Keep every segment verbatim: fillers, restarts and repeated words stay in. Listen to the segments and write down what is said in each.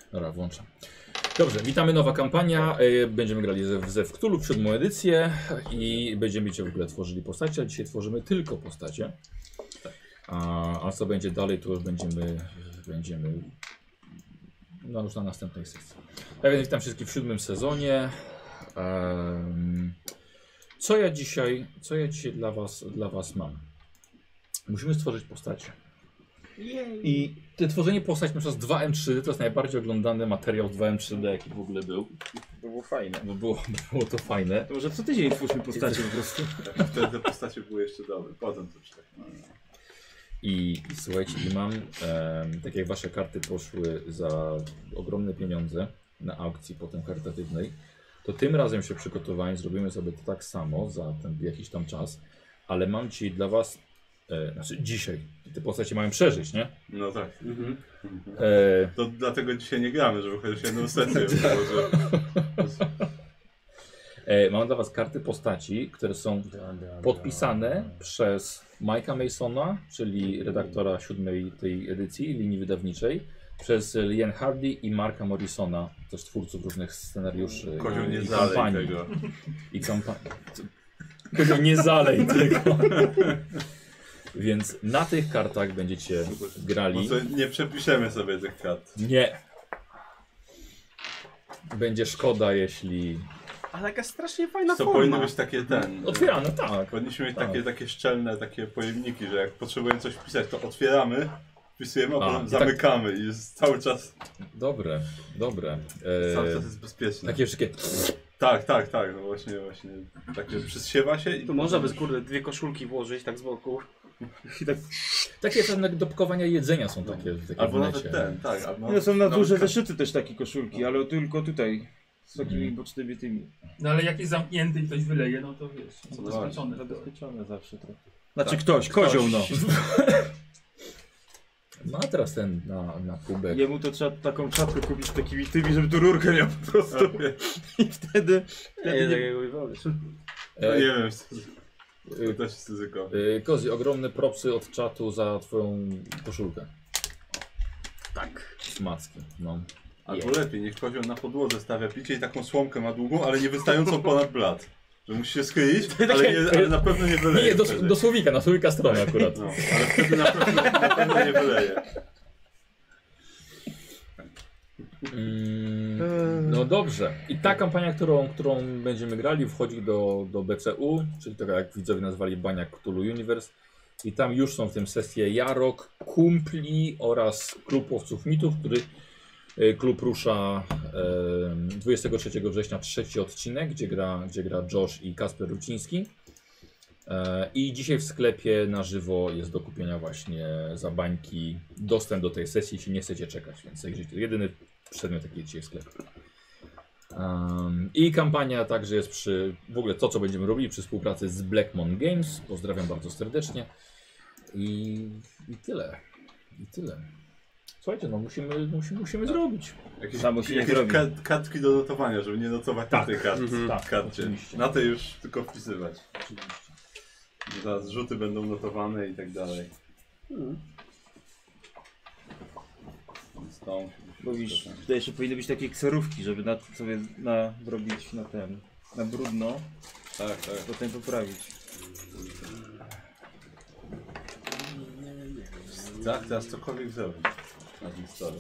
Dobra, włączam. Dobrze, witamy, nowa kampania. Będziemy grali ze, ze w Cthulhu, siódmą edycję i będziemy w ogóle tworzyli postacie, a dzisiaj tworzymy tylko postacie. A, a co będzie dalej, to już będziemy, będziemy no już na następnej sesji. Ja więc witam wszystkich w siódmym sezonie. Um, co ja dzisiaj, co ja dzisiaj dla was, dla was mam? Musimy stworzyć postacie. I te tworzenie postaci przez dwa M trzy D to jest najbardziej oglądany materiał z dwa M trzy D, jaki w ogóle był. To było fajne. Bo było, było to fajne. To może co tydzień twórzmy postacie po prostu. Wtedy te postacie były jeszcze dobre, potem to już tak. No, no. I, I słuchajcie, i mam, e, tak jak wasze karty poszły za ogromne pieniądze na aukcji potem charytatywnej, to tym razem się przygotowałem, zrobimy sobie to tak samo za ten jakiś tam czas, ale mam dzisiaj dla was, e, znaczy dzisiaj, te postacie mają przeżyć, nie? No tak. Mhm. E, To dlatego dzisiaj nie gramy, żeby chociaż jedną sesję było, że... e, mam dla was karty postaci, które są podpisane przez Mike'a Masona, czyli redaktora siódmej tej edycji linii wydawniczej, przez Liane Hardy i Marka Morrisona, też twórców różnych scenariuszy Kozioł, nie i zalej kampanii. tego. I kampanii. Kozioł, nie zalej tego. Więc na tych kartach będziecie grali. Może nie przepiszemy sobie tych kart. Nie. Będzie szkoda, jeśli... Ale jaka strasznie fajna To forma. powinny być takie ten... Otwierane, tak. Powinniśmy mieć Tak. takie, takie szczelne takie pojemniki, że jak potrzebujemy coś wpisać, to otwieramy, wpisujemy, a, A, potem i tak- zamykamy i jest cały czas, Dobre, dobre. cały E, czas jest bezpieczne. takie wszystkie... Tak, tak, tak, no właśnie, właśnie. Takie przysiewa się i... Tu można by kurde dwie koszulki włożyć tak z boku. I tak... Takie pewne do pakowania jedzenia są takie, takie Albo w nawet necie. ten, tak. Albo No są na nawet duże ka- zeszyty też takie koszulki, ale tylko tutaj. Z takimi Mhm. bocznymi tymi. No ale jak jest zamknięty i ktoś wyleje, no to wiesz, są No zabezpieczone. Zabezpieczone zawsze trochę. Znaczy Tak. ktoś, kozioł no. No a teraz ten na, na kubek. Jemu to trzeba taką czapkę kupić z takimi tymi, żeby tu rurkę miał po prostu. I wtedy... wtedy nie... No nie wiem, to E, też jest ryzyko. e, Kozi, ogromne propsy od czatu za twoją koszulkę. Tak. Smacki, no. Albo lepiej, niech kozioł na podłodze stawia picie i taką słomkę ma długą, ale nie wystającą ponad blat. Że musi się skryć, ale, nie, ale na pewno nie wyleje. Nie, do, wtedy. do słowika, na słowika stronę akurat. No, ale wtedy na pewno, na pewno nie wyleje. Mm, no dobrze. I ta kampania, którą, którą będziemy grali, wchodzi do, do B C U, czyli tak jak widzowie nazwali Baniak Cthulhu Universe. I tam już są w tym sesje Jarok, Kumpli oraz Klub Łowców Mitów, który e, klub rusza e, dwudziestego trzeciego września trzeci odcinek, gdzie gra, gdzie gra Josh i Kasper Ruciński. E, I dzisiaj w sklepie na żywo jest do kupienia właśnie za bańki dostęp do tej sesji, jeśli nie chcecie czekać, więc zajrzyjcie. To jedyny przedmiot taki dzisiaj w sklepie. Um, I kampania także jest przy, w ogóle to co będziemy robili przy współpracy z Blackmon Games. Pozdrawiam bardzo serdecznie. I, i tyle. I tyle. Słuchajcie, no musimy, musimy, musimy zrobić. Jakieś, Samo się nie jakieś zrobi. ka- kartki do notowania, żeby nie notować Tak. na tej kart, Mhm. Tak, karcie. oczywiście. Na tej już tylko wpisywać. Oczywiście. Zaraz rzuty będą notowane i tak dalej. Więc to musi być Bo widzisz, wszystko, tak. tutaj jeszcze powinny być takie kserówki, żeby na, sobie na, zrobić na ten, na brudno, Tak, tak. potem poprawić. Tak, teraz cokolwiek zrobić na tym stole.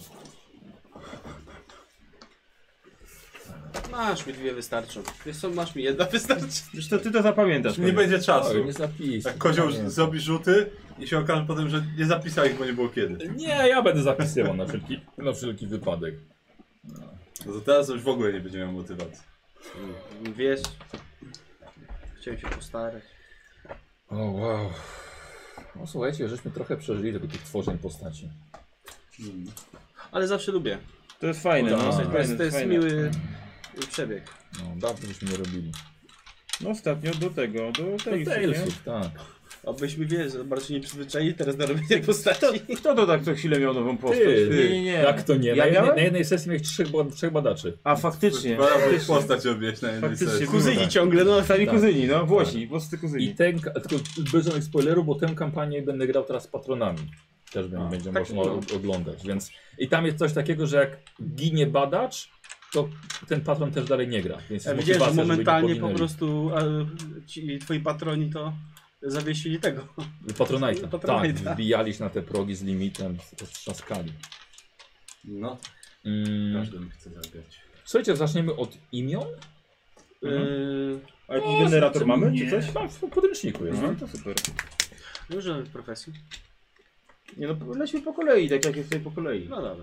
Masz mi dwie wystarczą. Wiesz co, masz mi jedna wystarczy. Zresztą ty to zapamiętasz. Nie będzie Oj, czasu. nie zapisuj. Tak kozioł Nie. zrobi rzuty i się okaże potem, że nie zapisał ich, bo nie było kiedy. Nie, ja będę zapisywał na wszelki, na wszelki wypadek. No to teraz już w ogóle nie będzie miał motywacji. Wiesz, chciałem się postarać. O wow. No słuchajcie, żeśmy trochę przeżyli tego tych tworzeń postaci. Ale zawsze lubię. To jest fajne, Tak. no. To jest, to jest fajne. miły przebieg. No, dawno żeśmy nie robili. No ostatnio do tego, do To Talesów, nie? Talesów, tak. Abyśmy wiesz, bardziej nie przyzwyczaili teraz do robienia postaci. Kto to tak co chwilę miał nową postać? Ty, Nie, nie, nie. Jak to nie? Ja Na jednej, miałem? na jednej sesji miałeś trzech, ba- trzech badaczy. A faktycznie. Dwa razy faktycznie. postać robiłeś na jednej Faktycznie. sesji. Kuzyni tak. ciągle, no. Sami Tak. kuzyni, no Włosi, włoscy I kuzyni. ten, tylko bez żadnych spoilerów, bo tę kampanię będę grał teraz z patronami. Też będzie, A, będzie tak, można no. o- oglądać, więc... I tam jest coś takiego, że jak ginie badacz, to ten patron też dalej nie gra, więc Ja jest widziałem, że motywacja, żeby nie momentalnie po poginęli. prostu a, ci, twoi patroni to zawiesili tego. Patronite'a. Patronite'a. Tak, wbijali się na te progi z limitem, roztrzaskali. No, Mm, każdy mi chce zagrać. słuchajcie, zaczniemy od imion. Yy, A jakiś O, generator znaczy, mamy, nie. czy coś? Mam w podręczniku jest. No to super. Dużo profesji. Nie no, lećmy po kolei, tak jak jest tutaj po kolei. No dobra.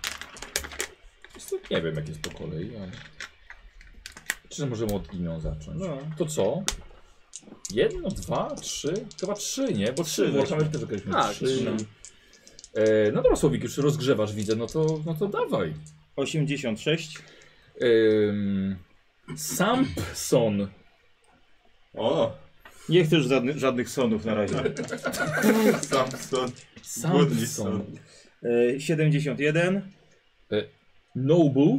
Nie wiem jak jest po kolei, ale... Czy możemy od imion zacząć? No. To co? Jedno, dwa, trzy? Chyba trzy, nie? Bo trzy, weźmy. Warhammer też określimy. Tak, trzy. trzy. E, no dobra, Słowik, już rozgrzewasz, widzę, no to, no to dawaj. osiemdziesiąt sześć. Ym, Sampson. O! Nie chcesz żadnych, żadnych sonów na razie. Samson. Głodny Sampson. son. E, siedemdziesiąt jeden. Noble.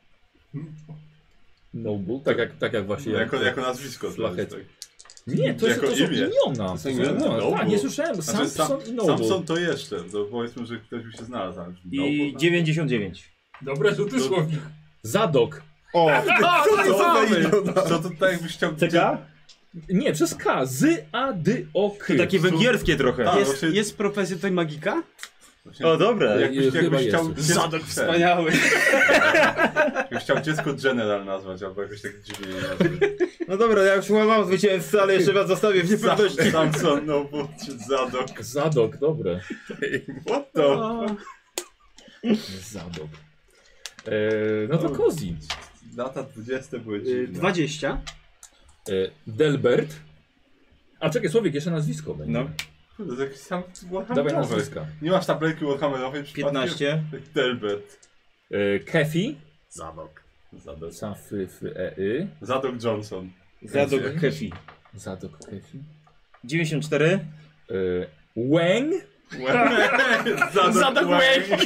Noble, tak jak, tak jak właśnie... Jako, jako nazwisko. to Szlachet. jest tak. Nie, to, jest, Jako to są imię. imiona. To są To są imiona? imiona. Noble. Tak, nie słyszałem. Znaczy, Sampson Sam- i Noble. Samson to jeszcze, to powiedzmy, że ktoś by się znalazł. ale I Noble, dziewięćdziesiąt dziewięć. Dobre rzuty To- słowik. Zadok. O! Co to mamy? Co to tak jakbyś chciał... C K? Nie, przez K. Z, A, D, O, K. To takie węgierskie trochę. Tak. Jest, właśnie- jest profesja tutaj magika? Właśnie- O, dobre. Jakbyś, Chyba jakbyś jest. chciał... dziecko- Zadok ten, wspaniały. Jakbyś chciał dziecko General nazwać, albo jakoś tak dziwnie je nazwać. No dobra, ja już chyba mam zwycięzcę, ale jeszcze was zostawię w niepewności. Samson, no bo czy Zadok. Zadok, dobre. What the... O, Zadok. E, no to Kozi. Lata dwudzieste były y, dziwne. dwadzieścia. E, Delbert. A czekaj, Słowik, jeszcze nazwisko będzie. No. Kurde, to jakiś sam Dawaj Warhammerowy. nazwiska. Nie masz tabletki Warhammerowej przypadkiem? piętnaście. Delbert. E, Kefi. Zadok. Zadok. Safy, fy, e, y. Zadok Johnson. Zadok Kefi. Zadok, Kefi. dziewięćdziesiąt cztery. E, Wang. Zadok, Zadok Wang.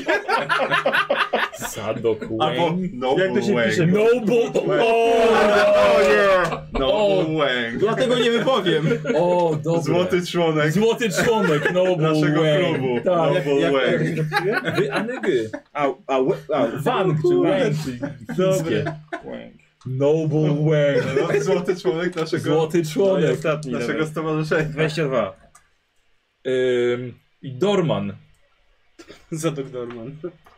Zadok, Albo Wang. Noble Jak to się Wang. pisze? Noble. O nie! Noble Wang. Dlatego nie wypowiem. O, dobra. Złoty członek Złoty członek Noble naszego Wang. klubu. Tak. Noble Jak, Wang. jak, Wy, a nygy. a, a, a, Wang czy Wang, czyli chińskie. Noble Wang. No, Złoty członek naszego, Złoty No i członek. ostatni. naszego Naszego stowarzyszenia. dwadzieścia dwa. Ym, I Dorman. Zadok Dorman.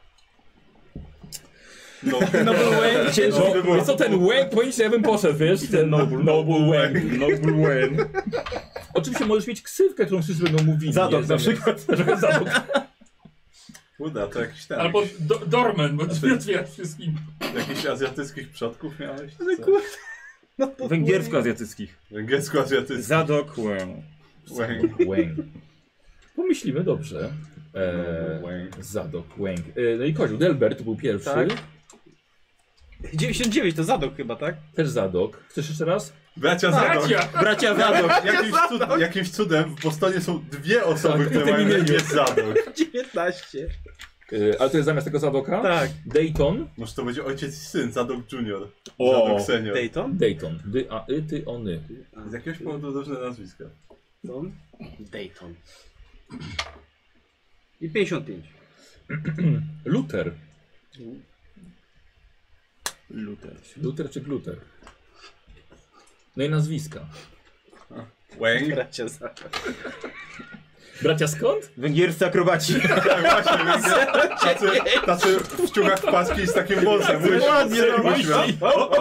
No, No był Wayne. Ciężko No, by było. wiesz co, ten Wang, powinien ja bym poszedł, wiesz? Ten Noble, Noble Wang. Noble Wayne. Oczywiście możesz mieć ksywkę, którą wszyscy będą mówili. Zadok nie? na Zamiast- przykład. Trochę Zadok. Uda, to jakiś ten. Albo do, Dorman, bo drzwi otwierasz wszystkim. Jakichś azjatyckich przodków miałeś? Ale Co? kurde. No to Węgiersko-azjatyckich. Węgiersko-azjatyckich. Zadok Wayne. Wang. Wang. Pomyślimy dobrze. Noble Eee, Wang. Zadok, Wang. E, no i Kozioł, Delbert był pierwszy. Tak. dziewięćdziesiąt dziewięć to Zadok chyba, tak? Też Zadok. Chcesz jeszcze raz? Bracia Zadok. Bracia! Bracia Zadok. Jakimś, cud, jakimś cudem w Bostonie są dwie osoby, Tak, które w tym mają imieniu. imię Zadok. dziewiętnaście. E, ale to jest zamiast tego Zadoka? Tak. Dayton. Może to będzie ojciec i syn, Zadok Junior. O. Zadok Senior. Dayton? Dayton. Dy, a, y, ty, ony. Z jakiegoś powodu różne nazwiska. Dayton. Dayton. I pięćdziesiąt pięć. Luther. Luther. Luther czy Gluter? No i nazwiska. Wang. Bracia Zadok. Bracia skąd? Węgierscy akrobaci. Tak właśnie, Węgier- tacy, tacy w ciuchach w paski i z takim wąsem. Łyś- Ładnie, łyś- normalnie.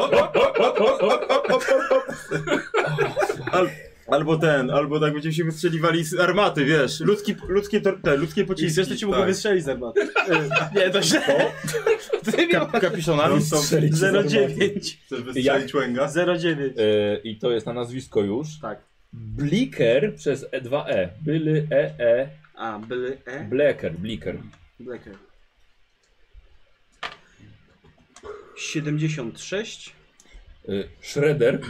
Al, albo ten, albo tak będziemy się wystrzeliwali z armaty, wiesz. Ludzki, ludzkie, tor- te, ludzkie I pociski. zresztą ci mogą tak. wystrzelić z armaty. E, Nie, to źle. Ty miał Kap, kapiszonami. No, to- Strzelić z zero armaty. dziewięć. Chcesz wystrzelić Węga? zero dziewięć. E, I to jest na nazwisko już. Tak. Bliker przez E dwa E. Byly E E. A, były E? Bleker, Bliker. Blacker. siedemdziesiąt sześć. E, Shredder.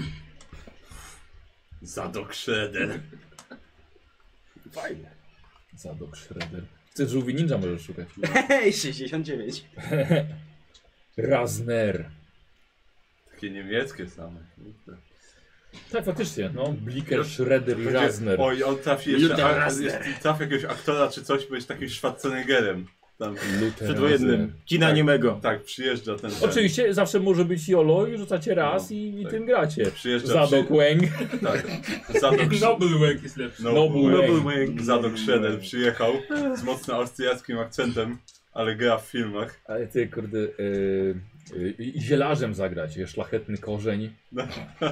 Zadok Shredder. Fajne. Zadok Shredder. Chcesz żółwi ninja możesz szukać. Hej, sześćdziesiąt dziewięć. Razner. Takie niemieckie same. Tak, faktycznie, no. Bliker, Shredder i Razner. Oj, on trafi jeszcze Luther a, Razner. jest, trafi jakiegoś aktora czy coś, bo jest takim Schwarzeneggerem. Tam, Luther Przedwojennym. Razner. Kina Tak. niemego. tak, przyjeżdża ten... Oczywiście zawsze może być Jolo i rzucacie raz No, i, i tak. tym gracie. Przyjeżdża Zadok przy- Wang. Tak. Zadok, Noble Wang jest lepszy. Noble Noble Wang. Zadok Shredder przyjechał z mocno austriackim akcentem, ale gra w filmach. Ale ty, kurde, yy, yy, zielarzem zagrać, jest szlachetny korzeń. No.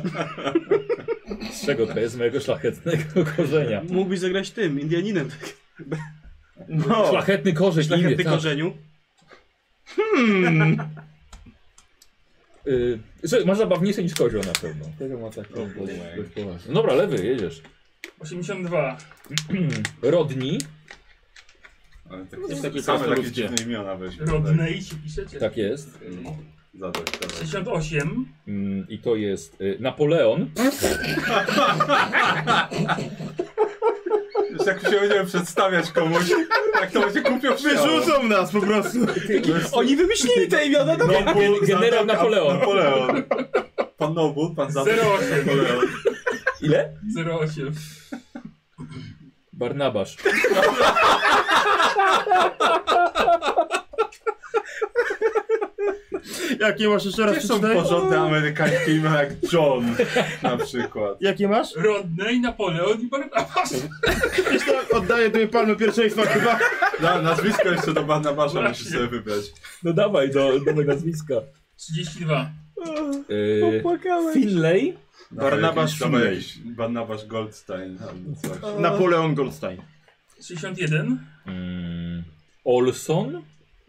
Z czego to jest? Z mojego szlachetnego korzenia. Mógłbyś zagrać tym, Indianinem. No. Szlachetny korzeń, Szlachetny imię, tak. korzeniu. Hmm. Yy, że masz zabawniejsze niż kozioł na pewno. Tego ma takie dość, dość poważne. Dobra, lewy, jedziesz. osiemdziesiąt dwa. Rodni, Ale tak, Jest takie same takie krasnoludzkie. dziwne imiona weźmy. Rodney się piszecie? tak jest. Zadok, dawaj. sześćdziesiąt osiem. Mm, I to jest yy, Napoleon. Już jak się będziemy przedstawiać komuś, jak to będzie kupił Wyrzucą nas po prostu. Oni wymyślili te imiona, no Gen- gen- generał Napoleon. Napoleon. Pan Noble, pan Zadok. zero osiem. Napoleon. Ile? zero osiem. Barnabasz. Jakie masz jeszcze raz Gdzie są przeczytaj? porządne amerykańskie imiona jak John na przykład. Jakie masz? Rodney, Napoleon i Barnabas. Wiesz to oddaję tobie palmę pierwszeństwa chyba. Na, nazwisko jeszcze do Barnabasza musisz sobie wybrać. No dawaj, do, dawaj nazwiska. trzydzieści dwa. Yy, Finlay. Barnabasz Dawaj Finlay. jakiś Barnabasz Goldstein albo coś. Napoleon Goldstein. sześćdziesiąt jeden. Mm, Olson.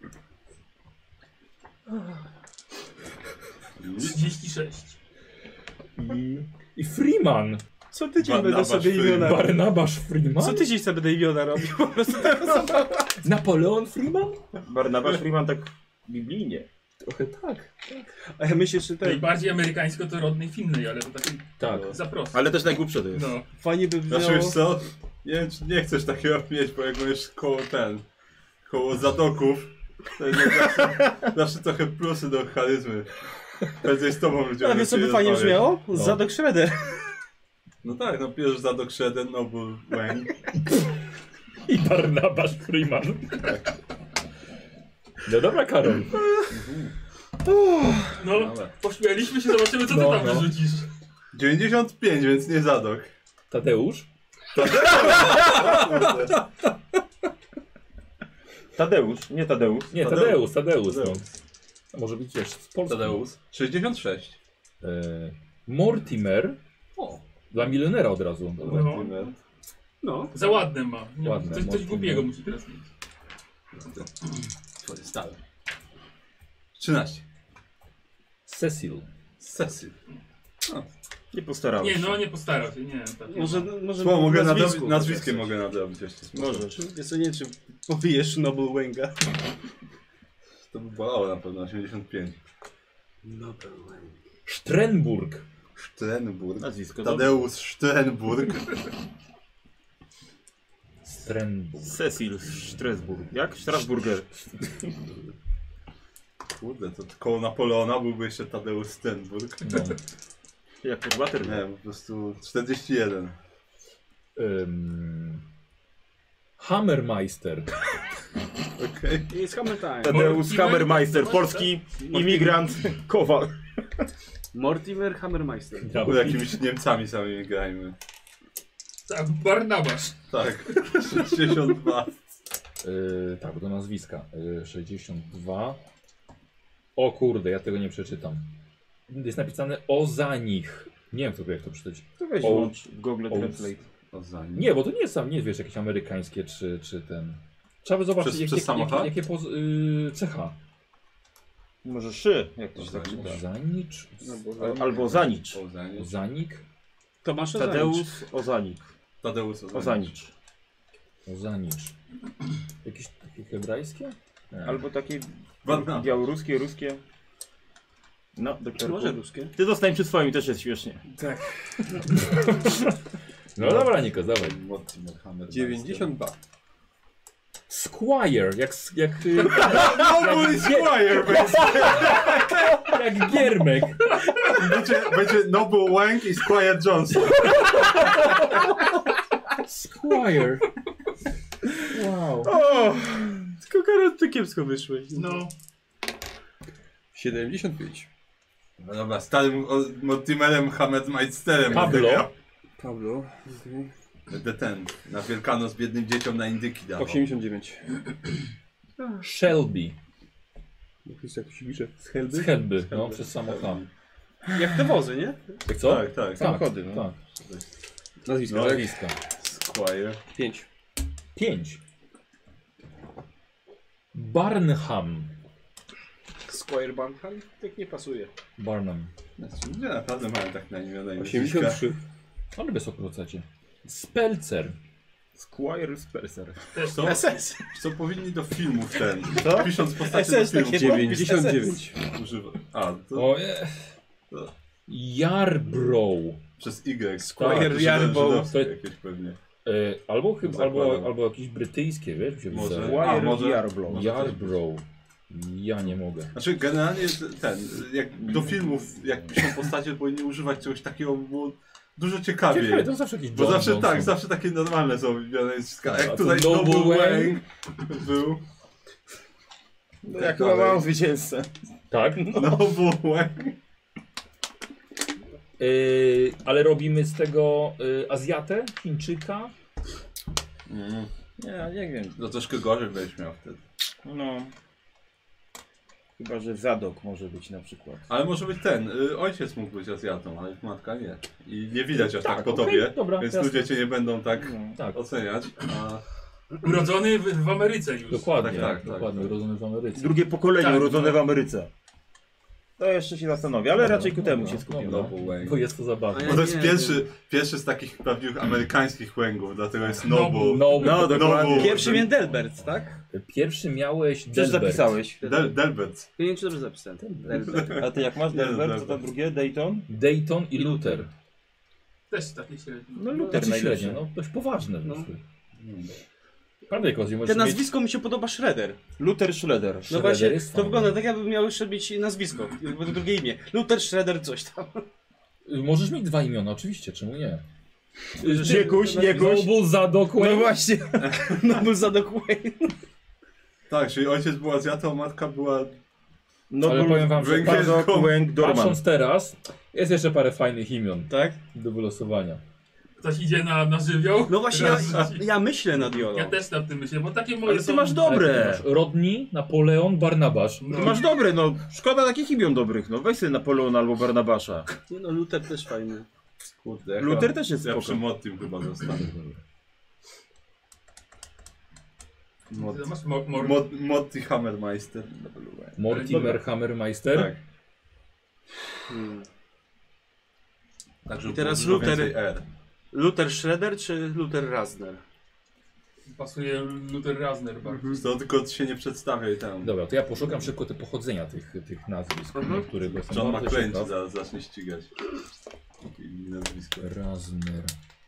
trzydzieści sześć. I, I Freeman. Co tydzień będę Barnabasz sobie imiona Freeman. robił. Barnabasz Freeman? Co tydzień sobie będę imiona robił. Po prostu Napoleon Freeman? Barnabasz Freeman tak biblijnie. Trochę tak. A ja myślę, że ten Najbardziej amerykańsko to Rodney Finlay, ale to taki Tak. za prosto. Ale też najgłupsze to jest. No. fajnie by Znaczy wiesz brzmiało... co? Nie wiem czy nie chcesz takiego mieć, bo jak będziesz koło ten, koło zadoków, to jest zawsze, zawsze trochę plusy do charyzmy. Prędzej z tobą ludzie A wiesz co by lepiej fajnie rozmawiać. brzmiało? No. Zadok Shredder. No tak, no bierzesz Zadok Shredder, Noble Wang. I Barnabasz Freeman. No dobra, Karol. No, pośmialiśmy się, zobaczymy co ty No, tam no. wyrzucisz. dziewięćdziesiąt pięć, więc nie Zadok. Tadeusz? Tadeusz, nie Tadeusz. Nie, Tadeusz. Tadeusz, Tadeusz. No. Tadeusz. A może być też z Polski. Tadeusz. sześćdziesiąt sześć. E, Mortimer. O, Dla milionera od razu. Dobra. No. Mortimer. No. Za ładne ma. Nie, Ładne, coś, coś mocno, głupiego no. musi teraz mieć. Twoje stałe. trzynaście. Cecil. Cecil. Nie postarałeś Nie, się. no nie postarał się, nie. Tak, Może, może Słowo mogę nazwisku nadrobić, nazwiskiem chociaż. mogę nadrobić jeszcze. Możesz. Wiesz co, nie wiem, czy powijesz Noble Wanga. To by bolało na pewno, osiemdziesiąt pięć. Noble Wang. Strenburg. Strenburg. Nazwisko. Tadeusz Strenburg. Strenburg. Cecil Strasburg. Jak? Strasburger. Kurde, to koło Napoleona byłby jeszcze Tadeusz Strenburg. No. Jak pod Waterloo. Nie, po prostu czterdzieści jeden. Ym, Hammermeister. Okej. Jest Hammer Time. Tadeusz Mortimer? Hammermeister, polski imigrant, kowal. Mortimer Hammermeister. Okay. Jakimiś Niemcami samymi grajmy. Tak, Barnabasz. Tak, sześćdziesiąt dwa. Yy, tak, do nazwiska. Yy, sześćdziesiąt dwa. O kurde, ja tego nie przeczytam. Jest napisane Ozanich. Nie wiem kto jak to przeczytać. To weź O- włącz w Google o- Translate. O za nim. Nie, bo to nie jest sam, nie wiesz, jakieś amerykańskie czy, czy ten. Trzeba by zobaczyć Przez- jakie, przez jakie, samochód? jakie, jakie poz, yy, cecha. Może szy, jak to się tak Ozani. czyta. Ozanicz. Al- Albo Zanicz. Ozani. Ozanik. Tomasz Tadeusz Ozanicz. Ozanik. Tadeusz Ozani. Ozanicz. Ozanicz. Jakieś takie hebrajskie? Nie. Albo takie Barnabasz. białoruskie, ruskie. No, Czy doktorku. może ruskie? Ty zostań przy swoim, też jest śmiesznie. No dobra, Nikos, dawaj. Mortimer Hammer. dziewięćdziesiąt dwa. Squire, jak, jak, y, Noble Squire, jak Jak Giermek. Będzie, będzie Noble Wang i Squire Johnson. Squire. Wow. O! Tylko Karol, ty kiepsko wyszłeś. No. siedemdziesiąt pięć. No dobra, starym o, Mortimerem Hammermeisterem. Pablo. Pablo. Będę ten, na Wielkanoc biednym dzieciom na indyki dawał. osiemdziesiąt dziewięć. Shelby. Jak jest jak to się pisze? Z Z Helby? Helby, no, przez samo H. Jak te wozy, nie? Jak co? Tak, tak. Samochody, no. Tak. Nazwisko, No, tak? Nazwiska. Squire. pięć. Pięć. Barnham. Squire Banham? Tak nie pasuje. Barnum. Nie, naprawdę mają tak na imię. osiemdziesiąt trzy. Ale bez okrócecie. Spelcer. Squire Spencer. Też Co? S S. Co powinni do filmów ten. Co? Pisząc postacie S S do filmów. takie dziewięćdziesiąt dziewięć. Używa. A, to Oje. To- Yarbrough. przez Y. Squire To Yarbow. żydowskie To- jakieś pewnie. E, albo chyba, Zakładam. albo, albo jakieś brytyjskie, wiesz? Mi się Może. wydaje. A, Squire może- Yarbrough. może- Yarbrough. Ja nie mogę. Znaczy generalnie ten, jak do filmów, jak piszą postacie, powinni używać czegoś takiego, bo dużo ciekawiej. Ciekawe, to zawsze jakiś Bo John zawsze Johnson. tak, zawsze takie normalne są wymienione nazwiska. A Jak to tutaj Noble Noble Wang Wang był. No ja chyba mam zwycięzcę. Tak? Noble Wang. Yy, ale robimy z tego yy, Azjatę, Chińczyka. Mm. Nie, nie wiem. No troszkę gorzej będziesz miał wtedy. No. Chyba, że Zadok może być na przykład. Ale może być ten, y, ojciec mógł być Azjatą, ale matka nie. I nie widać aż tak, Tak, po okej, tobie, dobra, więc jasne. ludzie cię nie będą tak No. Tak, oceniać. A Urodzony w, w Ameryce już. dokładnie. Tak, tak, dokładnie, tak. urodzony w Ameryce. Drugie pokolenie Tak, urodzone no. w Ameryce. To jeszcze się zastanowię, ale Dobra, raczej ku temu dobra, się skupię. dobra. Noble Wang. Bo jest to zabawne. A Bo to jest nie, pierwszy, pierwszy z takich prawdziwych amerykańskich łęgów, dlatego jest Noble. Noble. No, No, dokładnie. Noble. Pierwszy mnie Delbert, tak? Pierwszy miałeś Też Delbert. zapisałeś. Del Delbert. Ja nie wiem, czy dobrze zapisałem. Delbert. A ty jak masz Nie, no, Delbert, co Delbert. tam drugie? Dayton? Dayton i Luther. Też takie średnie. No Luther Znaczy najlepszy. średnio, no dość poważne No. wyszły. Prawda, Kozji, Te możesz mieć... nazwisko mi się podoba Shredder. Luther Schroeder. No Shredder właśnie, jest to fajny. wygląda tak, jakby miał jeszcze być nazwisko. Jakby to drugie imię. Luther Shredder coś tam. Możesz mieć dwa imiona, oczywiście, czemu nie? Niekuś, Niekuś. Noble Zadok Wang. No właśnie. No był Zadok Wayne. Tak, czyli ojciec był Azjatą, matka była... No Ale powiem wam, że Węgiel- Zadok, Wang, Dorman. patrząc teraz, jest jeszcze parę fajnych imion Tak? do wylosowania. Ktoś idzie na, na żywioł. No właśnie, ja, Raz- ja myślę nad Jolą. Ja też nad tym myślę, bo takie moje Ale ty są... masz Ale dobre. ty masz Rodney, Napoleon, Barnabasz. Ty masz dobre, no. Szkoda takich imion dobrych, no. Weź sobie Napoleona albo Barnabasza. Nie no, Luther też fajny. Kurde, ja Luther chyba- też jest Ja spoko. przy Mottim chyba zostanę. Mot, Ty masz mo, mor... Mot, Motti Hammermeister. Mortimer Hammermeister. Tak. Hmm. Tak, żeby I teraz było Luther- więcej R. Luther Shredder czy Luther Razner? Pasuje Luther Razner bardzo. To tylko się nie przedstawia i tam. Dobra, to ja poszukam szybko te pochodzenia tych, tych nazwisk, Mhm. których jestem John bardzo McClane ciekaw. ci zaraz zacznie ścigać. Takie inne nazwisko. Razner.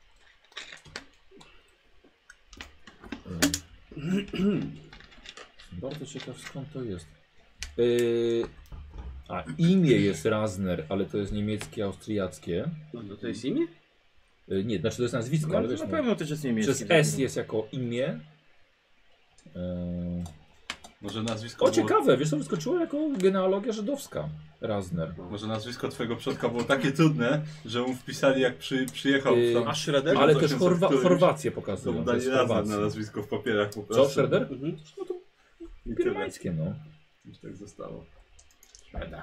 Bardzo ciekaw, skąd to jest. Yy, a imię jest Razner, ale to jest niemieckie, austriackie. No to, to jest imię? Yy, nie, znaczy to jest nazwisko, No, ale to wiesz, na no, pewno też jest niemiecki. przez S jest jako imię. Yy, Może nazwisko o, było, ciekawe, wiesz, to wyskoczyło jako genealogia żydowska. Razner. może nazwisko twojego przodka było takie trudne, że mu wpisali jak przy, przyjechał Yy, tam. A Shredder? Ale to też się Chorwa którymś- Chorwację To pokazują. mu To jest dali razem Chorwacja. na nazwisko w papierach po prostu. Co, Schroeder? Mhm. No to I tyle. pirmańskie, no. Już tak zostało. Szkoda.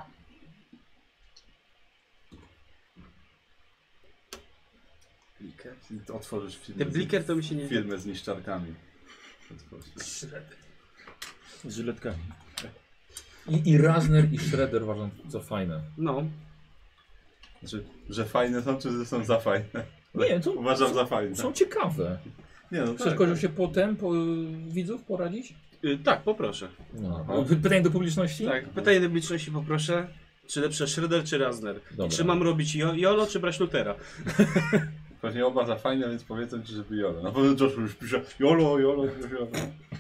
Bliker. I to otworzysz firmę, Ten Bliker to mi się nie... z, firmę z niszczarkami. Otworzysz. Shredder. Z żyletkami. I, I Razner i Shredder uważam za fajne. No. Znaczy, że fajne są, czy że są za fajne? Nie, to Uważam są, za fajne. są ciekawe. Nie no, Chcesz tak. Kozioł się potem po widzów poradzić? Y, tak, poproszę. No. Aha. Py- Pytanie do publiczności? Tak, pytanie do publiczności poproszę. Czy lepsze Shredder czy Razner? Dobra. I czy mam robić jo Jolo czy brać Luthera? Pewnie oba za fajne, więc powiedzą ci, żeby Jolo. Na pewno Josh już pisze Jolo, Jolo, Jolo.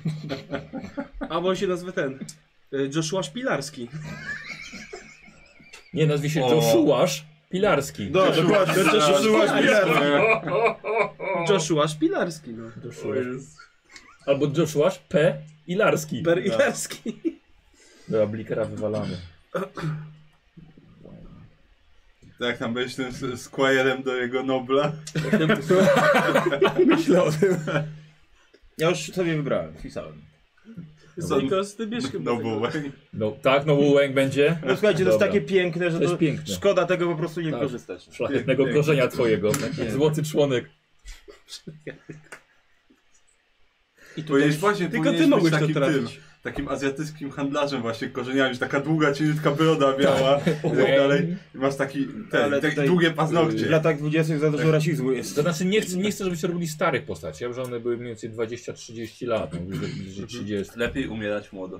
Albo on się nazwie ten. y, Joshua Szpilarski. Nie, nazwie się O. Joshuasz Pilarski. No, dokładnie, Joshua Szpilarski. Joshua Szpilarski, no. Albo Joshuasz P. Ilarski. Per Ilarski. Dobra, Blikera wywalamy. Tak, jak tam będziesz tym s- squirem do jego Nobla. Myślę o tym. Ja już sobie wybrałem, wpisałem. Znikos, ty bierz chyba No tego. bo No tak, no Wu-Wang będzie. No słuchajcie, to jest Dobra. takie piękne, że To jest to piękne. szkoda tego po prostu nie Tak. wykorzystać. Szlachetnego Pięknie. korzenia twojego. Złoty członek. I powinieneś właśnie tylko powinieneś ty mogłeś być to takim trafić. tym, takim azjatyckim handlarzem właśnie korzeniami, że taka długa, cieniutka broda biała i tak dalej. I masz taki, ten, Ale takie tutaj- długie W paznokcie. latach dwudziestych za dużo rasizmu jest. To znaczy nie chcę, nie chcę, żebyście robili starych postaci. Ja bym, że one były mniej więcej dwadzieścia trzydzieści lat. No, bliżej- bliżej trzydzieści. Lepiej umierać młodo.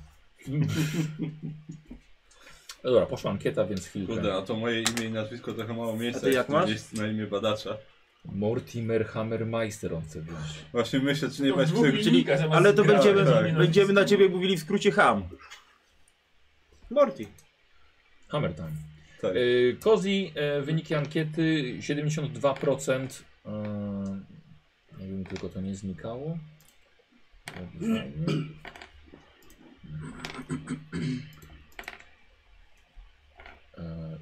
No dobra, poszła ankieta, więc chwilkę. Kurde, a to moje imię i nazwisko trochę mało miejsca. A ty jak jest masz? gdzieś na imię badacza. Mortimer Hammermeister on chce wziąć. Właśnie myślę, czy nie To weź dwóch który... linijkach zamiast Ale to grać, będziemy, tak. będziemy na ciebie mówili w skrócie ham. Morty. Hammer time. Tak. Yy, Kozi, e, wyniki ankiety siedemdziesiąt dwa procent. Yy, nie wiem, tylko to nie znikało. Dobrze, fajnie. E,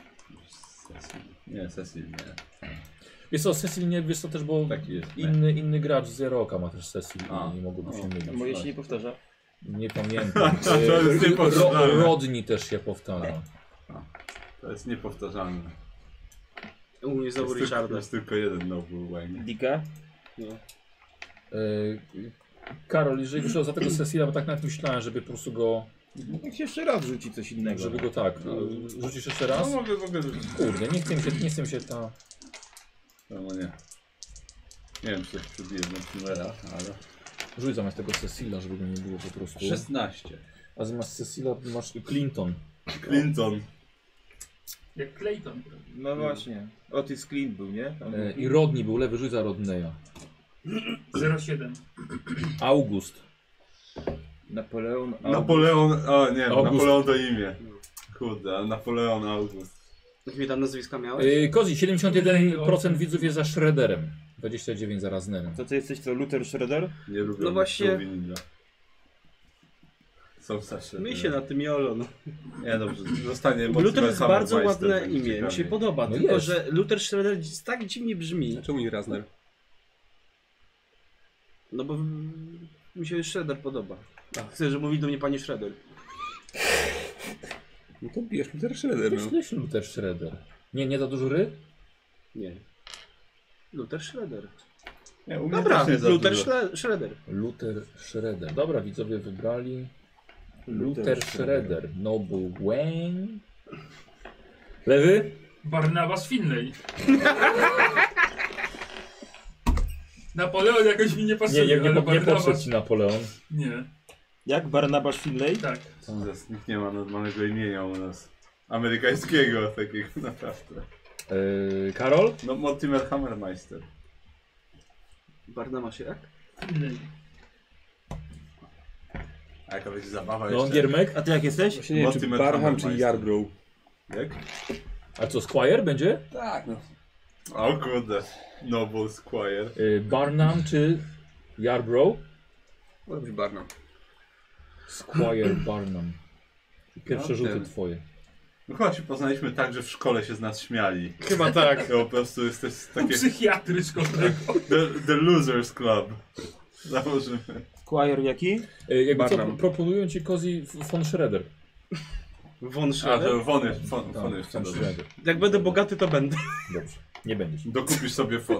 Nie, Cecil, nie. Wiesz co, Cecil nie, wiesz co też, bo Taki jest. inny, inny gracz z Zeroka ma też Cecil A. i nie mogłoby się O. mylić. Moje się nie powtarza. Nie pamiętam. To jest E, niepowtarzalne. Ro, Rodni też się powtarza. To jest niepowtarzalne. U mnie Jest, znowu tylko, Richarda. jest tylko jeden Noble Wayne. Dika? Nie. E, Karol, jeżeli wyszło za tego Cecila, bo tak nawet myślałem, żeby po prostu go, Jak się jeszcze raz rzuci coś innego. żeby go tak, e, rzucisz jeszcze raz? No mogę, mogę rzucić. Kurde, nie chcę mi się, nie chcę mi się ta... No nie. Nie wiem, czy coś przebiję z numera, ale... Rzuć zamiast tego Cecila, żeby go nie było po prostu. szesnaście. A zamiast Cecila masz Clinton. Clinton. Jak Clayton. No właśnie. Otis Clint był, nie? Tam E, był. I Rodni był lewy, rzuć za Rodneya. zero siedem. August. Napoleon. Napoleon... O nie, August. Napoleon to imię. Kurde, ale Napoleon August. Jakie tam nazwiska miałeś? E, Kozi, siedemdziesiąt jeden procent widzów jest za Shredderem. dwadzieścia dziewięć procent za Raznerem. To ty jesteś co, Luther Schroeder? Nie lubię No właśnie- lubię ninja. Są starsze. My się na tym jolo, no. Nie dobrze, zostanie Luther jest Hammermeister, bardzo ładne będzie imię, mi się ciekawie. podoba, No tylko jest. że Luther Schroeder tak dziwnie brzmi. Czemu nie Razner? No bo mm, mi się Schroeder podoba. Chcę, żeby mówił do mnie pani Schroeder. No to bierz Luther Schroeder, no. Myślę, że Luther Shredder. Nie, nie za dużo ry? Nie. Luther Schroeder. Nie, u mnie Dobra, też nie za Luther dużo. Schle- Schroeder. Luther Shredder. Dobra, widzowie wybrali Luther, Luther Shredder. Noble Wayne. Lewy? Barnabas Finlay. Napoleon jakoś mi nie pasuje, Nie, nie, nie, ale nie, nie Barnabas... podszedł ci Napoleon. Nie, Jak Barnabasz Finlay? tak. Jezus, nikt nie ma normalnego imienia u nas. Amerykańskiego takiego naprawdę. Yy, Karol? No Mortimer Hammermeister. Barnaba się jak? Finlay. A jaka będzie zabawa No, jeszcze? Giermek? A ty jak jesteś? Właśnie nie wiem, czy Mortimer Barham, czy Hammermeister. Yarbrough. Jak? A co, Squire będzie? Tak, no. O kurde. Noble Squire. Yy, Barnum czy Yarbrough? Może być Barnum. Squire Barnum. Pierwsze No, rzuty ten. twoje. No chyba się poznaliśmy tak, że w szkole się z nas śmiali. Chyba tak. To po prostu jesteś takie... Psychiatry szkolnego. The, the Losers Club. Założymy. Squire jaki? Yy, jakby co, Barnum. proponują ci Kozi von Shredder. Von A, Schroeder? to Wony, fon, Tak, fony jeszcze von dobrze. Shredder. Jak będę bogaty, to będę. Dobrze, nie będziesz. Dokupisz sobie fon.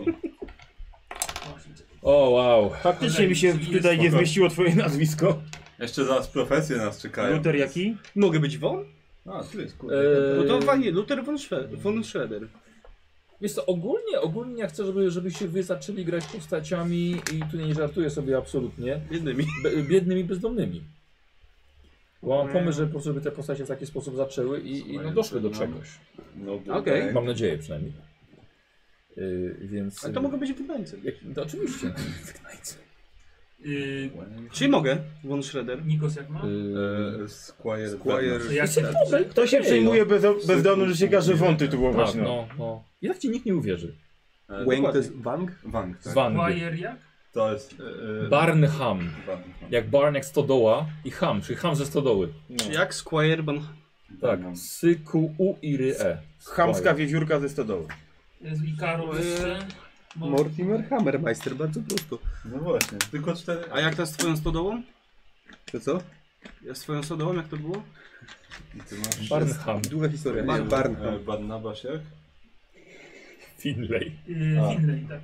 O, wow. Faktycznie mi się tutaj nie spoko. zmieściło twoje nazwisko. Jeszcze zaraz profesje nas czekają. Luther jaki? Mogę być Von? A, tu jest kurde. Eee, No to fajnie, Luther von, Schre- von Schroeder. Wiesz co, ogólnie, ogólnie ja chcę, żeby, żebyście wy zaczęli grać postaciami i tu nie żartuję sobie absolutnie, Jednymi. be, biednymi, bezdomnymi. Bo mam pomysł, że po prostu żeby te postacie w taki sposób zaczęły i, i no, doszły do czegoś. No, Okej. tak. Mam nadzieję przynajmniej. Yy, więc... Ale to mogę być wygnańcem. Jak, to oczywiście. Wygnańcy. Yy, Czyli mogę, Von Schroeder. Nikos jak ma? Yy, E, Squire. Squire. To jak Dobra, Kto się okej, przejmuje no. bez, bezdomny, że się każe wąt tytułować, Tak, no. no, no. I tak ci nikt nie uwierzy. E, Wang to jest dokładnie. Wang? Wang, tak. Zwany. Wire jak? To jest... E, e, Barnham. Barnham. Jak barn jak stodoła i ham, czyli ham ze stodoły. no. Czy jak Squire Ban... Tak. Barnham. Sy, ku, u i ry, e. Chamska wiewiórka ze stodoły. Jest i Karol jeszcze. Mo- Mortimer Hammermeister, bardzo prosto. No właśnie, tylko cztery... A jak ta z twoją stodołą? To co? Ja z twoją stodołą, jak to było? Ty masz... Barnham. Długa historia. Barn- Nie, Barnham. E, Barnabasz jak? Finlay. Yy, A. Finlay, tak.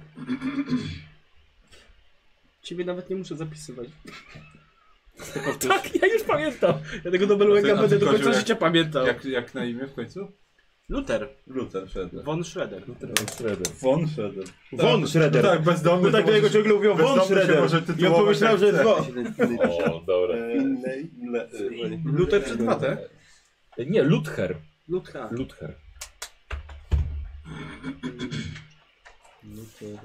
Ciebie nawet nie muszę zapisywać. Tak, ja już pamiętam. Ja tego Nobelowego A ty- a będę ty do końca chodził życia pamiętał. Jak, jak na imię w końcu? Luther. Luther Schroeder. Von Schroeder. Schroeder. Von Schroeder. Von Schroeder. No tak, bezdomny. Bo tak to do jego może- ciągle mówią bezdomny Von się Schroeder. może I on tytułować pomyślał, jak że chce. dwa. O, dobra. Finlay, le, e, Luther przez dwa T? Nie, Luther. Luther. Luther. Luther.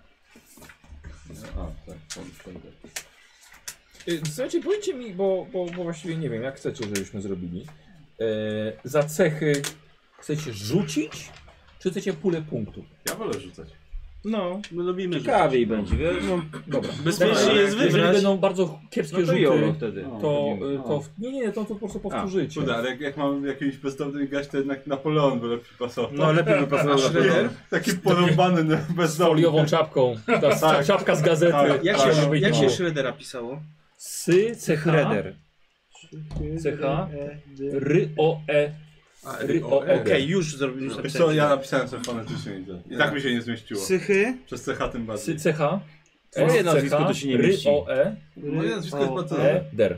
A, tak, Von Schroeder. Y, Słuchajcie, powiedzcie mi, bo, bo, bo właściwie nie wiem, jak chcecie, żebyśmy zrobili. E, za cechy chcecie rzucić, czy chcecie pulę punktów? Ja wolę rzucać. No, My lubimy ciekawiej będzie, wiesz? No, Dobra. Bezpiecznie Dobra, jest Jeżeli wybrać. będą bardzo kiepskie no to rzuty, jolo wtedy. No. to, robimy. y, to w, nie, nie, to, to po prostu powtórzycie. Kurde, ale jak, jak mam jakimś bezdomnym grać, to jednak Napoleon by lepiej pasował. No lepiej by pasował na Schroeder? to. Taki porąbany no, Z bezdomny. foliową czapką. Ta, ta Tak. czapka z gazety. Tak. Jak Tak. się, jak się No. Schroedera pisało? Sy, cecha, Schroeder. cecha, ry, o, e, ry, o, e. Okej, już zrobiliśmy Wiesz co, ja napisałem sobie fonetycznie i to- i tak mi się nie zmieściło. Psychy. Przez cecha tym Sy, bardziej. cecha, Twoje S, nazwisko cecha, to się nie ry, mieści. o, e, Moje nazwisko jest bardzo... e, der.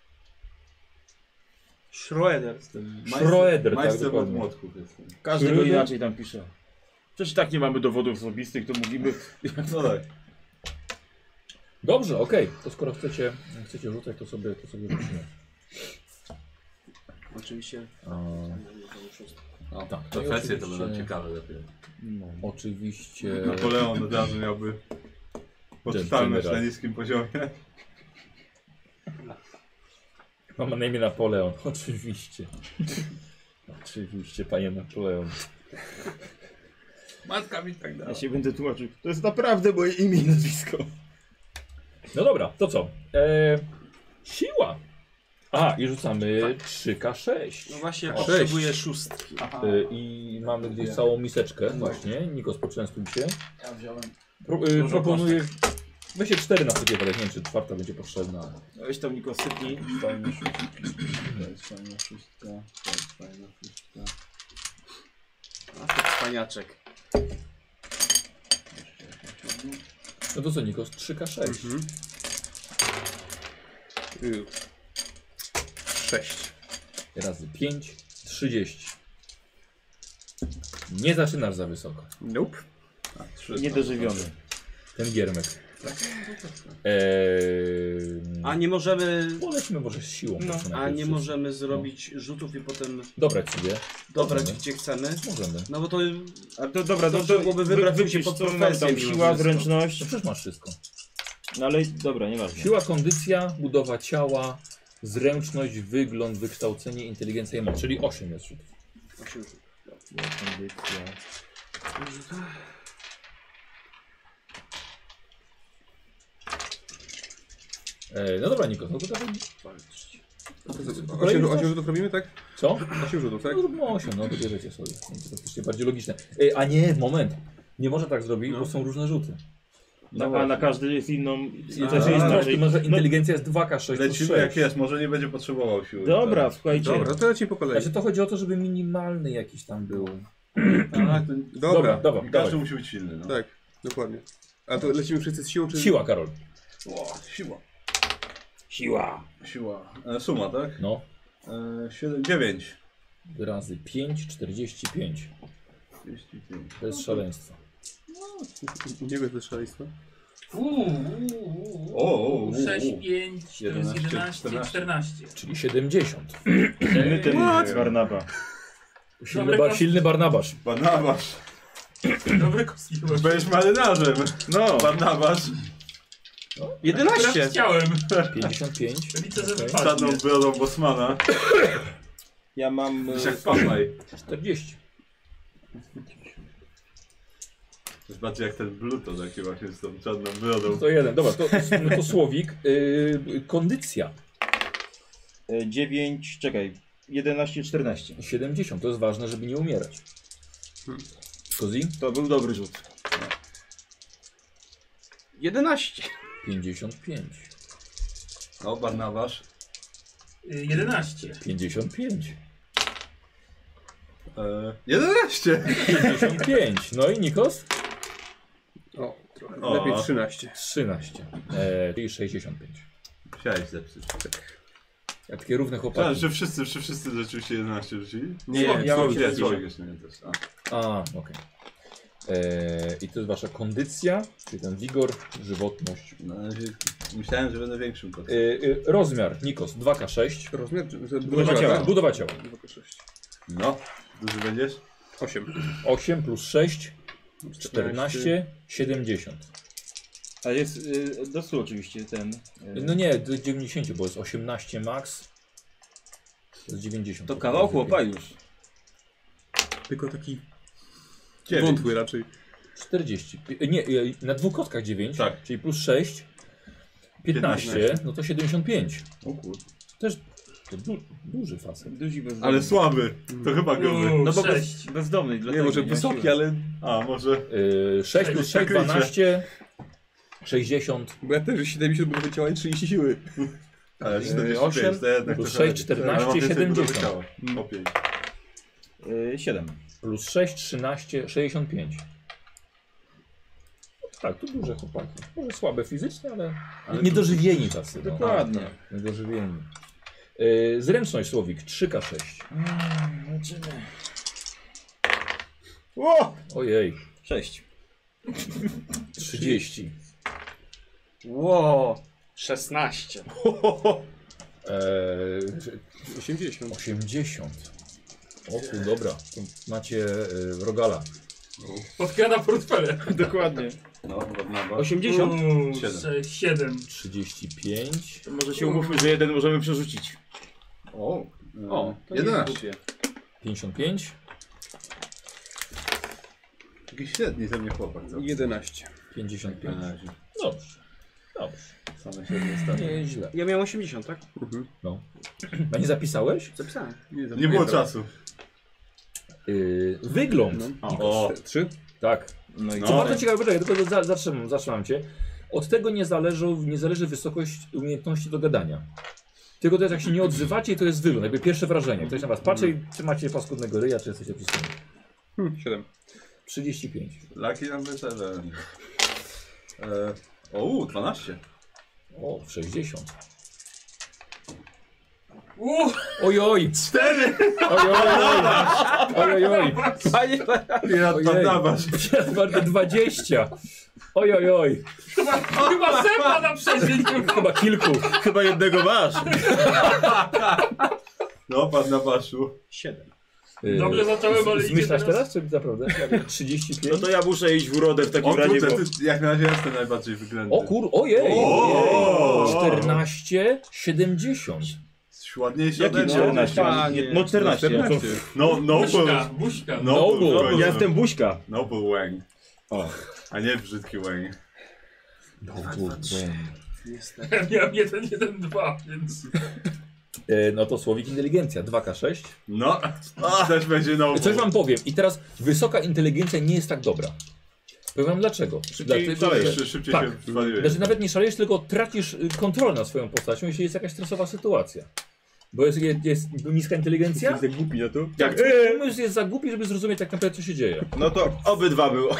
Schroeder. Schroeder, tak, Majster od dokładnie. młotków jestem. Każdego Schroeder? inaczej tam pisze. Przecież tak nie mamy dowodów osobistych, to mówimy... No tak. Dobrze, okej. To skoro chcecie, chcecie rzucać, to sobie, to sobie rzucimy. Oczywiście. A, No, tak, to i kwestie to oczywiście- będą ciekawe lepiej. No. Oczywiście. Napoleon od razu miałby poczytalność General. na niskim poziomie. Mam na imię Napoleon, oczywiście. Oczywiście, panie Napoleon. Matka mi tak dała. Ja się będę tłumaczył. To jest naprawdę moje imię i nazwisko. No dobra, to co? E, siła. A, i rzucamy trzy K sześć. No właśnie, O, potrzebuję szóstki. E, I mamy gdzieś całą miseczkę właśnie. Nikos, poczęstuj się. Ja wziąłem. Pro, e, proponuję... Weźcie cztery na sobie, ale nie wiem, czy czwarta będzie potrzebna. Weź tam Niko sypnij. Fajna szóstka. To jest fajna szóstka. To jest fajna szóstka. A to cwaniaczek. No to co, Nikos? trzy K sześć. Sześć. Razy pięć, trzydzieści. Nie zaczynasz za wysoko. Nope. A, trzy. Niedożywiony. Ten giermek. Eee, A nie możemy... Polećmy może z siłą. No. proszę, A najpierw nie wszyscy. możemy zrobić rzutów i potem Dobrać sobie. dobrać Możemy. gdzie chcemy. Możemy. No bo to... A to dobra, no Dobrze to byłoby wybrać wypisz, sobie pod co mam profesję tam, mimo siła, wszystko. zręczność. No przecież masz wszystko. No ale dobra, nieważne. Siła, kondycja, budowa ciała, zręczność, wygląd, wykształcenie, inteligencja i moc. Czyli osiem jest rzutów. Siła, kondycja. E, no dobra, Nikos, no to dawaj. Osiem, osiem rzutów robimy, tak? Co? Osiem rzutów, tak? No zróbmy osiem, no to bierzecie sobie. Będzie to faktycznie bardziej logiczne. E, a nie, moment. Nie można tak zrobić, No. bo są różne rzuty. No, a na każdy jest inną... I A, też jest a, troszkę, może inteligencja jest dwa K sześć plus Lecimy jak sześć. jest, może nie będzie potrzebował siły. Dobra, słuchajcie. Dobra, to lecimy po kolei. Znaczy to chodzi o to, żeby minimalny jakiś tam był. Tak, to... Dobra, dobra, Każdy dawaj. musi być silny. No. tak, dokładnie. A to lecimy wszyscy z siłą, czy... Siła, Karol. O, siła. Siła. Siła. E, suma, tak? No. E, siedem, dziewięć. Razy pięć, czterdzieści pięć. trzydzieści pięć. To jest szaleństwo. Nie wiem, to jest szaleństwo. Uuu, O, o, o, sześć, o. pięć, to jest jedenaście, jedenaście, czternaście. czternaście. Czyli siedemdziesiąt. My ten What? Barnaba. Silny, Dobre ba kostki. silny Barnabasz. Barnabasz. Dobre kostki. Będziesz marynarzem. No. Barnabasz. jedenaście. Chciałem. pięćdziesiąt pięć. Liczę, że Okej. wypadnie. Czarną brodą Bosmana. Ja mam... Wiesz jak Papaj. czterdzieści. To jest bardziej jak ten Bluto, taki właśnie z tą czarną brodą. To jeden, dobra, to, no to Słowik. Yy, kondycja. e, dziewięć, czekaj, jedenaście, czternaście. siedemdziesiąt, to jest ważne, żeby nie umierać. Kozi? To był dobry rzut. jedenaście. pięćdziesiąt pięć. O, Barnabasz. Y, jedenaście. pięćdziesiąt pięć. Eee, jedenaście! pięćdziesiąt pięć. No i Nikos? O, trochę. O. Lepiej trzynaście. trzynaście. E, czyli sześćdziesiąt pięć. Musiałeś zepsuć. Ja takie równe Myślałem, chłopaki. że wszyscy, że wszyscy rzeczywiście jedenaście rzucili. Nie, Słowik, ja mam Słowik, nie, siedemdziesiąt. Słowik jeszcze nie też. A. A, okej. E, I to jest wasza kondycja, czyli ten wigor, żywotność. Na razie myślałem, że będę większym E, kotem. e, rozmiar, Nikos, dwa K sześć. Rozmiar, że Budowa budowa ciała. ciała. Budowa ciała. dwa K sześć. No, duży będziesz? osiem. osiem plus sześć, czternaście, siedemdziesiąt. A jest y, do stu oczywiście ten... y, No nie, do dziewięćdziesiąt, bo jest osiemnaście max. To jest dziewięćdziesiąt. To kawał chłopa już. Tylko taki Dziewięć. wątły raczej. czterdzieści. Pi- Nie, e, na dwóch kotkach dziewięć, Tak. czyli plus sześć, piętnaście, piętnaście. no to siedemdziesiąt pięć. O kurde. Też to du duży facet. Duzi bezdomny. Ale słaby. To chyba gruby. Uuu, No bo bez, sześć. bezdomny, dlatego Nie, może ma wysoki, siły. ale... A, może. Yy, sześć plus sześć, Przykrycie. dwanaście, sześćdziesiąt, Bo ja też siedemdziesiąt budowy ciała i trzydzieści siły. Ale Eee, czterdzieści osiem pięć to jednak plus trochę sześć, lepiej. Ale mam czternaście, więcej budowy siedemdziesiąt. ciała. O pięć. Y, siedem. plus sześć, trzynaście, sześćdziesiąt pięć. No tak, to duże chłopaki. Może słabe fizycznie, ale, Ale niedożywieni tacy. No. Dokładnie. Niedożywieni. Yy, zręczność Słowik, trzy K sześć. Mm, Lecimy. O! Ojej, sześć. trzydzieści. Ło. szesnaście. Eee, osiemdziesiąt. osiemdziesiąt. O tu, dobra. Tu macie yy, rogala. Podkrada portfele. Dokładnie. No, Barnabasz. osiemdziesiąt. Uuu, Siedem. sześć, siedem. trzydzieści pięć. To może się umówmy, że jeden możemy przerzucić. O, O, to jedenaście. pięćdziesiąt pięć. Jakiś średni ze mnie chłopak, co? jedenaście. pięćdziesiąt pięć. Na razie. Dobrze. Dobrze. Same średnie staty. Nie źle. Ja miałem osiemdziesiąt, tak? Mhm. No. A nie zapisałeś? Zapisałem. Nie było czasu. Yy, wygląd. No. O, Trzy? Tak. No i No. Co co? bardzo ciekawe, poczekaj, tylko za- zatrzymam, zatrzymam cię. Od tego nie, zależą, nie zależy wysokość umiejętności do gadania. Tylko to jest jak się nie odzywacie, to jest wygląd, jakby pierwsze wrażenie. Ktoś na was patrzy i czy macie paskudnego ryja, czy jesteście przystojni. Hmm, siedem. trzydzieści pięć. Lucky number seven. E, o, u, dwanaście. O, sześćdziesiąt. Uuu, Ojoj! Cztery! Ojoj! Ojoj! Panie, Pirat Ojej. Barnabasz. Bardzo dwadzieścia! Ojojoj! chyba, chyba zęba na przeżyć. Chyba kilku. Chyba jednego masz. No, Barnabaszu. siedem. Yy, Dobrze zacząłem, ale idzie Zmyślasz teraz. teraz, czy naprawdę? trzydzieści pięć? No to ja muszę iść w urodę w takim O razie, kurde, bo... ty jak na razie jestem najbardziej wyględny. O kur... Ojej! O! Ojej. czternaście, siedemdziesiąt. Ładniejszy Jaki ode mnie. czternaście? panie. Nie, no czternaście. No, to... No, Buźka, Noble. buźka. Noble. Noble. w końcu. Ja jestem buźka. Noble Wang. O. A nie brzydki Wang. Niestety. Ja miałem jeden, jeden, dwa, więc... E, No to Słowik inteligencja, dwa K sześć. No, też będzie Noble. Coś wam powiem i teraz wysoka inteligencja nie jest tak dobra. Powiem wam dlaczego. Dlatego, Szalejesz, że, szybciej tak. się waliłeś. znaczy nawet nie szalejesz, tylko tracisz y, kontrolę nad swoją postacią, jeśli jest jakaś stresowa sytuacja. Bo jest, jest, jest niska inteligencja, Jesteś za głupi na to? jak twój umysł jest za głupi, żeby zrozumieć tak naprawdę co się dzieje. No to obydwa było.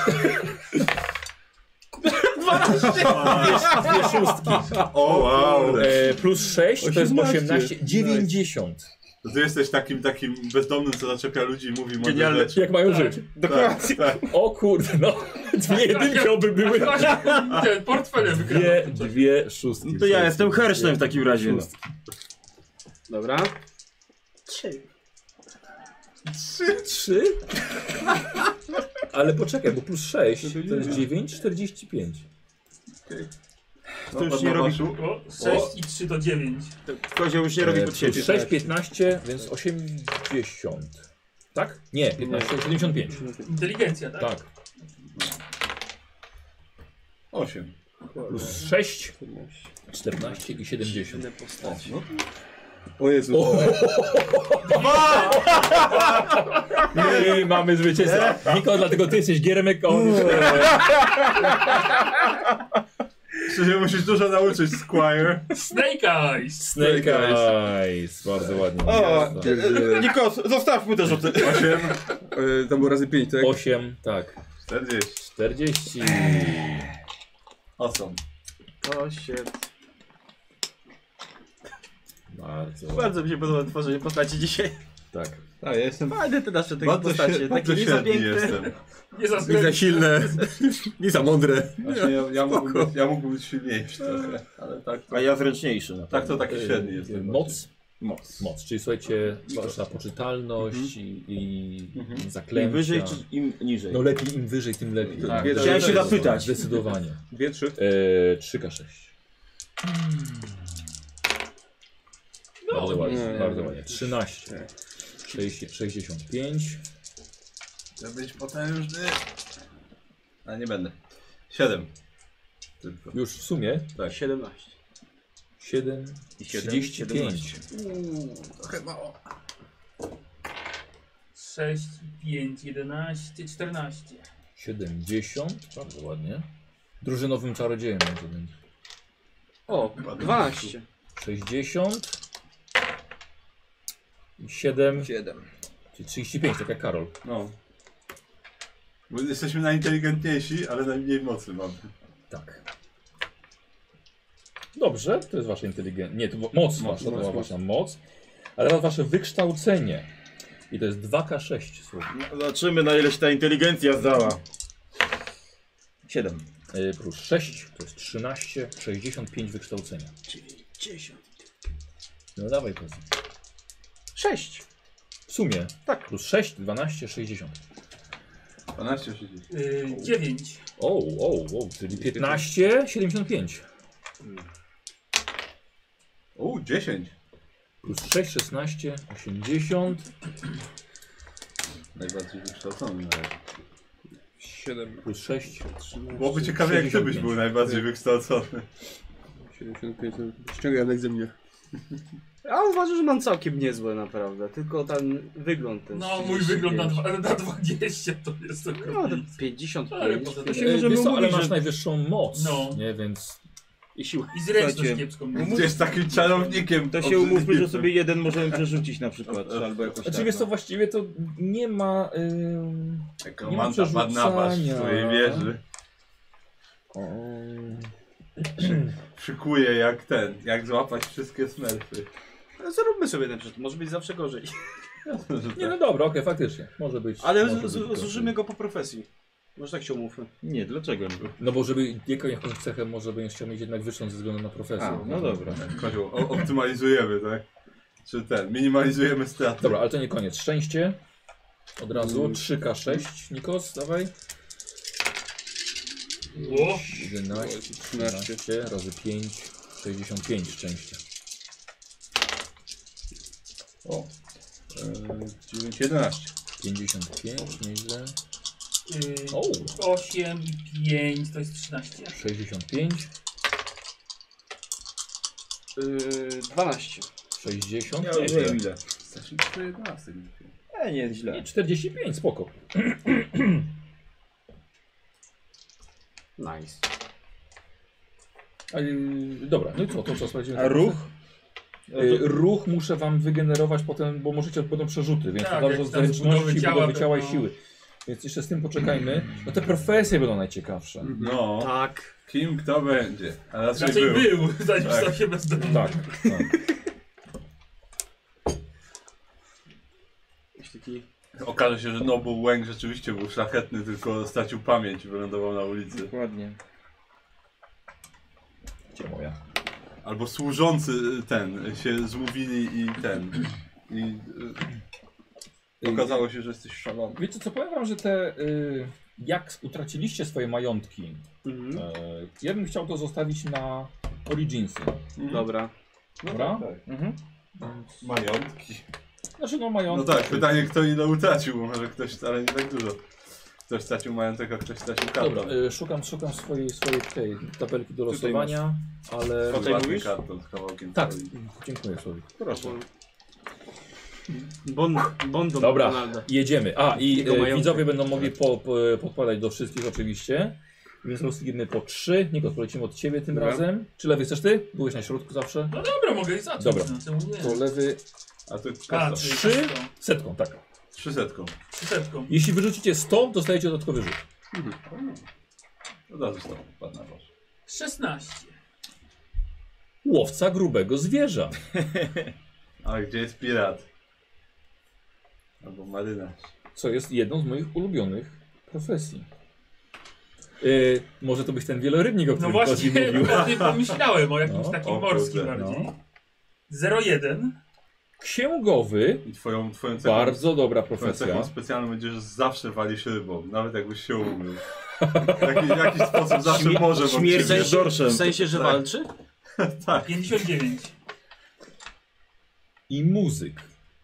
Dwie szóstki. O, wow. E, plus sześć to jest osiemnaście. osiemnaście, dziewięćdziesiąt. To ty jesteś takim takim bezdomnym, co zaczepia ludzi i mówi mądre Genialne. rzeczy. Jak mają żyć? Dokładnie. Tak, tak. O kurde, no. Dwie jedynki oby były. Te portfele Dwie, wykradłem. dwie szóstki. No to ja jestem hersztem w takim razie. No. Dobra. Trzy. Trzy? Ale poczekaj, bo plus sześć to jest dziewięć, czterdzieści pięć. to już nie robi... O, sześć i trzy to dziewięć. To kozioł już nie robi E, pod plus siebie. sześć, piętnaście, więc osiemdziesiąt. Tak? Nie, piętnaście, siedemdziesiąt pięć. Inteligencja, tak? Tak. osiem. Plus sześć, czternaście i siedemdziesiąt. No, O Jezu. I mamy zwycięstwa. Niko, dlatego ty jesteś Giermek, a on jest... Szczerze musisz dużo nauczyć, Squire. Snake Eyes! Snake Eyes. Bardzo ładnie. O, Bardzo. e, e, Nikos, zostawmy te rzuty. osiem. E, to było razy pięć, tak? osiem, tak. czterdzieści. czterdzieści. Awesome. Osiem. Bardzo, Bardzo mi się podoba tworzenie postaci dzisiaj. tak. Tak, ja jestem Fajne te nasze takie bardzo, postacie. śred, Takie bardzo średni niezapiękne. jestem. Nie za Nie za silne, nie za mądre. Właśnie ja, ja, mógłbym, być- ja mógłbym być silniejszy trochę, ale tak to, A ja zręczniejszy. na tak to pewno. taki średni jestem. Moc. Moc. Moc, czyli słuchajcie, wasza poczytalność i, i Mhm. zaklęcia. Im wyżej czy im niżej? No lepiej, im wyżej, tym lepiej. Tak, Dwie- Chciałem się Zdecydowanie. zapytać. Zdecydowanie. Dwie, trzy. E, trzy K sześć. Bardzo ładnie, nie, bardzo nie. ładnie. trzynaście. sześćdziesiąt, sześćdziesiąt pięć. Chcę być potężny. A nie będę. siedem. Tylko. Już w sumie Tak. siedemnaście. siedem, I siedem, trzydzieści pięć. Trochę mało. sześć, pięć, jedenaście, czternaście. siedemdziesiąt. Bardzo ładnie. Drużynowym czarodziejem może będzie. O, dwanaście. sześćdziesiąt. I siedem. Siedem. Czyli trzydzieści pięć, tak jak Karol. No. Bo jesteśmy najinteligentniejsi, ale najmniej mocy mamy. Tak. Dobrze, to jest wasza inteligencja. Nie, to była moc, Moc, wasza, to moc, była moc. wasza moc. Ale teraz wasze wykształcenie. I to jest dwa K sześć, słuchaj. No, zobaczymy na ile się ta inteligencja zdała. Siedem. Yy, plus sześć to jest trzynaście, sześćdziesiąt pięć wykształcenia. dziewięćdziesiąt. No dawaj powiedz. sześć. W sumie. Tak. Plus sześć, dwanaście, sześćdziesiąt. dwanaście sześćdziesiąt. Yy, dziewięć. O, o, o, czyli piętnaście, siedemdziesiąt pięć. O, dziesięć. Plus sześć, szesnaście, osiemdziesiąt. Najbardziej wykształcony na razie. Siedem. Plus sześć. Byłoby ciekawe, jak ty byś sześćdziesiąt był pięć. najbardziej wykształcony. siedemdziesiąt pięć. Ściągam na egzaminie. Ja uważam, że mam całkiem niezłe naprawdę. Tylko ten wygląd ten. No, mój trzydzieści wygląd na, pięć. dwa, na dwadzieścia to jest No, okropnie. to pięćdziesiąt Ale pięć. poza To tym- się Yy, możemy wiesz co, ale umówić, masz że... najwyższą moc. No. Nie, więc. I siła. I zręczność Słuchajcie, kiepską. Jest takim czarownikiem. To się umówmy, że sobie jeden możemy przerzucić na przykład, albo jakoś Znaczy tak. wiesz co, właściwie to nie ma. Yy... Jak Nie ma Romanta Barnabasz w przerzucania. swojej wieży. Szykuje jak ten, jak złapać wszystkie smerfy. Ale zróbmy sobie ten przykład. Może być zawsze gorzej. Nie, no dobra, okej, faktycznie. Może być. Ale może z- być z- gorzej. zużymy go po profesji. Może tak się umówmy. Nie, dlaczego nie? No bo żeby jakąś cechę może będziesz chciał mieć jednak wyższą ze względu na profesję. A, no dobra. Kozioł, o- optymalizujemy, tak? Czy ten, minimalizujemy straty. Dobra, ale to nie koniec. Szczęście. Od razu. Mm. trzy K sześć. Nikos, dawaj. O! jedenaście, trzynaście razy pięć. sześćdziesiąt pięć szczęścia. O. dziewięć, jedenaście. pięćdziesiąt pięć, nieźle. Yy, O, osiem i pięć to jest trzynaście. sześćdziesiąt pięć. Yy, dwanaście. sześćdziesiąt. Ja nieźle. wiem ile. Znaczy to jedenaście. E, nie, źle. Nie, czterdzieści pięć, spoko. Nice. A, yy, dobra, no i co, to co sprawdzimy? A ruch? Yy, ruch muszę wam wygenerować potem, bo możecie potem przerzuty, więc Tak, to zależy jak od tam z zręczności, budowy ciała budowy ciała i będą- siły. Więc jeszcze z tym poczekajmy. No te profesje będą najciekawsze. No, Tak. kim kto będzie? A raczej, Raczej był. był, zanim Tak. stał się bezdomny. Tak, tak. Jakiś taki... Okaże się, że Nobu Łęk rzeczywiście był szlachetny, tylko stracił pamięć i wylądował na ulicy. Dokładnie. Gdzie moja? Albo służący ten się zmówili i ten. I y, okazało się, że jesteś szalony. Wiecie co, powiem wam, że te, y, jak utraciliście swoje majątki, Mhm. e, ja bym chciał to zostawić na Originsy. Dobra. No Dobra? tak, tak. Mhm. Majątki. Znaczy no No mają... tak, pytanie kto ile utracił, bo może ktoś wcale nie tak dużo. Ktoś stracił majątek, a ktoś stracił karton. Dobra, y, szukam, szukam swojej, swojej tej tabelki do losowania, ale... Tutaj Ładny mówisz? karton z kawałkiem Tak, folii. dziękuję sobie. Proszę. Bon, bon do Dobra, McDonalda. jedziemy. A i Jego e, majątek. widzowie będą mogli po, po, podpadać do wszystkich oczywiście. Więc losujemy po trzy. Nikos, polecimy od ciebie tym Dobra. razem. Czy lewy chcesz ty? Byłeś na środku zawsze. No dobra, mogę i zacząć. Dobra. No, czemu nie? To lewy A to A, kasa. czyli Trzy? setką. setką, tak. Trzysetką. Setką. Jeśli wyrzucicie sto, dostajecie dodatkowy rzut. Od razu stąd padł na wasz. szesnaście. Łowca grubego zwierza. A gdzie jest pirat? Albo marynarz. Co jest jedną z moich ulubionych profesji. Yy, może to być ten wielorybnik, o No którym właśnie, Kozi mówił. właśnie pomyślałem o jakimś No, takim o morskim kurde, bardziej. no. zero jeden. Księgowy. I twoją, twoją cechą, Bardzo dobra twoją profesja. cechą specjalną będzie, że zawsze walisz rybą. Nawet jakbyś się umył. W jaki, jakiś sposób zawsze Śmie- może śmierć wątpliwie. jest dorszem. W sensie, że Tak. walczy? Tak. pięćdziesiąt dziewięć. I muzyk.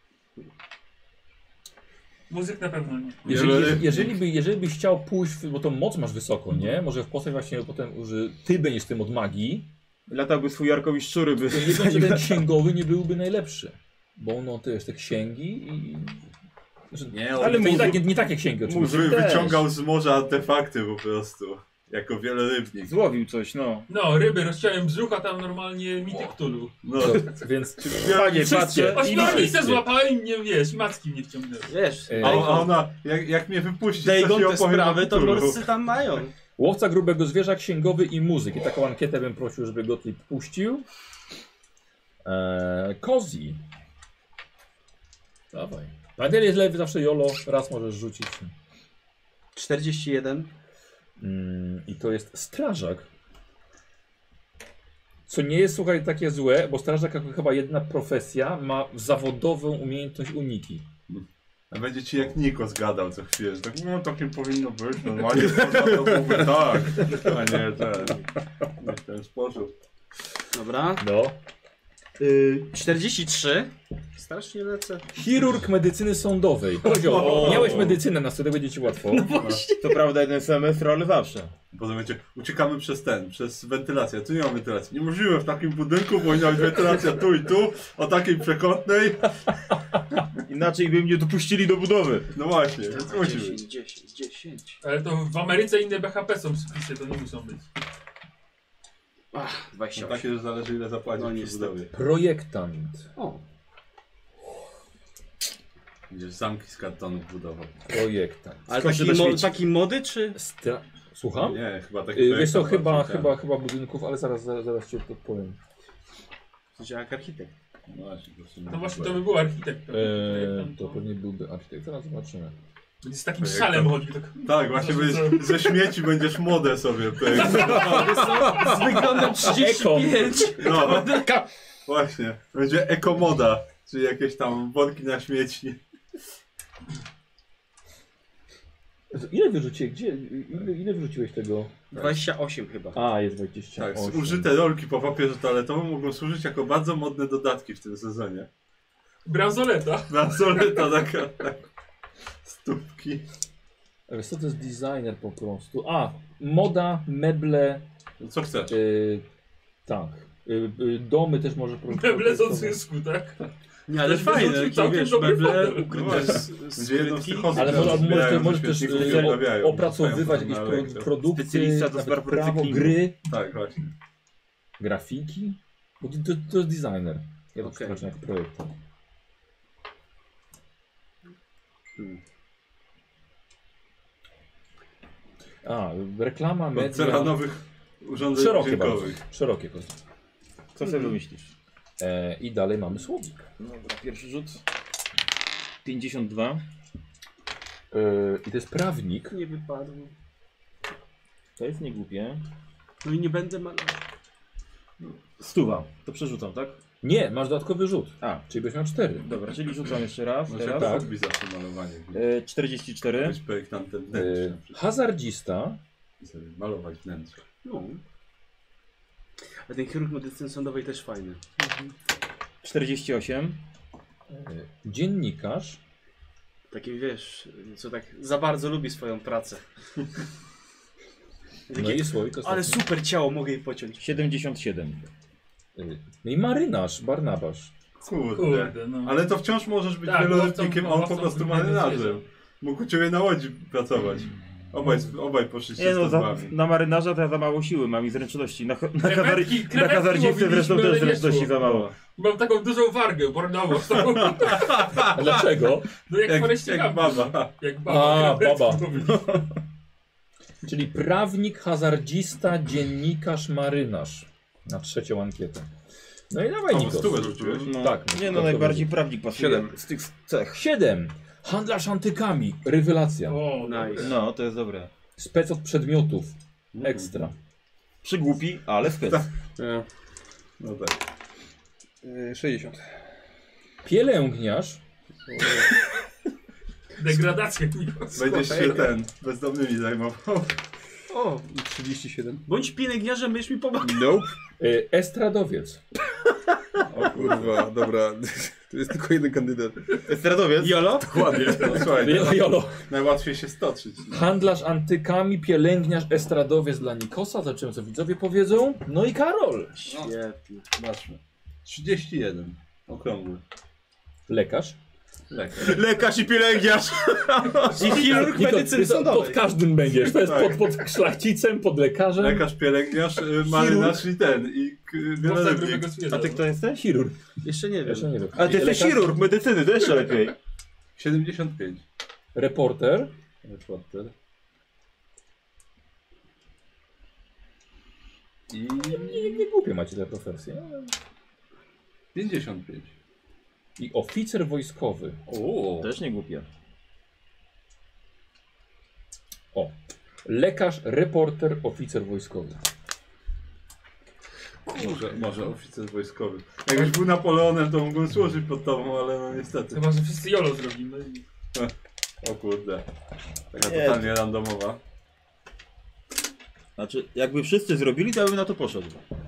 Muzyk na pewno nie. Jeżeli, Wielorybnik. jeżeli, by, jeżeli byś chciał pójść, w- bo tą moc masz wysoko, nie? Może w postać właśnie potem, że ty będziesz tym od magii, Latałby swój Jarkowi szczury, by... to nie wiem, czy ten księgowy nie byłby najlepszy. Bo on no, to jest te księgi i... Znaczy, Nie, ale on to nie, muzyk- takie, nie takie księgi oczywiście. Wy, też. wyciągał z morza artefakty po prostu. Jako wielorybnik. Złowił coś, no. No, ryby, rozciąłem brzuch, a tam normalnie mity Cthulhu. No, To, więc Panie, Wszystkie. patrzę. Ośmiornicę złapałem i nie wiesz, i macki mnie wciągnęły. Wiesz, e, a, a ona, jak, jak mnie wypuści, to Dagon się te opowiem sprawy o to Cthulhu. morscy tam mają. łowca grubego zwierza, księgowy i muzyk. I taką ankietę bym prosił, żeby Gottlieb puścił. Eee, Kozi. Dawaj. Pamiętaj, jest lewy zawsze jolo, raz możesz rzucić. czterdzieści jeden. Mm, I to jest strażak. Co nie jest, słuchaj, takie złe, bo strażak jako chyba jedna profesja ma zawodową umiejętność uniki. A będzie ci jak Niko zgadał co chwilę, że tak, no tak nie powinno być, normalnie to byłby tak, a nie ten, nie w ten sposób. Dobra. No. Y, czterdzieści trzy. Strasznie lecę. Chirurg medycyny sądowej. Kozio, miałeś medycynę, na wtedy będzie ci łatwo. To prawda, jeden semestr, ale zawsze. Potem będzie, uciekamy przez ten, przez wentylację, tu nie ma wentylacji. Niemożliwe w takim budynku, powinna być wentylacja tu i tu, o takiej przekątnej. Inaczej by mnie dopuścili do budowy. No właśnie, więc musi być. dziesięć, dziesięć, dziesięć. Ale to w Ameryce inne B H P są spisy, to nie muszą być. Ach, dwadzieścia No osiem. takie, że zależy ile zapłacić No przy niestety. budowie. Projektant. O, Będziesz zamki z kartonów budował. Projektant. ale Skąd się taki, to mo świeci? taki mody czy? Stra... Słucham? Nie, chyba taki Y, Wiesz co, projekt chyba, bardziej, chyba, tak. chyba budynków, ale zaraz, zaraz, zaraz ci odpowiem. W sensie jak architekt. No właśnie, to w sumie No właśnie, to chyba- by był architekt. pewnie. Eee, Projektant to pewnie byłby architekt, zaraz zobaczymy. Będzie z takim Projektant. szalem chodził. Tak. Tak, właśnie To, będziesz, ze śmieci będziesz modę sobie projekt. Z wyglądem trzydzieści pięć. No, właśnie. Będzie ekomoda, czyli jakieś tam worki na śmieci. Ile wyrzuciłeś? Gdzie? Ile, ile wyrzuciłeś tego? dwadzieścia osiem chyba. A, jest dwadzieścia Tak, osiem. użyte rolki po papierze toaletowym mogą służyć jako bardzo modne dodatki w tym sezonie. Bransoleta. Bransoleta taka, tak. Stópki. A wiesz co to jest designer po prostu? A, moda, meble, No co chcesz? yy, tak. Yy, yy, domy też może Meble z odzysku, tak? Nie, ale Ktoś wyrzucił fajne, takie, całkiem wiesz, dobry meble fotel. ukryte z, z Będzie jedną z skrytki. tych osób, Ale które może, może, zbierają możesz ze też śmietników i yy, odnawiają. opracowywać Wstają jakieś na pro, elektro. produkty, Specjalista do nawet spraw prawo, recyklingu. gry, Tak, właśnie. grafiki. Bo to, to, to jest designer. Ja to Okej. przepraszam, jak projekt. Hmm. A, reklama, media. Porcelanowych urządzeń Szerokie bardzo. dźwiękowych. Szerokie kości. Co sobie wymyślisz? E, I dalej mamy słowik. Dobra, pierwszy rzut. pięćdziesiąt dwa. E, I to jest prawnik. Nie wypadło. To jest niegłupie. No i nie będę malował. Stuwa. To przerzucam, tak? Nie, masz dodatkowy rzut. A, Czyli byś miał cztery. dobra, czyli rzucam jeszcze raz. Może Teraz. tak. Hobby zawsze malowanie. E, czterdzieści cztery. Być projektantem wnętrza. E, hazardzista. I sobie malować wnętrze. No. A ten chirurg medycyny sądowej też fajny. czterdzieści osiem. E, Dziennikarz. Taki wiesz, co tak za bardzo lubi swoją pracę. No i słoik Ale ostatni. super ciało, mogę jej pociąć. siedemdziesiąt siedem. E, No i marynarz, Barnabasz. Kurde. Kurde, no. Ale to wciąż możesz być Tak, wielorytnikiem, a on łowcą- po prostu łowcą marynarzem. zwierząt. Mógł u ciebie na łodzi pracować. Obaj, obaj poszliście Nie z no, za, tazbami. na marynarza to ja za mało siły mam i zręczności. Na, na, hazar, Krewetki- na krewetki hazardzistę zresztą łowiliśmy, też ale nie zręczności szło. za mało. Mam taką dużą wargę, bornową. A dlaczego? No jak, Jak, jak, jak baba. Jak baba. A, krewetki baba. łowiliśmy. Czyli prawnik, hazardzista, dziennikarz, marynarz. Na trzecią ankietę. No i dawaj, A, bo Nikos. stówę rzuciłeś? No, Tak. nie no, to- najbardziej prawnik pasuje Siedem. z tych cech. Siedem. Handlarz antykami. Rewelacja. O, Nice. nice. No, to jest dobre. Spec od przedmiotów. Ekstra. Przygłupi, ale spec. E, No tak. e, sześćdziesiąt. Pielęgniarz. Degradacja Nikos. Będziesz się ten, bezdomnymi zajmował. O, I trzydzieści siedem. bądź pielęgniarzem, będziesz mi pomagał. Nope. y, Estradowiec. O kurwa, dobra. Tu jest tylko jeden kandydat. Estradowiec? Jolo? Dokładnie. No, słuchaj, Jolo, jolo. najłatwiej się stoczyć. Handlarz antykami, pielęgniarz, estradowiec dla Nikosa. Zobaczymy, co widzowie powiedzą. No i Karol. Świetnie. Zobaczmy. trzydzieści jeden. Okrągły. Lekarz. Lekarz. Lekarz i pielęgniarz! I chirurg Nikos, medycyny ty to sądowej. pod każdym będziesz. To jest Tak. pod, pod szlachcicem, pod lekarzem. Lekarz, pielęgniarz, y, marynarz i ten. I k- Łowca wielorybnik. grubego zwierza. A ty kto jesteś? Chirurg. Jeszcze nie wiem. Jeszcze nie wiem. Ale ty jesteś Lekarz, chirurg medycyny, to jeszcze lepiej. siedemdziesiąt pięć. Reporter. Reporter. I Nie, nie głupie macie te profesje. ale- pięćdziesiąt pięć. I oficer wojskowy. O. Też nie głupie. O. Lekarz, reporter, oficer wojskowy. Może, może oficer wojskowy. Jakbyś był Napoleonem, to mógłbym służyć pod tobą, ale no niestety. Chyba, że wszyscy Jolo zrobimy. i- O kurde. Taka Nie. totalnie randomowa. Znaczy, jakby wszyscy zrobili, to ja bym na to poszedł.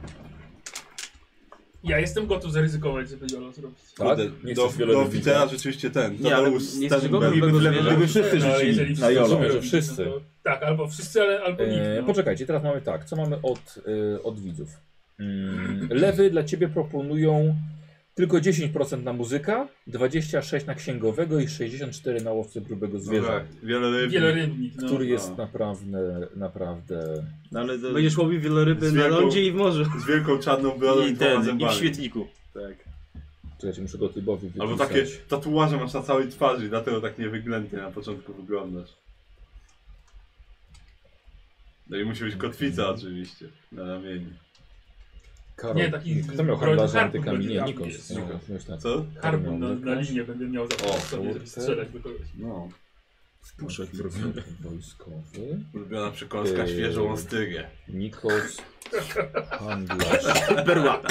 Ja jestem gotów zaryzykować, żeby Jolo zrobić. Tak? Kurde, Nie do, chcesz do wielorybnika? oficera rzeczywiście ten. Nie, ale Tadeusz nie chcesz go Stenberg. grubego Gdyby, zwierza? gdyby wszyscy No, ale jeżeli rzucili na wszyscy Jolo. chcemy Że robić, wszyscy. no to- tak, albo wszyscy, ale albo nikt. E, No. poczekajcie, teraz mamy tak. Co mamy od, e, od widzów? Mm, lewy dla ciebie proponują tylko dziesięć procent na muzyka, dwadzieścia sześć na księgowego i sześćdziesiąt cztery na łowcę grubego No zwierza. tak, wielorybnik. Wielorybnik, no. Który jest no. naprawdę, naprawdę... No, ale to... Będziesz łowił wieloryby Z na wielką- lądzie i w morzu. Z wielką czarną brodą i, I dwoma ten, i w zębami. świetniku. Tak. Czekajcie, muszę go Tybowi Albo wypisać. takie tatuaże masz na całej twarzy, dlatego tak niewyględnie na początku wyglądasz. No i musi być kotwica oczywiście na ramieniu. Karol. Nie, taki Kto miał broń handlarza harpun antykami? będzie Nie, tam Nikos. jest. Nikos, myślę. Co? Harbun na, na Lekarz. linię będę miał za O, sobie, żeby kurczę. strzelać do kogoś. No. Puszek wojskowy. Ulubiona przekąska, Yy. świeżą ostygę. Nikos. Handlarz. Perła.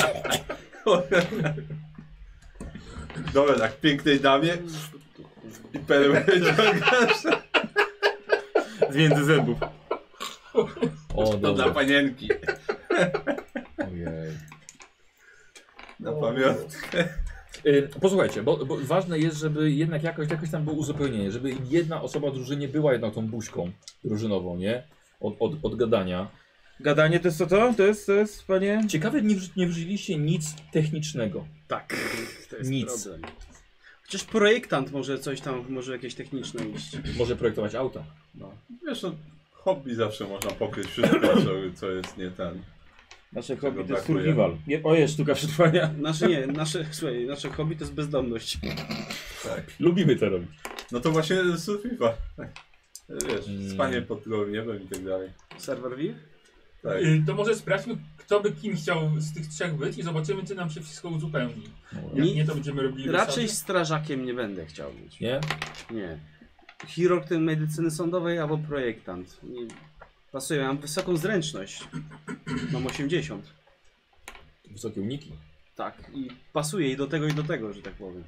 Dobra, tak pięknej damie i perłę ciągasz. Z między zębów. O, To dla dobra. panienki. Ojej. Na pamiątkę. Y, Posłuchajcie, bo, bo ważne jest, żeby jednak jakoś, jakoś tam było uzupełnienie, żeby jedna osoba w drużynie była jednak tą buźką drużynową, nie? Od, od, od gadania. Gadanie to jest co to? To jest, to jest, panie? Ciekawe, nie, wrzu- nie wrzuciliście nic technicznego. Tak. To jest Nic. problem. Chociaż projektant może coś tam, może jakieś techniczne iść. Może projektować auta. No. Wiesz, no, hobby zawsze można pokryć wszystko, co, co jest nie ten. Nasze Czego hobby to jest brakuje? survival. Nie, o, jest sztuka przetrwania. Nasze nie, nasze, słuchaj, nasze hobby to jest bezdomność. Tak. Lubimy to robić. No to właśnie survival. Wiesz, Mm. spanie pod gołym niebem i tak dalej. Server V? Tak. Y, To może sprawdźmy, kto by kim chciał z tych trzech być i zobaczymy, czy nam się wszystko uzupełni. Jak Nie- nie, to będziemy robili Raczej wysady. strażakiem nie będę chciał być. Nie? Nie. Chirurg ten medycyny sądowej albo projektant. Nie. Pasuję, mam wysoką zręczność. Mam osiemdziesiąt. Wysokie uniki. Tak. I pasuje i do tego i do tego, że tak powiem.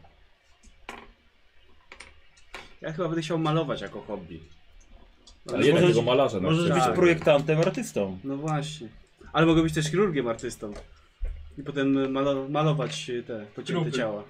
Ja chyba będę chciał malować jako hobby. Ale jednak może- tego malarza. na Możesz przykład. być Tak. projektantem, artystą. No właśnie. Ale mogę być też chirurgiem artystą. I potem malo malować te pocięte Trupy. ciała.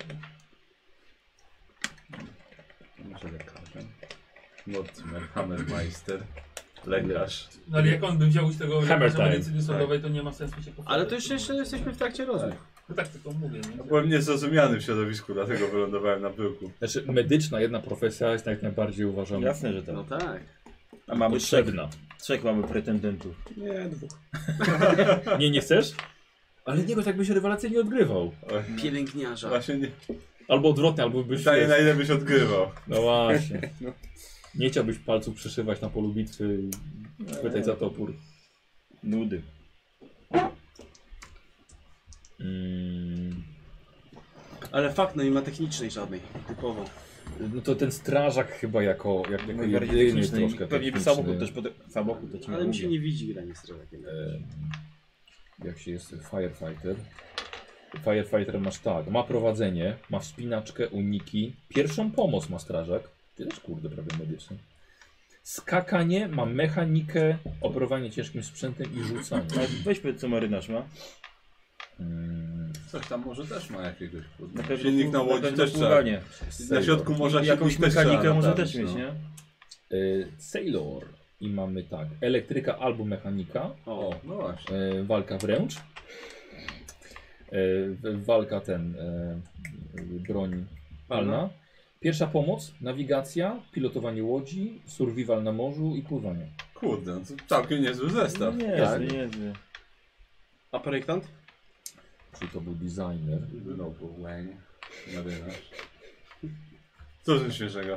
Może lekarzem. Mortimer, Hammermeister, lekarz. No ale jak on by wziął z tego Hammer lekarza time. medycyny sądowej, to nie ma sensu się powtarzać. Ale to jeszcze, jeszcze jesteśmy w trakcie rozmów. No tak tylko mówię, nie? Byłem niezrozumiany w środowisku, dlatego wylądowałem na byłku. Znaczy medyczna jedna profesja jest jak najbardziej uważana Jasne, że tak. No tak. A mamy trzech, potrzebna. trzech mamy pretendentów. Nie, dwóch. Nie, nie chcesz? Ale niego tak byś rewelacyjnie odgrywał. Oj, Pielęgniarza. Właśnie nie. Albo odwrotnie, albo byś... Pytanie na ile byś odgrywał. No właśnie. Nie chciałbyś palców przyszywać na polu bitwy i chwytać za topór. Nudy. Mm, Ale fakt, no nie ma technicznej żadnej. Typowo. no to ten strażak chyba jako, jak, jako Najbardziej jedyny techniczny i troszkę pewnie techniczny. samochód też pod... samochód to ci Ale mi się mówię. nie widzi granie strażakiem. Em, Jak się jest firefighter. Firefighter masz tak, ma prowadzenie, ma wspinaczkę, uniki, pierwszą pomoc ma strażak. Ty też kurde prawie medyczny. Skakanie, ma mechanikę, operowanie ciężkim sprzętem i rzucanie. Ale weź powiedz co marynarz ma. Mm, Coś tam może też ma jakiegoś. Na pewno, Silnik na na łodzi pewno też trzeba. pływanie. Na środku morza I jakąś silnik też trzeba mechanikę może naprawić, też mieć, no. nie? y, Sailor i mamy tak, elektryka albo mechanika, O, no właśnie. y, walka wręcz, y, walka ten, y, broń palna, pierwsza pomoc, nawigacja, pilotowanie łodzi, survival na morzu i pływanie. Kurde, no to całkiem niezły zestaw. Nie, Tak. nie, nie. A projektant? Czyli to był designer. No, bo Wang, marynarz. Co z śmiesznego?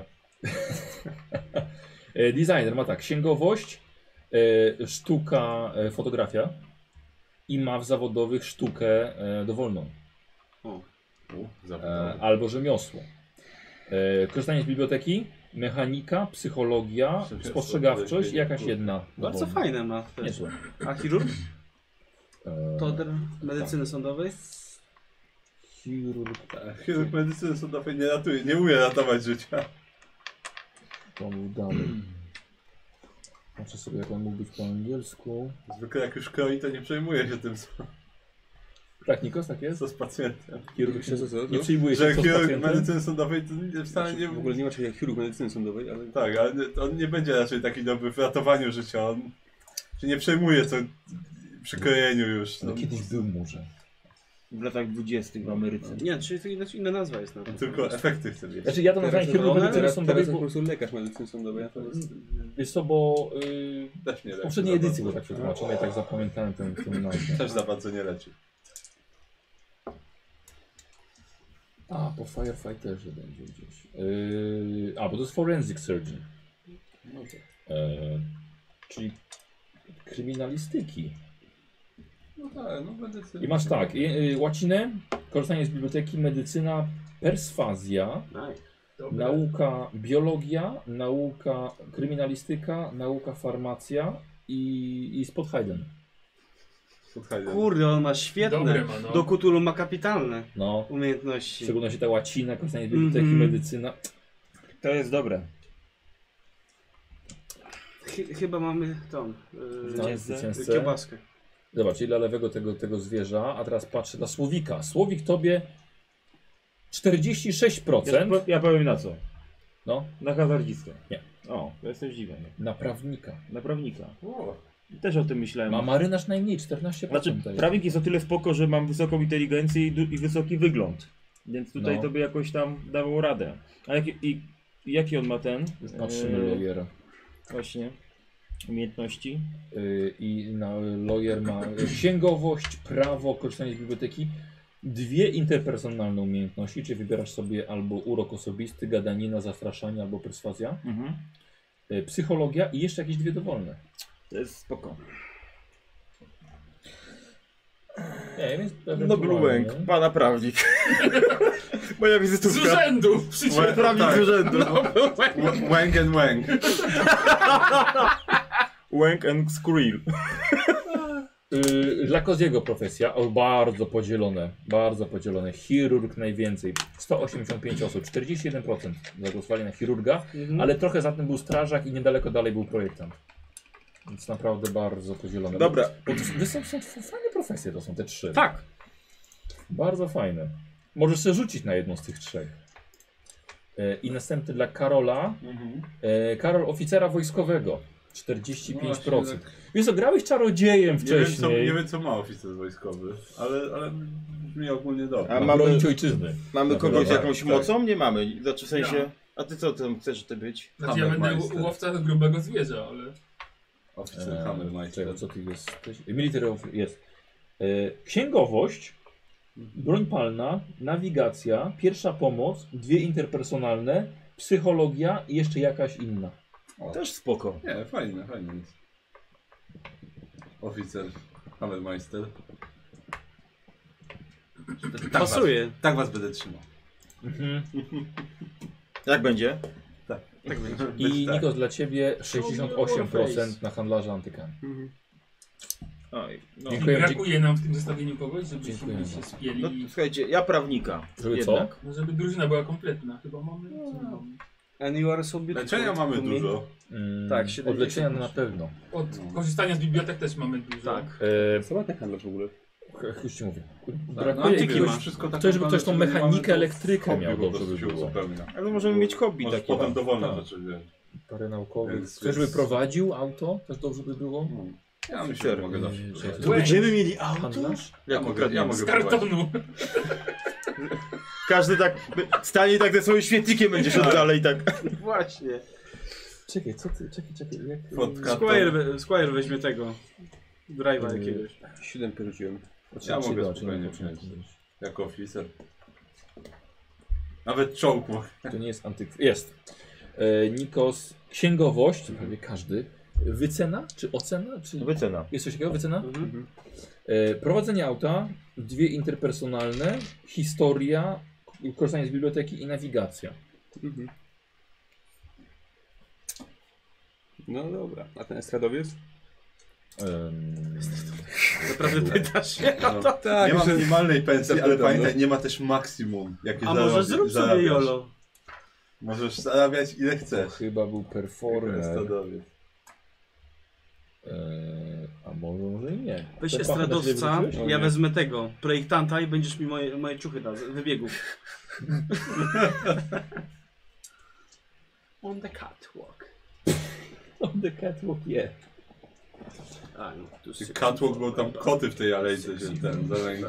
E, Designer ma tak, księgowość, e, sztuka, e, fotografia i ma w zawodowych sztukę e, dowolną O. U, e, zawodowy. albo rzemiosło. E, korzystanie z biblioteki, mechanika, psychologia, Rzemiosło, spostrzegawczość i jakaś kurde. jedna. Bardzo dowolna. fajne ma też. Niezłe. A chirurg? E, Toder medycyny sądowej? Chirurg, Chirurg medycyny sądowej nie ratuje, nie umie ratować życia. to był dalej. Patrzę sobie jak on mógł być po angielsku. Zwykle jak już kroi, to nie przejmuje się tym, co, Tak, Nikos, tak jest? co z pacjentem. Chirurg się Co, co, co? nie przyjmuje się Że co z chirurg pacjentem. medycyny sądowej to nie, wcale nie... W ogóle nie ma czegoś jak chirurg medycyny sądowej, ale... Tak, ale nie- on nie będzie raczej taki dobry w ratowaniu życia. On się nie przejmuje co przy krojeniu już. No No. kiedyś był może. W latach dwudziestych w Ameryce. Nie, czyli to inna, inna nazwa jest na to. On tylko efekty chce mieć. Znaczy ja to nazywam chirurg one- medycyny Teraz, sądowej, teraz po bo... prostu lekarz medycyny sądowej, a to jest... Wiesz co, bo yy, Też nie w leczy. poprzedniej za edycji bardzo. było tak przetłumaczone, ja tak zapamiętałem tę tę nazwę. Też za bardzo nie leczy. A, po Firefighterze będzie gdzieś. Yy, a, bo to jest Forensic Surgeon. No tak. Yy, czyli kryminalistyki. No tak, no medycyna. I masz tak, yy, łacinę, korzystanie z biblioteki, medycyna, perswazja, Nice. Dobra. nauka biologia, nauka kryminalistyka, nauka farmacja i, i spot hidden. Słuchaj, Kurde, on ma świetne. Dobre ma, no. Do Cthulhu ma kapitalne No, w umiejętności. szczególności ta łacina, korzystanie z biblioteki, Mhm. medycyna. To jest dobre. Chy- chyba mamy tą No, yy, zwycięzcę. kiełbaskę. Zobacz, dla lewego tego, tego zwierza, a teraz patrzę dla Słowika. Słowik tobie czterdzieści sześć Ja, procent. po- ja powiem na co. No, Na hazardzistę. Nie. O, to jestem zdziwiony. na prawnika. Na prawnika. O, Też o tym myślałem. Ma marynarz najmniej, czternaście Znaczy, procent. daje. prawnik jest o tyle spoko, że mam wysoką inteligencję i, du- i wysoki wygląd. Więc tutaj No. to by jakoś tam dało radę. A jaki, i, jaki on ma ten? Już patrzymy Eee, lawyera. Właśnie. Umiejętności. Yy, I na lawyer ma księgowość, prawo, korzystanie z biblioteki. Dwie interpersonalne umiejętności, czyli wybierasz sobie albo urok osobisty, gadanina, zastraszanie albo perswazja. Mhm. Yy, psychologia i jeszcze jakieś dwie dowolne. To jest spoko. Nie, więc No ewentualnie- Blułęk, pana prawnik. Moja Z wizytówka. urzędu! Przyjdzie. Łe- Prawnik tak. z urzędu. Ł- Wang and Wang. Łęk and Skrill. Yy, dla Koziego profesja, o, bardzo podzielone, bardzo podzielone. Chirurg najwięcej, sto osiemdziesiąt pięć osób, czterdzieści jeden procent zagłosowali na chirurga, Mhm. ale trochę za tym był strażak i niedaleko dalej był projektant. Więc naprawdę bardzo pozielone. Dobra. Bo to, są- to są, są fajne profesje, to są te trzy. Tak. Bardzo fajne. Możesz sobie rzucić na jedną z tych trzech. E, I następny dla Karola. Mhm. E, Karol, oficera wojskowego. czterdzieści pięć procent. No właśnie, Wiesz co, grałeś czarodziejem Nie wiem, co, wcześniej. nie wiem co ma oficer wojskowy, ale, ale brzmi ogólnie dobrze. A Ma mamy- bronić ojczyzny. Mamy Dobra, kogoś z tak, jakąś tak. mocą? Nie mamy. Znaczy w sensie... Ja. A ty co tam chcesz ty być? Znaczy ja będę Hammermeister. u- łowca grubego zwierza, ale... Oficer E, Hammermeister. czego, co ty jesteś? Military of, jest. E, księgowość, broń palna, nawigacja, pierwsza pomoc, dwie interpersonalne, psychologia i jeszcze jakaś inna. O, Też spoko. nie, fajnie, fajnie jest. Oficer Hammermeister. Tak Pasuje. Was, tak was będę trzymał. Mhm. Jak będzie? Tak. Tak będzie. I tak. Nikos dla ciebie sześćdziesiąt osiem procent na handlarza antykami. Oj, no. I Dziękuję. brakuje nam w tym zestawieniu kogoś, żebyśmy Dziękuję. się spieli. No słuchajcie, ja prawnika. Żeby co? jednak. No, żeby drużyna była kompletna. Chyba mamy? Czy nie mamy? And you are so beautiful. Leczenia mamy to me. dużo. Mm, Tak, od siedemdziesiąt. leczenia na pewno. Od No. korzystania z bibliotek też mamy dużo. Tak. E, Co ma ten handlarz w ogóle? ch- już ci mówię. No, Brakuje antyki jakiegoś... ma wszystko tak Ktoś, żeby ktoś tą naprawdę, że mechanikę, mamy to elektrykę hobby miał, po dobrze prostu by się było. uzupełnia. Ale możemy mieć hobby Możesz takie. potem dowolne tak. rzeczy wziąć. Parę naukowych. Więc- Ktoś by więc- prowadził auto, też dobrze by było. No. Ja myślę, że mogę zawsze. Eee, próbować. czekaj, Będziemy mieli auto? Handlarz? Ja mogę, ja mogę Z próbować. kartonu. Każdy tak stanie i tak ze swoim świetnikiem będzie szedł dalej tak. Właśnie. Czekaj, co ty, czekaj, czekaj, jak... Pod karton. Squire, we- Squire weźmie tego. Drive'a Yy, jakiegoś. Siódemkę rzuciłem. Ja mogę Czy- czy- spokojnie czy- wziąć. czy- Jako oficer. Nawet czołg mogę. To nie jest antyk... Jest. E, Nikos, księgowość, prawie każdy. Wycena, czy ocena? Czy... Wycena. Jest coś takiego, wycena? Mhm. E, prowadzenie auta, dwie interpersonalne, historia, korzystanie z biblioteki i nawigacja. Mhm. No dobra, a ten estradowiec? Um, Naprawdę pytasz się o No. to? Tak, Nie ma że- minimalnej pensji, ale Zapytam, pamiętaj, no. nie ma też maksimum, jakie A zarobi- może zrób sobie zarabiasz. YOLO? Możesz zarabiać ile to chcesz. chyba był Jako performer. estradowiec. E, a może, może i nie. Weź Te pachy na siebie estradowca, wrzuciłeś? ja nie. wezmę tego, projektanta i będziesz mi moje, moje ciuchy dał, wybiegów. On the catwalk. On the catwalk, yeah. A, no, tu Czy catwalk, bo tam koty w tej alejce się Sexy. ten zalękły.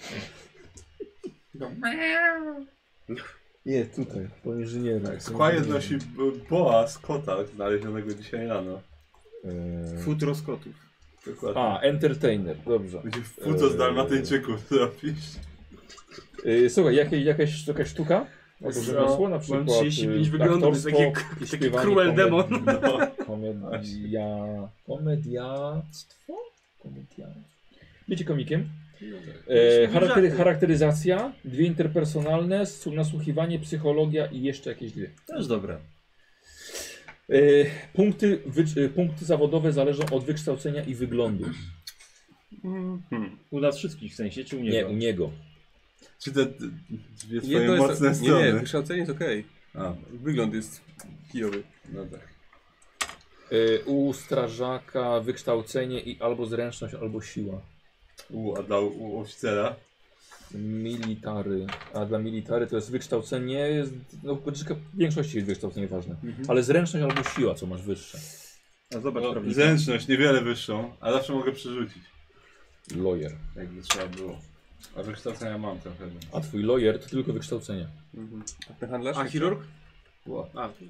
Nie, tutaj, po inżyniera. Squire nosi b- boa z kota znalezionego dzisiaj rano. E, Futro z kotów. Dokładnie. a, entertainer, dobrze. Będzie fuco z dalmatyńczyków zrobisz. E, słuchaj, jakieś, jakaś, jakaś sztuka? Albo Co? rzemiosło, na Mam przykład trzydzieści pięć y, wyglądów, aktorstwo, taki- i taki śpiewanie, cruel komed- demon. No. Komedia... Komediactwo? Komedia... Bycie komikiem. E, charaktery, charakteryzacja, dwie interpersonalne, s- nasłuchiwanie, psychologia i jeszcze jakieś dwie. Też dobre. E, punkty, wy, e, punkty zawodowe zależą od wykształcenia i wyglądu. Hmm. U nas wszystkich w sensie, czy u niego? Nie, u niego. Czy te d- dwie twoje Jedno mocne jest, nie, strony? nie, wykształcenie jest okej. A, Wygląd jest kijowy. no tak. E, u strażaka wykształcenie i albo zręczność, albo siła. U, a dla u oficera? Military. A dla military to jest wykształcenie, jest, no w większości jest wykształcenie ważne. Mhm. Ale zręczność albo siła, co masz wyższe. A zobacz, No, prawnika. zręczność, niewiele wyższą, a zawsze mogę przerzucić, Lawyer. jakby trzeba było. A wykształcenia mam trochę. więc- A twój lawyer to tylko wykształcenie. Mhm. A ten handlarz? A chirurg? Ła. A, Eee,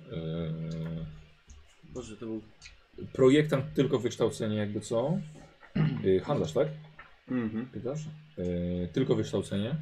Boże, to był... projektant tylko wykształcenie jakby co? Eee, handlarz, tak? Mhm. Pytasz? Eee, tylko wykształcenie.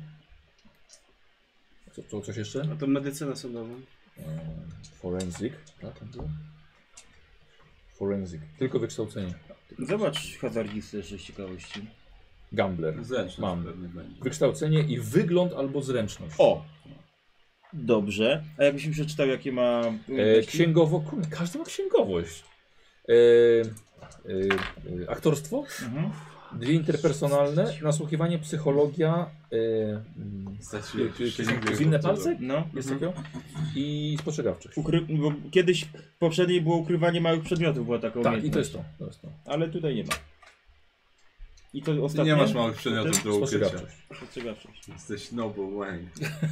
Co, co, coś jeszcze? A to medycyna sądowa. Eee, forensic. Tak, tak było? Forensic. Tylko wykształcenie. Zobacz hazardzisty jeszcze z ciekawości. Gambler. Zręczność Mam. pewnie będzie. Wykształcenie i wygląd albo zręczność. O! Dobrze. A jakbyś mi przeczytał, jakie ma... E, umiejętności? księgowo, kurde, każdy ma księgowość. E, e, e, aktorstwo, Mhm. Dwie interpersonalne, nasłuchiwanie, psychologia, yy, Straciłem yy, się yy, nigdy zwinne nie palce? No. Jest Mhm. takiego? I spostrzegawczość. Ukry... Bo kiedyś poprzedniej było ukrywanie małych przedmiotów, była taka Tak, umiejętność. i to jest to. to, jest to. Ale tutaj nie ma. I to Ty ostatnie? nie masz małych przedmiotów do ukrycia. Spostrzegawczość. Spostrzegawczość. Jesteś noble Wang.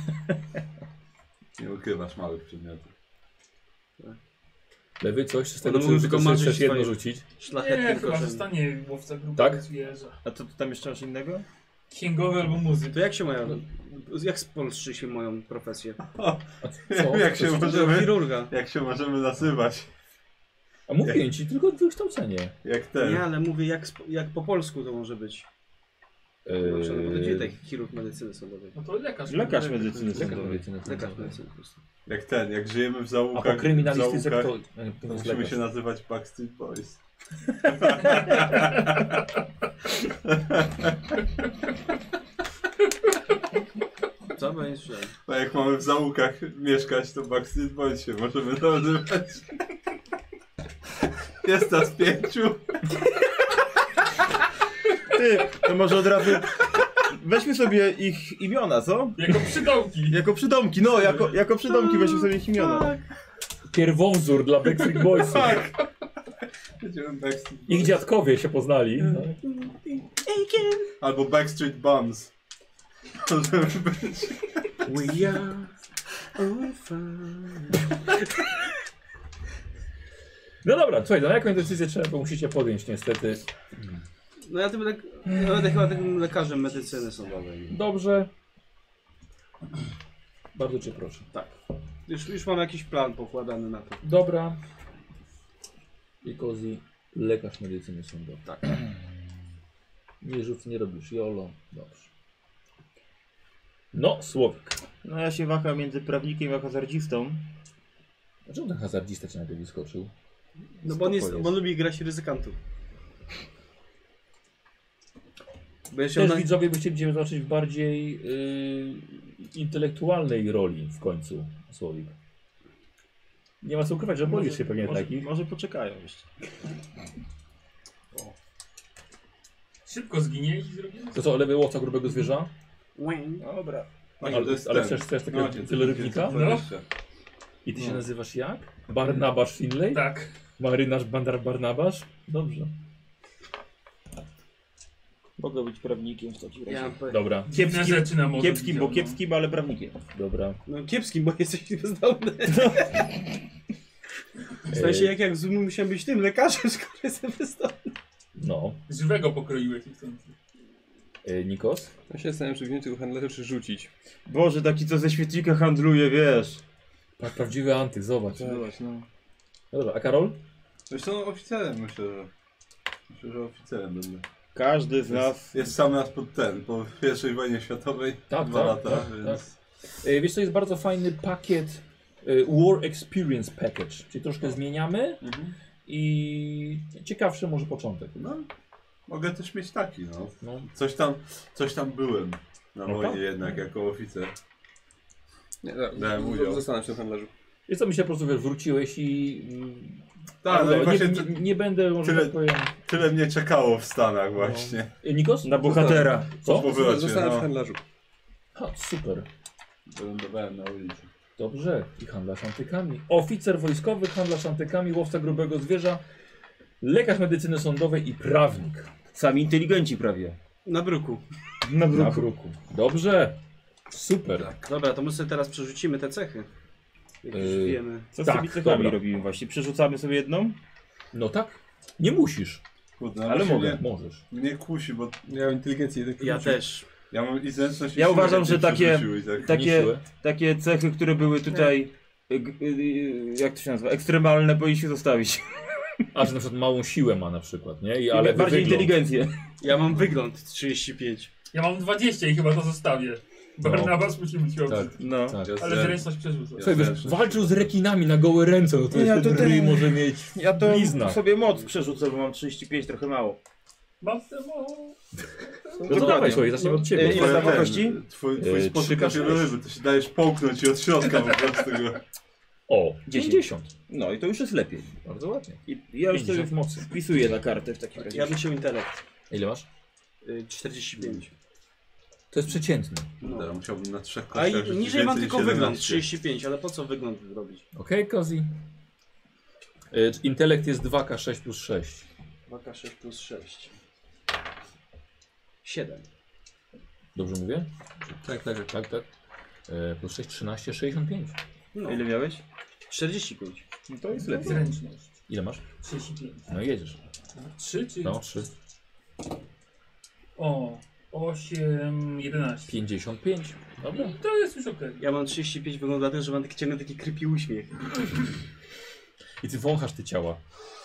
Nie ukrywasz małych przedmiotów. Lewy, coś z tego, One czy mogą tylko tylko marzyć chcesz jedno swoje- rzucić? Nie, Szlachetny chyba korzeń. zostanie łowca grupy Tak? zwierza. A to, to tam jeszcze masz innego? Księgowy albo muzyk. To jak się mają... Jak spolstrzy się moją profesję? A Co? Jak się Co? możemy, Chirurga. jak się możemy nazywać? A mówię ci, tylko wykształcenie. Jak ten. Nie, ale mówię jak, sp- jak po polsku to może być. Proszę, no bo to gdzie Yy, taki chirurg medycyny sądowej? No to lekarz. Lekarz medycyny lekarz sądowej. medycyny Lekarz sądowej. medycyny po prostu. Jak ten, jak żyjemy w A zaułkach. po kryminalistyce w zaułkach, to... e, to to jest musimy lekarz. się nazywać Backstreet Boys. Co? Bo nie słyszałem. A jak mamy w zaułkach mieszkać, to Backstreet Boys się możemy nazywać. Jest nas pięciu. Ty, to może od razu... Weźmy sobie ich imiona, co? Jako przydomki. Jako przydomki, no, jako, jako przydomki weźmy sobie ich imiona. Pierwowzór dla Backstreet Boysów. Tak. Będziemy Backstreet Ich Boys. dziadkowie się poznali. Albo Backstreet Bums. Możemy być. We are on fire. No dobra, słuchaj, no jakąś decyzję trzeba, bo musicie podjąć niestety. No ja tym lek... ja będę chyba takim lekarzem medycyny sądowej. Dobrze. Bardzo cię proszę. Tak. Już, już mam jakiś plan pokładany na to. Dobra. I Kozi, lekarz medycyny sądowej. Tak. Nie rzuc, nie robisz jolo. Dobrze. No, Słowik. No ja się waham między prawnikiem a hazardzistą. Dlaczego ten hazardzista cię nagle wyskoczył? No bo on, jest, Spoko bo on lubi grać ryzykantów. Bo jeszcze Też ona... widzowie by chcieli zobaczyć w bardziej yy, intelektualnej roli w końcu, Słowik. Nie ma co ukrywać, że boisz się pewnie może, takich. może poczekają jeszcze. Szybko zginie i zrobimy. To co, lewy łowca grubego zwierza? Dobra. Ale, to jest ale ten. chcesz, chcesz takiego No, dzień- wielorybnika? dzień- dwadzieścia. I ty się No. nazywasz jak? Barnabasz Finlay? Tak. Marynarz Bandar Barnabasz? Dobrze. Mogę być prawnikiem w takim razie. Ja mam pe... Dobra, Dziwne Kiepskim- rzeczy na morzu Kiepskim, widział, bo kiepskim, ale prawnikiem. dobra. No kiepskim, bo jesteś bezdomny. W sensie jak jak zły musiałem być tym lekarzem, skoro jestem bezdomny. No. No. Żywego pokroiłeś ich stąd. E, Nikos? Ja się zastanawiam, czy wziąć tego handlarza, czy rzucić. Boże, taki co ze świetnika handluje, wiesz. Pa, prawdziwy antyk, zobacz. Zobacz, no. No dobra, a Karol? Zresztą oficerem myślę, że... Myślę, że oficerem będę. Każdy z nas... Jest, jest sam raz pod ten, po pierwszej wojnie światowej. Tak, dwa tak, lata, tak, więc... E, wiesz, to jest bardzo fajny pakiet e, War Experience Package, czyli troszkę zmieniamy Mhm. i ciekawszy może początek. No, mogę też mieć taki, no. No. Coś tam, coś tam byłem na No wojnie tak. jednak jako oficer. Nie, da, Dałem udział. zostanę przy tym handlarzu. Jest to mi się po prostu wiesz, wróciłeś i... Tak, no Ale i nie, właśnie nie, ty, nie będę, może tyle- tak powiem... tyle mnie czekało w Stanach właśnie. E, Nikos? Na bohatera. Co? Po wylocie, Zostanę przy no. handlarzu. Ha, super. Wylądowałem na ulicy. Dobrze. I handlarz antykami. Oficer wojskowy, handlarz antykami, łowca grubego zwierza, lekarz medycyny sądowej i prawnik. Sami inteligenci prawie. Na bruku. Na Na bruku. Dobrze. Super. Dobra, to my sobie teraz przerzucimy te cechy. Jak już Yy, wiemy. Co z Tak, tymi cechami dobra. robimy właśnie? Przerzucamy sobie jedną? No tak. Nie musisz. Kurde, Ale właśnie mogę. Mnie, Możesz. mnie kusi, bo Ja mam inteligencję. Tak Ja wrócił. też. ja mam i zręczność i Ja siłę, uważam, jak że mnie takie- przerzuciły i tak. Nie Takie, siłę. takie cechy, które były tutaj... y, g- y, Jak to się nazywa? Ekstremalne powinniśmy zostawić. A, że na przykład małą siłę ma na przykład, nie? I, Ale ale bardziej wygląd. inteligencję. Ja mam wygląd trzydzieści pięć. Ja mam dwadzieścia i chyba to zostawię. Barnabas musi być ojcem. Tak. No. Tak. Ja Ale zrę- zręczność przerzucę. Słuchaj, wiesz, Zręczność. walczył z rekinami na gołe ręce, no to Nie, jest to ten ten- ryj może mieć Ja to blizna. sobie moc przerzucę, bo mam trzydzieści pięć, trochę mało. Mam tę moc. No to dawaj, słuchaj, zaczniemy od ciebie. Yy, ile Twoja tam ten, kości? Twój, twój Yy, sposób trzy K na sześć. wieloryby, to się dajesz połknąć i od środka po prostu go. O, dziesięć. pięćdziesiąt. No i to już jest lepiej. Bardzo ładnie. I ja już sobie pięćdziesiąt mocy. wpisuję na kartę w takim razie. Ja bym się intelekt. Ile masz? Y, czterdzieści pięć. To jest przeciętny. No. Dobra, musiałbym na trzech A kościach i, rzucić niżej mam więcej tylko niż wygląd, jedenaście. trzydzieści pięć, ale po co wygląd robić? Okej, okay, Kozi. Y, Intelekt jest dwa K sześć plus sześć. dwa K sześć plus sześć. siedem. Dobrze mówię? Tak, tak, tak. Tak, tak. Y, plus sześć, trzynaście, sześćdziesiąt pięć. No. A ile miałeś? czterdzieści pięć. No to jest lepiej. Zręczność. Ile masz? trzydzieści pięć. No jedziesz. trzy czy... No, trzy. O, osiem, jedenaście. pięćdziesiąt pięć. Dobra. I to jest już okej. Ja mam trzydzieści pięć, wygląda dlatego, że mam taki ciągle taki creepy uśmiech. I ty wąchasz te ciała.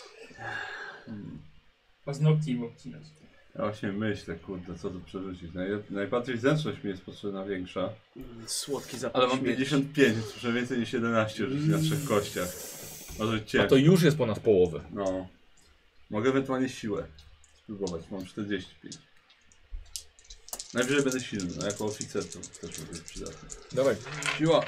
Paznokcie im obcinać. Ja właśnie myślę, kurde, co tu przerzucić. Naj, najbardziej zręczność mi jest potrzebna większa. Słodki zapach Ale mam śmierci. pięćdziesiąt pięć, muszę więcej niż jedenaście rzucić na trzech kościach. Może być A ciężko. to już jest ponad połowę. No. Mogę ewentualnie siłę spróbować, mam czterdzieści pięć. Najwyżej będę silny, no jako oficer to też może być przydatne. Dawaj. Siła!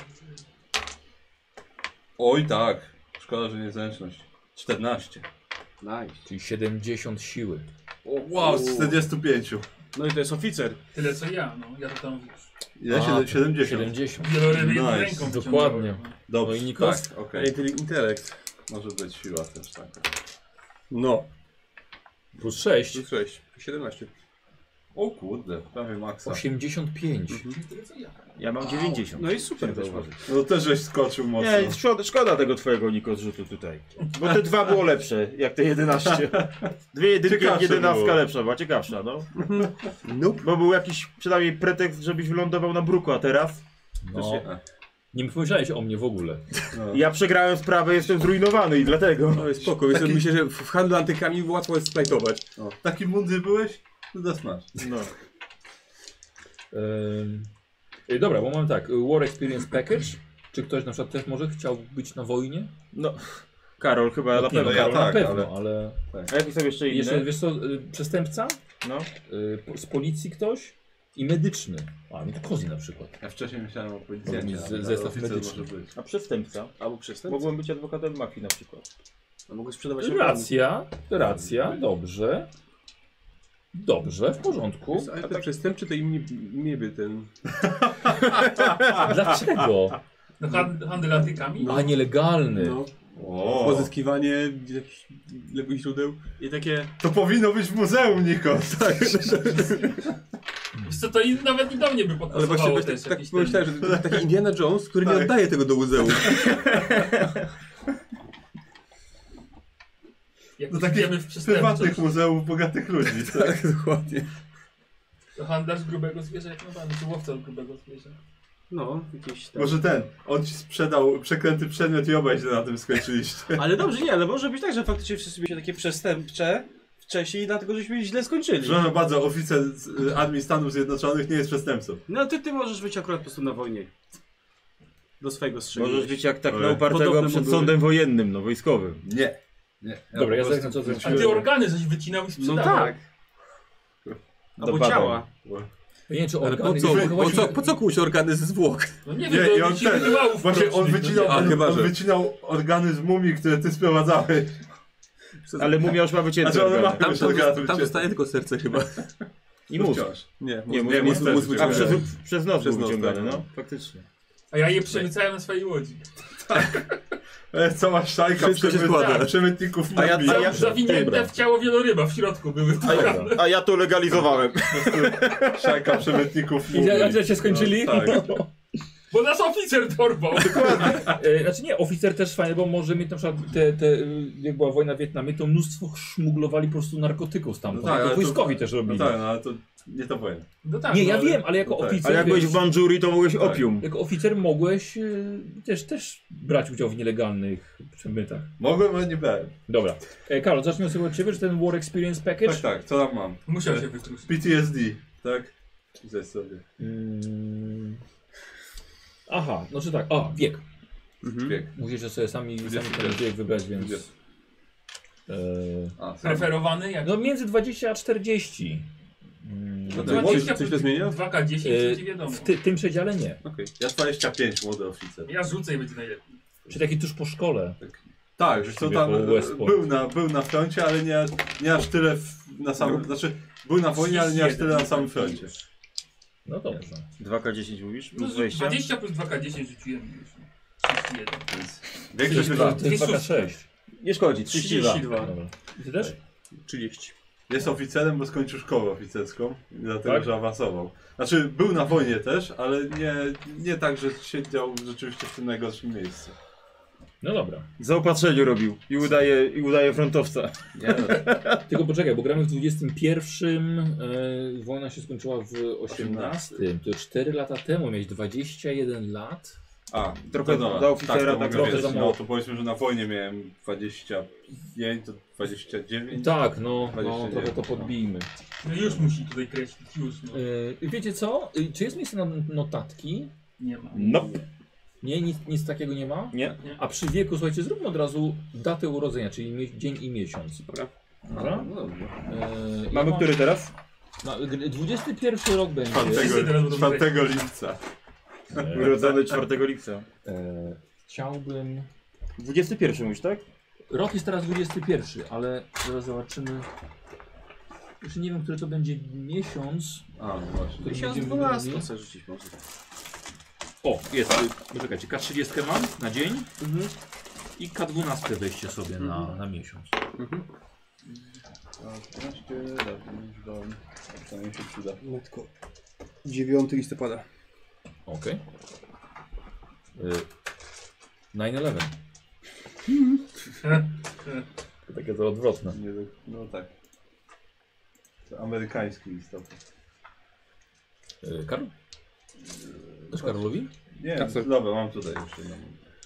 Oj tak, szkoda, że nie zręczność. czternaście. Nice. Czyli siedemdziesiąt siły. O, wow, z czterdziestu pięciu. No i to jest oficer. Tyle co ja, no. Ja to tam wiesz. Ile? A, Siedem- siedemdziesiąt. siedemdziesiąt. Wieloryby jedną Nice. ręką Dokładnie. wyciągałem. Dobrze, No i Nikos? tak, okej. Okay. Intelekt. Może być siła też taka. No. Plus sześć. Plus sześć. siedemnaście. O kurde, prawie maksa. osiemdziesiąt pięć. Tyle co ja. Ja mam dziewięćdziesiąt. No i super Chciałem wyszło. zauważyć. No też żeś skoczył mocno. Nie, szkoda, szkoda tego twojego Niko zrzutu tutaj. Bo te dwa było lepsze, jak te jedenaście. Dwie jedynki, Ciekawsze jak jedenastka było. lepsza była, ciekawsza, no. Nope. Bo był jakiś przynajmniej pretekst, żebyś wylądował na bruku, a teraz No. Nie pomyślałeś o mnie w ogóle. No. ja przegrałem sprawę, jestem zrujnowany i dlatego. No jest spoko, Taki... myślę, że w handlu antykami łatwo jest splajtować. O, taki mądry byłeś? To das masz. No. Ym, y, dobra, bo mamy tak. y, War Experience Package. Czy ktoś na przykład też może chciał być na wojnie? No. Karol chyba na nie, pewno. no, ja Karol tak, na pewno, ale... A jaki są jeszcze inne? Jeszcze, wiesz co, y, przestępca, No. y, po- z policji ktoś i medyczny. A, no to Kozi na przykład. Ja wcześniej myślałem o Może policjancie, mieć z- ale zestaw oficer medyczny. może być. A przestępca? Albo przestępca. Mogłem być adwokatem mafii na przykład. A mogę sprzedawać Racja, racja, dobrze. Dobrze, w porządku. A ten przestępczy to im nie, nie by ten... Dlaczego? No hand, handel antykami? A, nielegalny. No. O, Pozyskiwanie jakichś lewych źródeł. I takie... to powinno być w muzeum, Nikos. Tak. Wiesz co, to i nawet i do mnie by Ale podpasowało właśnie też tak, tak jakiś pomyślałem, że to jest taki Indiana Jones, który nie Tak. oddaje tego do muzeum. Jak Do już takich idziemy w prywatnych przestępczość, muzeów bogatych ludzi. Tak? Tak, dokładnie. to handlarz grubego zwierza jak najbardziej, czy łowca od grubego zwierza. No, jakieś tam... Może ten, on ci sprzedał przeklęty przedmiot i obaj się na tym skończyliście. Ale dobrze, nie, ale może być tak, że faktycznie wszyscy byliśmy takie przestępcze wcześniej, dlatego żeśmy źle skończyli. Proszę bardzo, oficer z y, Armii Stanów Zjednoczonych nie jest przestępcą. No ty, ty możesz być akurat po prostu na wojnie. Do swojego strzału. Możesz być jak tak Ale na upartego podobne przed mundury. sądem wojennym, no wojskowym. Nie. Nie. Dobra, ja po prostu zerknę, co to wróciłem. A ty organy żeś wycinał i No sprzedawał. tak. Do Albo badań. ciała. Ja nie wiem, czy Ale po organy... co, nie, po właśnie- co, po co komuś organy ze zwłok? No nie Nie, wiem, i to on ci ten- rituałów Właśnie on mrocznych, wycinał, no nie? A, on, chyba, on że- wycinał organy z mumii, które ty sprowadzałeś. Ale mumia już ma A wycięte co one organy. ma? Tam, Już tam, organy tam wycięte. zostaje tylko serce chyba. I mózg. Wciąż. Nie, Nie, mózg, mózg, mózg, mózg mózg A wyciągany. przez, przez nos Przez był nos, wyciągany, tak, no. Faktycznie. A ja je przemycałem na swojej łodzi. E, Cała szajka Wszystko się przemyt- składa. przemytników A ja- mumii. a ja- Zawinięte Dobra. w ciało wieloryba w środku były. A ja, a ja to legalizowałem. Szajka przemytników I mumii. jak jak się skończyli? No, tak. Bo nas oficer dorwał. E, Znaczy nie, oficer też fajny, bo może mieć na przykład te, te, y, jak była wojna w Wietnamie, to mnóstwo szmuglowali po prostu narkotyków stamtąd. No tak, to ale wojskowi to- też No robili. tak, no ale to nie to wojna. No tak, Nie, no, ja ale- wiem, ale jako no tak. oficer, A jak byłeś wiesz, w Mandżurii, to mogłeś opium. jako oficer mogłeś y, też, też brać udział w nielegalnych przemytach. Mogłem, ale nie brałem. Dobra. E, Karol, zacznijmy sobie od ciebie, że ten War Experience Package. Tak, tak, co tam mam? Musiał się wytruszyć. P T S D, tak? Zaś sobie. Mm. Aha, znaczy tak, a, wiek. Mhm. Wiek. Musicie sobie sami, sami Dwudziesty ten pierwszy. wiek wybrać, więc... Dwudziesty. E, A, sam. Preferowany? Jak no między dwadzieścia a czterdzieści. Mm, No to dwadzieścia coś to zmienia? dwa K dziesięć, e, będzie wiadomo. w ty, tym przedziale nie. Okej. Ja dwadzieścia pięć, młody oficer. Ja rzucę i będzie najlepiej. Czy taki tuż po szkole. Tak, że co Sobie tam po e, Westport. był na, był na froncie, ale nie, nie aż tyle w, na samym, znaczy Był na wojnie, ale nie aż tyle na samym froncie. No dobrze. dwa K dziesięć mówisz? No, Plus dwadzieścia? dwadzieścia plus dwa K dziesięć rzuciłem już. trzydzieści jeden. Więc większość To ludzi jest dwa K sześć. Nie szkodzi, trzydzieści dwa. trzydzieści dwa. Dobra. Ty też? trzydzieści. jest oficerem, bo skończył szkołę oficerską. I dlatego, Tak? że awansował. Znaczy, był na wojnie też, ale nie, nie tak, że siedział rzeczywiście w tym najgorszym miejscu. No dobra. W zaopatrzeniu robił i udaje, i udaje frontowca. Nie, no, Tylko poczekaj, bo gramy w dwudziestym pierwszym. E, wojna się skończyła w osiemnastym. To cztery lata temu, miałeś dwadzieścia jeden lat. a, Trochę to dobra. dla oficera, tak, to tak mogę trochę wiedzieć. za mało. No to powiedzmy, że na wojnie miałem dwadzieścia pięć, to dwadzieścia dziewięć. Tak, no, no dwadzieścia trochę to dziewięć, no. podbijmy. No już musi tutaj kreślić, już no. E, wiecie co? E, Czy jest miejsce na notatki? Nie ma. No. Nie, nic, nic takiego nie ma? Nie. A przy wieku, słuchajcie, zróbmy od razu datę urodzenia, czyli mie- dzień i miesiąc. Dobra. Dobra? No dobrze. E, ja Mamy mam- który teraz? Na, g- dwudziesty pierwszy rok będzie. Wszyscy teraz będą czwartego lipca. E, Urodzony czwartego lipca. e, chciałbym... dwudziesty pierwszy mówisz, tak? Rok jest teraz dwudziesty pierwszy, ale zaraz zobaczymy. Jeszcze nie wiem, który to będzie miesiąc. A, no właśnie. który Miesiąc będziemy dwunasty grali. chcę rzucić może. O, jest. y, Poczekajcie, K trzydzieści mam na dzień Mhm. i K dwanaście weźcie sobie na, Mhm. na miesiąc. Mhm. piętnaście lat, już dałem. A przynajmniej się przyda. Matko. dziewiątego listopada. Okej. Okay. nine eleven. To takie to odwrotne. Nie, no tak. To amerykański listopad. Y, Karol? Też Karolowi? Nie, Tak, tak. dobra, mam tutaj jeszcze jedną.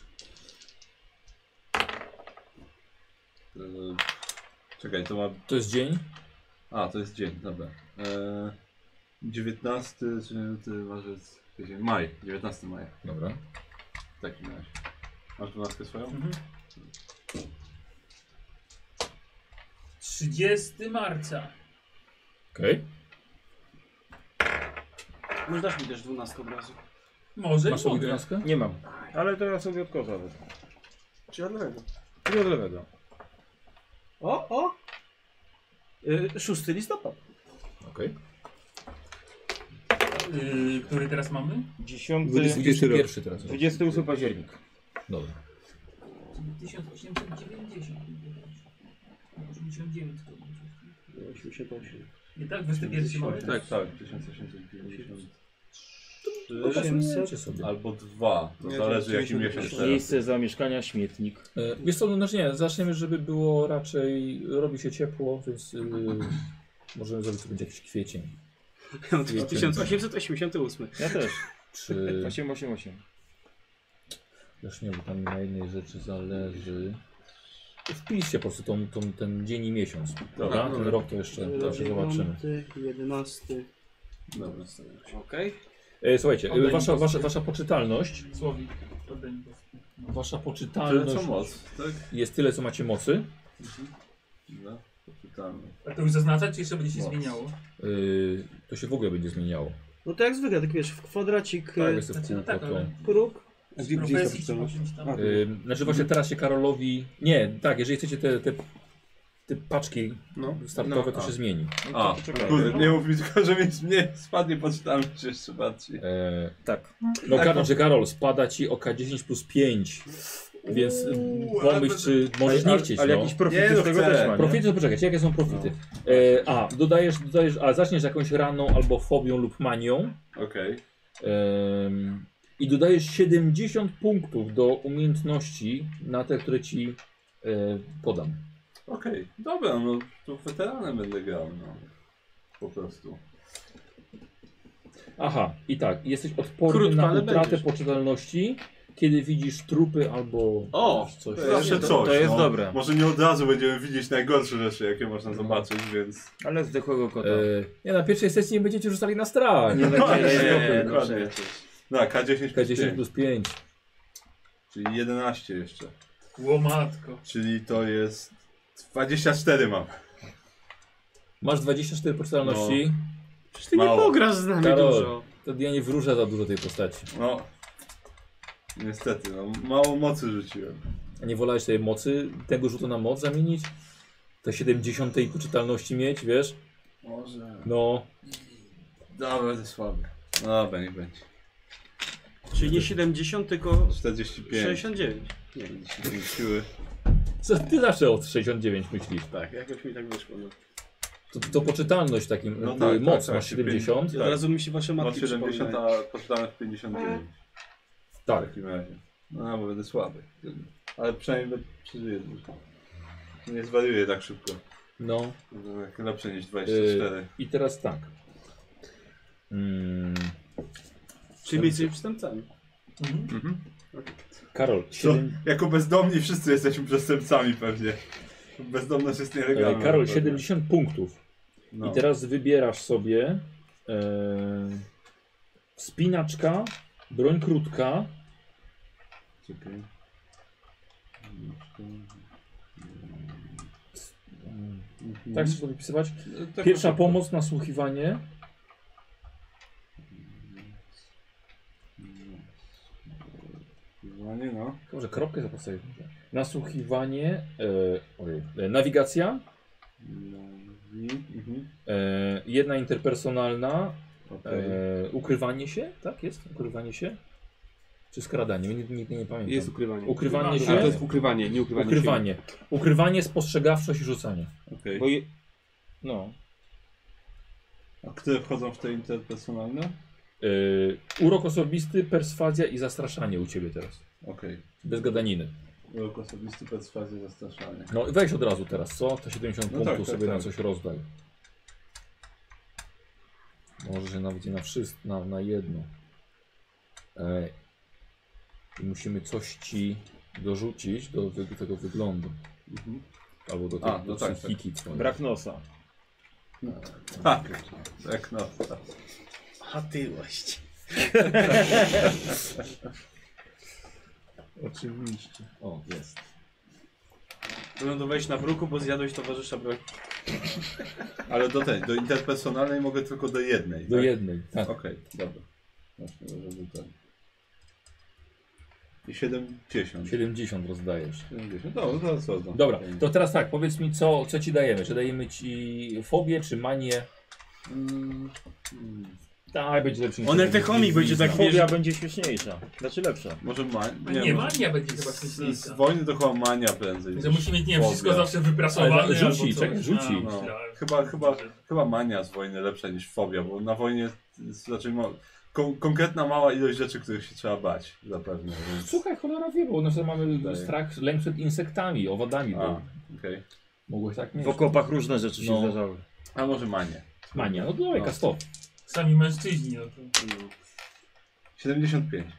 Yy, Czekaj, to ma... To jest dzień. A, to jest dzień, dobra. Eee, dziewiętnasty, czy luty, marzec, kwiecień, maj, dziewiętnastego maja. Dobra. W takim razie. Masz dwunastkę swoją? Mhm. trzydziestego marca. Okej. Może dasz mi też dwunastkę od razu. Może Masz i sobie mogę. dwunastkę? Nie mam. Ale to ja sobie od koza wezmę. Czy od lewego? I od lewego. O, o! Y, szósty listopad. Okej. Yy, który teraz mamy? dziesiąty, dwudziesty pierwszy teraz. dwudziesty ósmy październik. Dobra. tysiąc osiemset dziewięćdziesiąt. osiemdziesiąt dziewięć to może. osiemdziesiąt osiem. Nie tak? dwudziesty pierwszy mamy? Tak, tak, tysiąc osiemset dziewięćdziesiąt. Posunięcie sobie. Albo dwa, to Nie, zależy to jaki dziewięćdziesiąt miesiąc osiem. teraz. Miejsce zamieszkania śmietnik. E, Wiesz co, no znaczy nie, zaczniemy, żeby było raczej, robi się ciepło, więc yy, możemy zrobić, to będzie jakiś kwiecień. Ja mam tylko tysiąc osiemset osiemdziesiąty ósmy. Ja też. Czy... osiem osiem osiem. Już nie, bo tam na jednej rzeczy zależy. Wpiszcie po prostu tą, tą, ten dzień i miesiąc. Dobra, ten dobra. rok to jeszcze, to jeszcze zobaczymy. jedenasty. Dobra. Okej. E, słuchajcie, e, Oddaj mi wasza, kostkę. wasza, wasza poczytalność, Słowik. Oddaj mi kostkę. No. wasza Tyle poczytalność co moc, tak? jest tyle, co macie mocy. No, poczytamy. A to już zaznaczać, czy jeszcze będzie się Moc. zmieniało? Yy, to się w ogóle będzie zmieniało. No to jak zwykle, tak wiesz, w kwadracik Tak, tak, jest w Znaczy, no kółko tak, to. ale próg. A z gdzie, gdzie jest profesji czy oficjalność? po czymś tam. A, Yy, znaczy właśnie teraz się Karolowi... Nie, tak, jeżeli chcecie te, te, te paczki No. startowe, No, to a. się zmieni. A, poczekaj. kurde, nie mów mi tylko, że mi nie spadnie poczytalność jeszcze bardziej. E, Tak. no Tak. Karol, że Karol, spada ci o K dziesięć plus pięć. Więc Uuu, pomyśl, ale- czy możesz nie chcieć. Ale no. jakiś profit Nie, no z tego chcę. też ma, nie? Profity, to poczekajcie, jakie są profity? E, a, dodajesz, dodajesz, a zaczniesz jakąś raną albo fobią lub manią. Okej. Em, I dodajesz siedemdziesiąt punktów do umiejętności na te, które ci e, podam. Okej, dobra, no to weteranem będę grał, no. Po prostu. Aha, i tak, jesteś odporny Krótko, na ale utratę będziesz. poczytalności, kiedy widzisz trupy albo O, coś. To zawsze to- coś, to jest no. dobre. Może nie od razu będziemy widzieć najgorsze rzeczy, jakie można zobaczyć, więc... Ale zdechłego kota. E, nie, na pierwszej sesji nie będziecie rzucali na strach. Nie, No, nie, nie, nie, no dokładnie. przecież. No, K dziesięć K plus dziesięć pięć, plus pięć. czyli jedenaście jeszcze. Łomatko. Czyli to jest... dwadzieścia cztery mam. Masz dwadzieścia cztery poczytalności. Przecież ty nie Mało. pograsz z nami Karol. dużo. To ja nie wróżę za dużo tej postaci. No. Niestety, no. Mało mocy rzuciłem. A nie wolałeś tej mocy, tego rzutu na moc zamienić? Te siedemdziesiąt poczytalności mieć, wiesz? Może... No, Dobra, będę słaby. Dobra, niech będzie. Czyli nie siedemdziesiąt, tylko czterdzieści pięć. sześćdziesiąt dziewięć. Nie, czterdzieści pięć siły. co ty zawsze od sześćdziesiąt dziewięć myślisz. tak, jakoś mi tak wyszło. No. To, to poczytalność takim, No y, tak, moc tak, tak, masz siedemdziesiąt. I od razu mi się wasze Masz matki siedemdziesiąt, przypominają. a poczytamy w pięćdziesiąt dziewięć. W Tak. takim razie. No, bo będę słaby. Ale przynajmniej przeżyję dużo. Nie zwariuję tak szybko. No. To tak lepsze niż dwadzieścia cztery. Y, I teraz tak. Mm, Czyli jesteś przestępcami. Mhm. Karol, Co? siedem, Jako bezdomni wszyscy jesteśmy przestępcami pewnie. Bezdomność jest nielegalna. e, Karol, pewnie. siedemdziesiąt punktów. No. I teraz wybierasz sobie e, wspinaczka, broń krótka. Czekaj. Tak chcesz to wypisywać? Tak, Pierwsza tak, pomoc, nasłuchiwanie. No nie no. Może kropkę zapostawić. Nasłuchiwanie, e, ojej, e, nawigacja, No i... Mhm. e, jedna interpersonalna, Okej. e, ukrywanie się, tak jest? Ukrywanie się? Czy skradanie? Nigdy nie, nie, nie pamiętam. Jest ukrywanie. Ukrywanie Ale się, Ale to jest ukrywanie, nie ukrywanie ukrywanie. Ukrywanie, spostrzegawczość i rzucanie. Okej. siły. Bo je... No. A które wchodzą w te interpersonalne? E, urok osobisty, perswazja i zastraszanie u Ciebie teraz. Okej. Bez gadaniny. Urok osobisty, perswazja, zastraszanie. No weź od razu teraz, co? Te siedemdziesiąt No punktów tak, tak, sobie na tak. coś rozdaj. Może się nawet nie na wszystko, na, na jedno. E, I musimy coś Ci dorzucić do wy, tego wyglądu. Mhm. Albo do, A, tej, no do tak, psychiki twojej. Brak nosa. Tak. Tak, no. Tak. Hatyłość. Oczywiście. O, jest. Wylądowałeś na bruku, bo zjadłeś towarzysza broń. Ale do tej, do interpersonalnej mogę tylko do jednej. Do tak? jednej, tak. Okej, dobra. Właśnie, żeby ten. I siedemdziesiąt. siedemdziesiąt rozdajesz. siedemdziesiąt. Dobra, teraz rozdam. Dobra, to teraz tak, powiedz mi, co, co Ci dajemy? Czy dajemy Ci fobię, czy manię? Mm, mm. Tak, będzie lepszy niż... Onertechomik będzie tak, wiesz, Fobia będzie śmieszniejsza. Znaczy lepsza. Może ma... A nie, może- mania będzie chyba Z, z śmieszniejsza. wojny to chyba mania prędzej. Że niż musi mieć, nie wiem, fobia. wszystko zawsze wyprasowane. Ale rzuci, albo coś. czekaj, rzuci. A, No. myślałem. Chyba, chyba, chyba mania z wojny lepsza niż fobia, bo na wojnie jest raczej ma... Kon konkretna mała ilość rzeczy, których się trzeba bać, zapewne. Więc... Słuchaj, cholera wie, bo no, że mamy Daję. strach, lęk przed insektami, owadami. A, Bo okej. mogłeś tak mieć. W okopach różne rzeczy się No. zdarzały. A może manię. Mania, no dawaj, No. stop. Sami mężczyźni, no to... siedemdziesiąt pięć.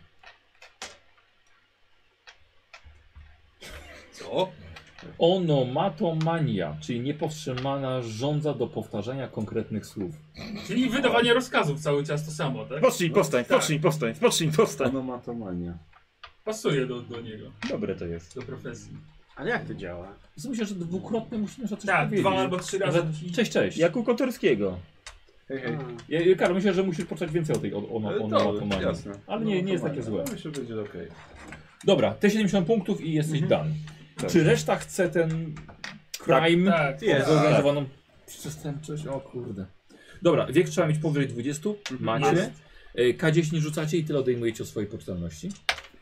Co? Onomatomania, czyli niepowstrzymana żądza do powtarzania konkretnych słów. Czyli wydawanie rozkazów cały czas to samo, tak? Pocznij, powstań, Tak. pocznij, powstań, pocznij, powstań. Onomatomania. Pasuje do, do niego, Dobre to jest. do profesji. Ale jak to działa? Myślę, że dwukrotnie musimy coś Tak, powiedzieć. dwa albo trzy razy. Nawet- musi- Cześć, cześć. Jak u Kotorskiego. Hej, hej. Ja, ja, Karol, myślę, że musisz poczytać więcej o tej o- ono- E, Dobra, onomatomanii. jasne. Ale nie, nie jest takie złe. No, myślę, że będzie okej. Dobra, te siedemdziesiąt punktów i jesteś dany. Czy reszta chce ten crime? Tak, Jest. Zorganizowaną przestępczość? O kurde. Dobra, wiek trzeba mieć powyżej dwudziestu. Macie. Jest. E, K dziesięć rzucacie i tyle odejmujecie od swojej poczytalności.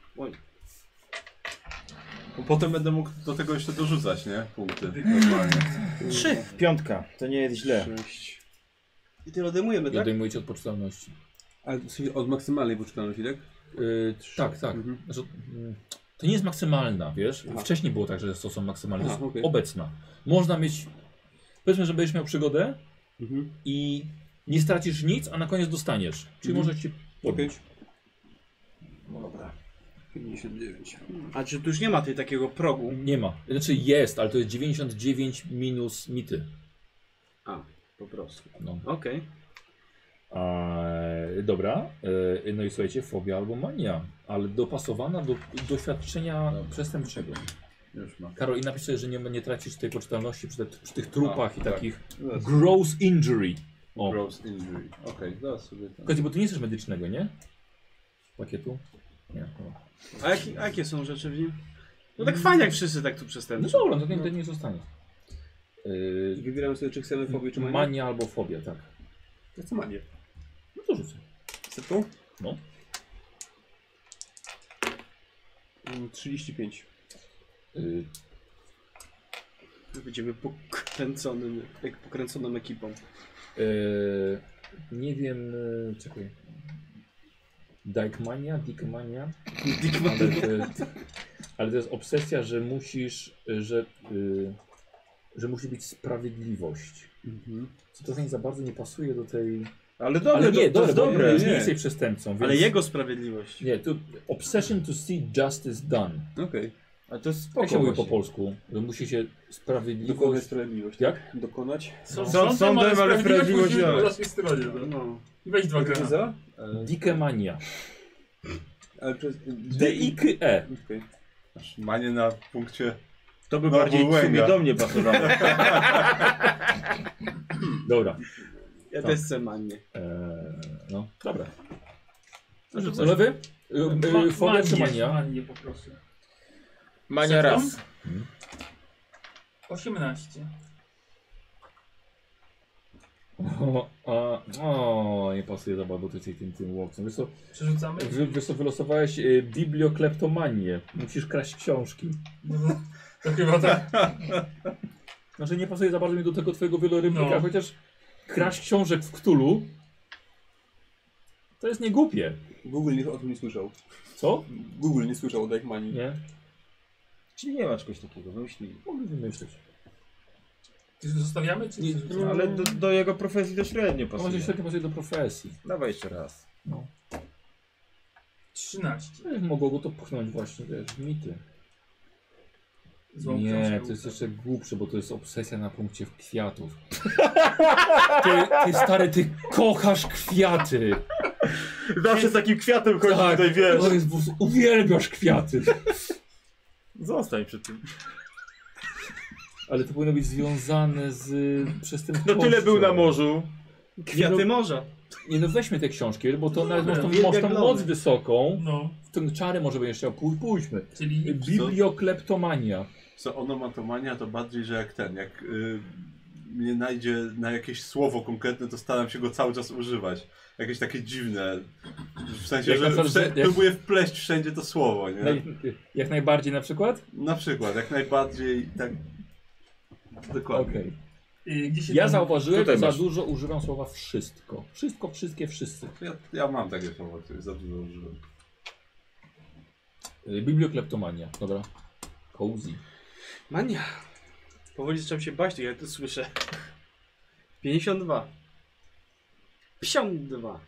Bo potem będę mógł do tego jeszcze dorzucać, nie? Punkty. Normalnie. Trzy. Piątka, to nie jest źle. Sześć. I tyle odejmujemy, I tak? odejmujecie od poczytalności. Ale w sensie od maksymalnej poczytalności, tak? Yy, tak, tak. Mhm. Znaczy, mm, to nie jest maksymalna, wiesz? Aha. Wcześniej było tak, że to są maksymalne. To Aha, jest okej. obecna. Można mieć. Powiedzmy, że będziesz miał przygodę Mhm. i nie stracisz nic, a na koniec dostaniesz. Czyli Mhm. możesz ci podnieść. Dobra. pięćdziesiąt dziewięć. A czy tu już nie ma tej takiego progu? Nie ma. Znaczy jest, ale to jest dziewięćdziesiąt dziewięć minus mity. A, po prostu. No. Okej. A, dobra. E, no i słuchajcie, fobia albo mania, ale dopasowana do doświadczenia przestępczego. Już mam. Karol, i napisz sobie, że nie, nie tracisz tej poczytalności przy, te, przy tych trupach A, i tak. takich Zaraz. gross injury. O, Gross injury. Okej, zaraz sobie ten. Słuchajcie, bo ty nie jesteś medycznego, nie? Pakietu? Nie. No, A, jaki, a jakie są rzeczy w nim? No tak fajnie jak wszyscy tak tu no przestępczy. dobra, no to nie, to nie zostanie. Yy, Wybieramy sobie, czy chcemy fobię, czy manię? mania albo fobia, tak. Ja co manię? No to rzucę. Setką? No. Mm, trzydzieści pięć. Yy, Będziemy pokręconym, jak pokręconą ekipą. yy, nie wiem, yy, czekaj. Dykmania, Dickmania. Ale to, ale to jest obsesja, że musisz, że, yy, że musi być sprawiedliwość. Mhm. Co to za bardzo nie pasuje do tej... Ale dobre, Ale nie, to, to jest dobre, dobre. bo już nie Nie. jesteś przestępcą, więc... Ale jego sprawiedliwość. Nie, to obsession to see justice done. Okej. A to jest spoko Jak się mówi po właśnie. polsku? Że musi się Dokonać sprawiedliwość... sprawiedliwość. Jak? Dokonać. Są, Sąd sądem, ale sprawiedliwość musi być ja. po naszej stronie. No. No. I weź dwa grana. Za? Dikemania. Ale przez... D-I-K-E. Okej. Masz manię na punkcie... To by No, bardziej w Łęga. sumie do mnie pasowało. Dobra. Ja Tak. też chcę manię. Eee, no, dobra. No Co lewy? Y, y, Fobia czy mania? Manię poproszę. Mania raz. osiemnaście. O, a, o, nie pasuje za bardzo ty tym, tym łowcą. Wiesz co, Przerzucamy? wy, wiesz co, wylosowałeś y, bibliokleptomanię. Musisz kraść książki. No, to chyba tak. Znaczy nie pasuje za bardzo mi do tego twojego wielorybnika, No. chociaż kraść książek w Cthulhu to jest niegłupie. Google nie, o tym nie słyszał. Co? Google nie słyszał o Dykmanii. Nie? Czyli nie ma czegoś takiego, wymyślili. Mogę wymyśleć. Czy zostawiamy, czy Nie, przerzucamy? Ale do, do jego profesji to średnio No, może pasuje. średnio pasuje do profesji. Dawaj jeszcze raz. No. trzynaście. No, mogło go to pchnąć właśnie, wiesz, w mity. Złą Nie, książkę to jest ukradł. jeszcze głupsze, bo to jest obsesja na punkcie kwiatów. Ty, ty stary, ty kochasz kwiaty. Zawsze z takim kwiatem chodzi Tak, tutaj, wiesz. to jest, po prostu- uwielbiasz kwiaty. Zostań przy tym. Ale to powinno być związane z przestępczością. No tyle był na morzu. Kwiaty morza. Nie no, weźmy te książki, bo to nawet masz tą, uwielbiam masz tą glony. moc wysoką. No, W tą czary może będziesz chciał, pój, pójdźmy. czyli Bibliokleptomania. Co onomatomania to bardziej, że jak ten, jak y, mnie najdzie na jakieś słowo konkretne, to staram się go cały czas używać. Jakieś takie dziwne. W sensie, Jak na że przykład, wsze- że- jak- próbuję wpleść wszędzie to słowo, nie? Naj, jak najbardziej na przykład? Na przykład, jak najbardziej tak. Dokładnie. Okej. y, gdzie się Ja tam- zauważyłem, Tutaj że za masz. dużo używam słowa wszystko. Wszystko, wszystkie, wszyscy. Ja, ja mam takie słowo, które za dużo używam. Y, Bibliokleptomania, dobra. Cozy. Mania. Powoli zacząłem się bać, jak to słyszę. pięćdziesiąt dwa. pięćdziesiąt dwa.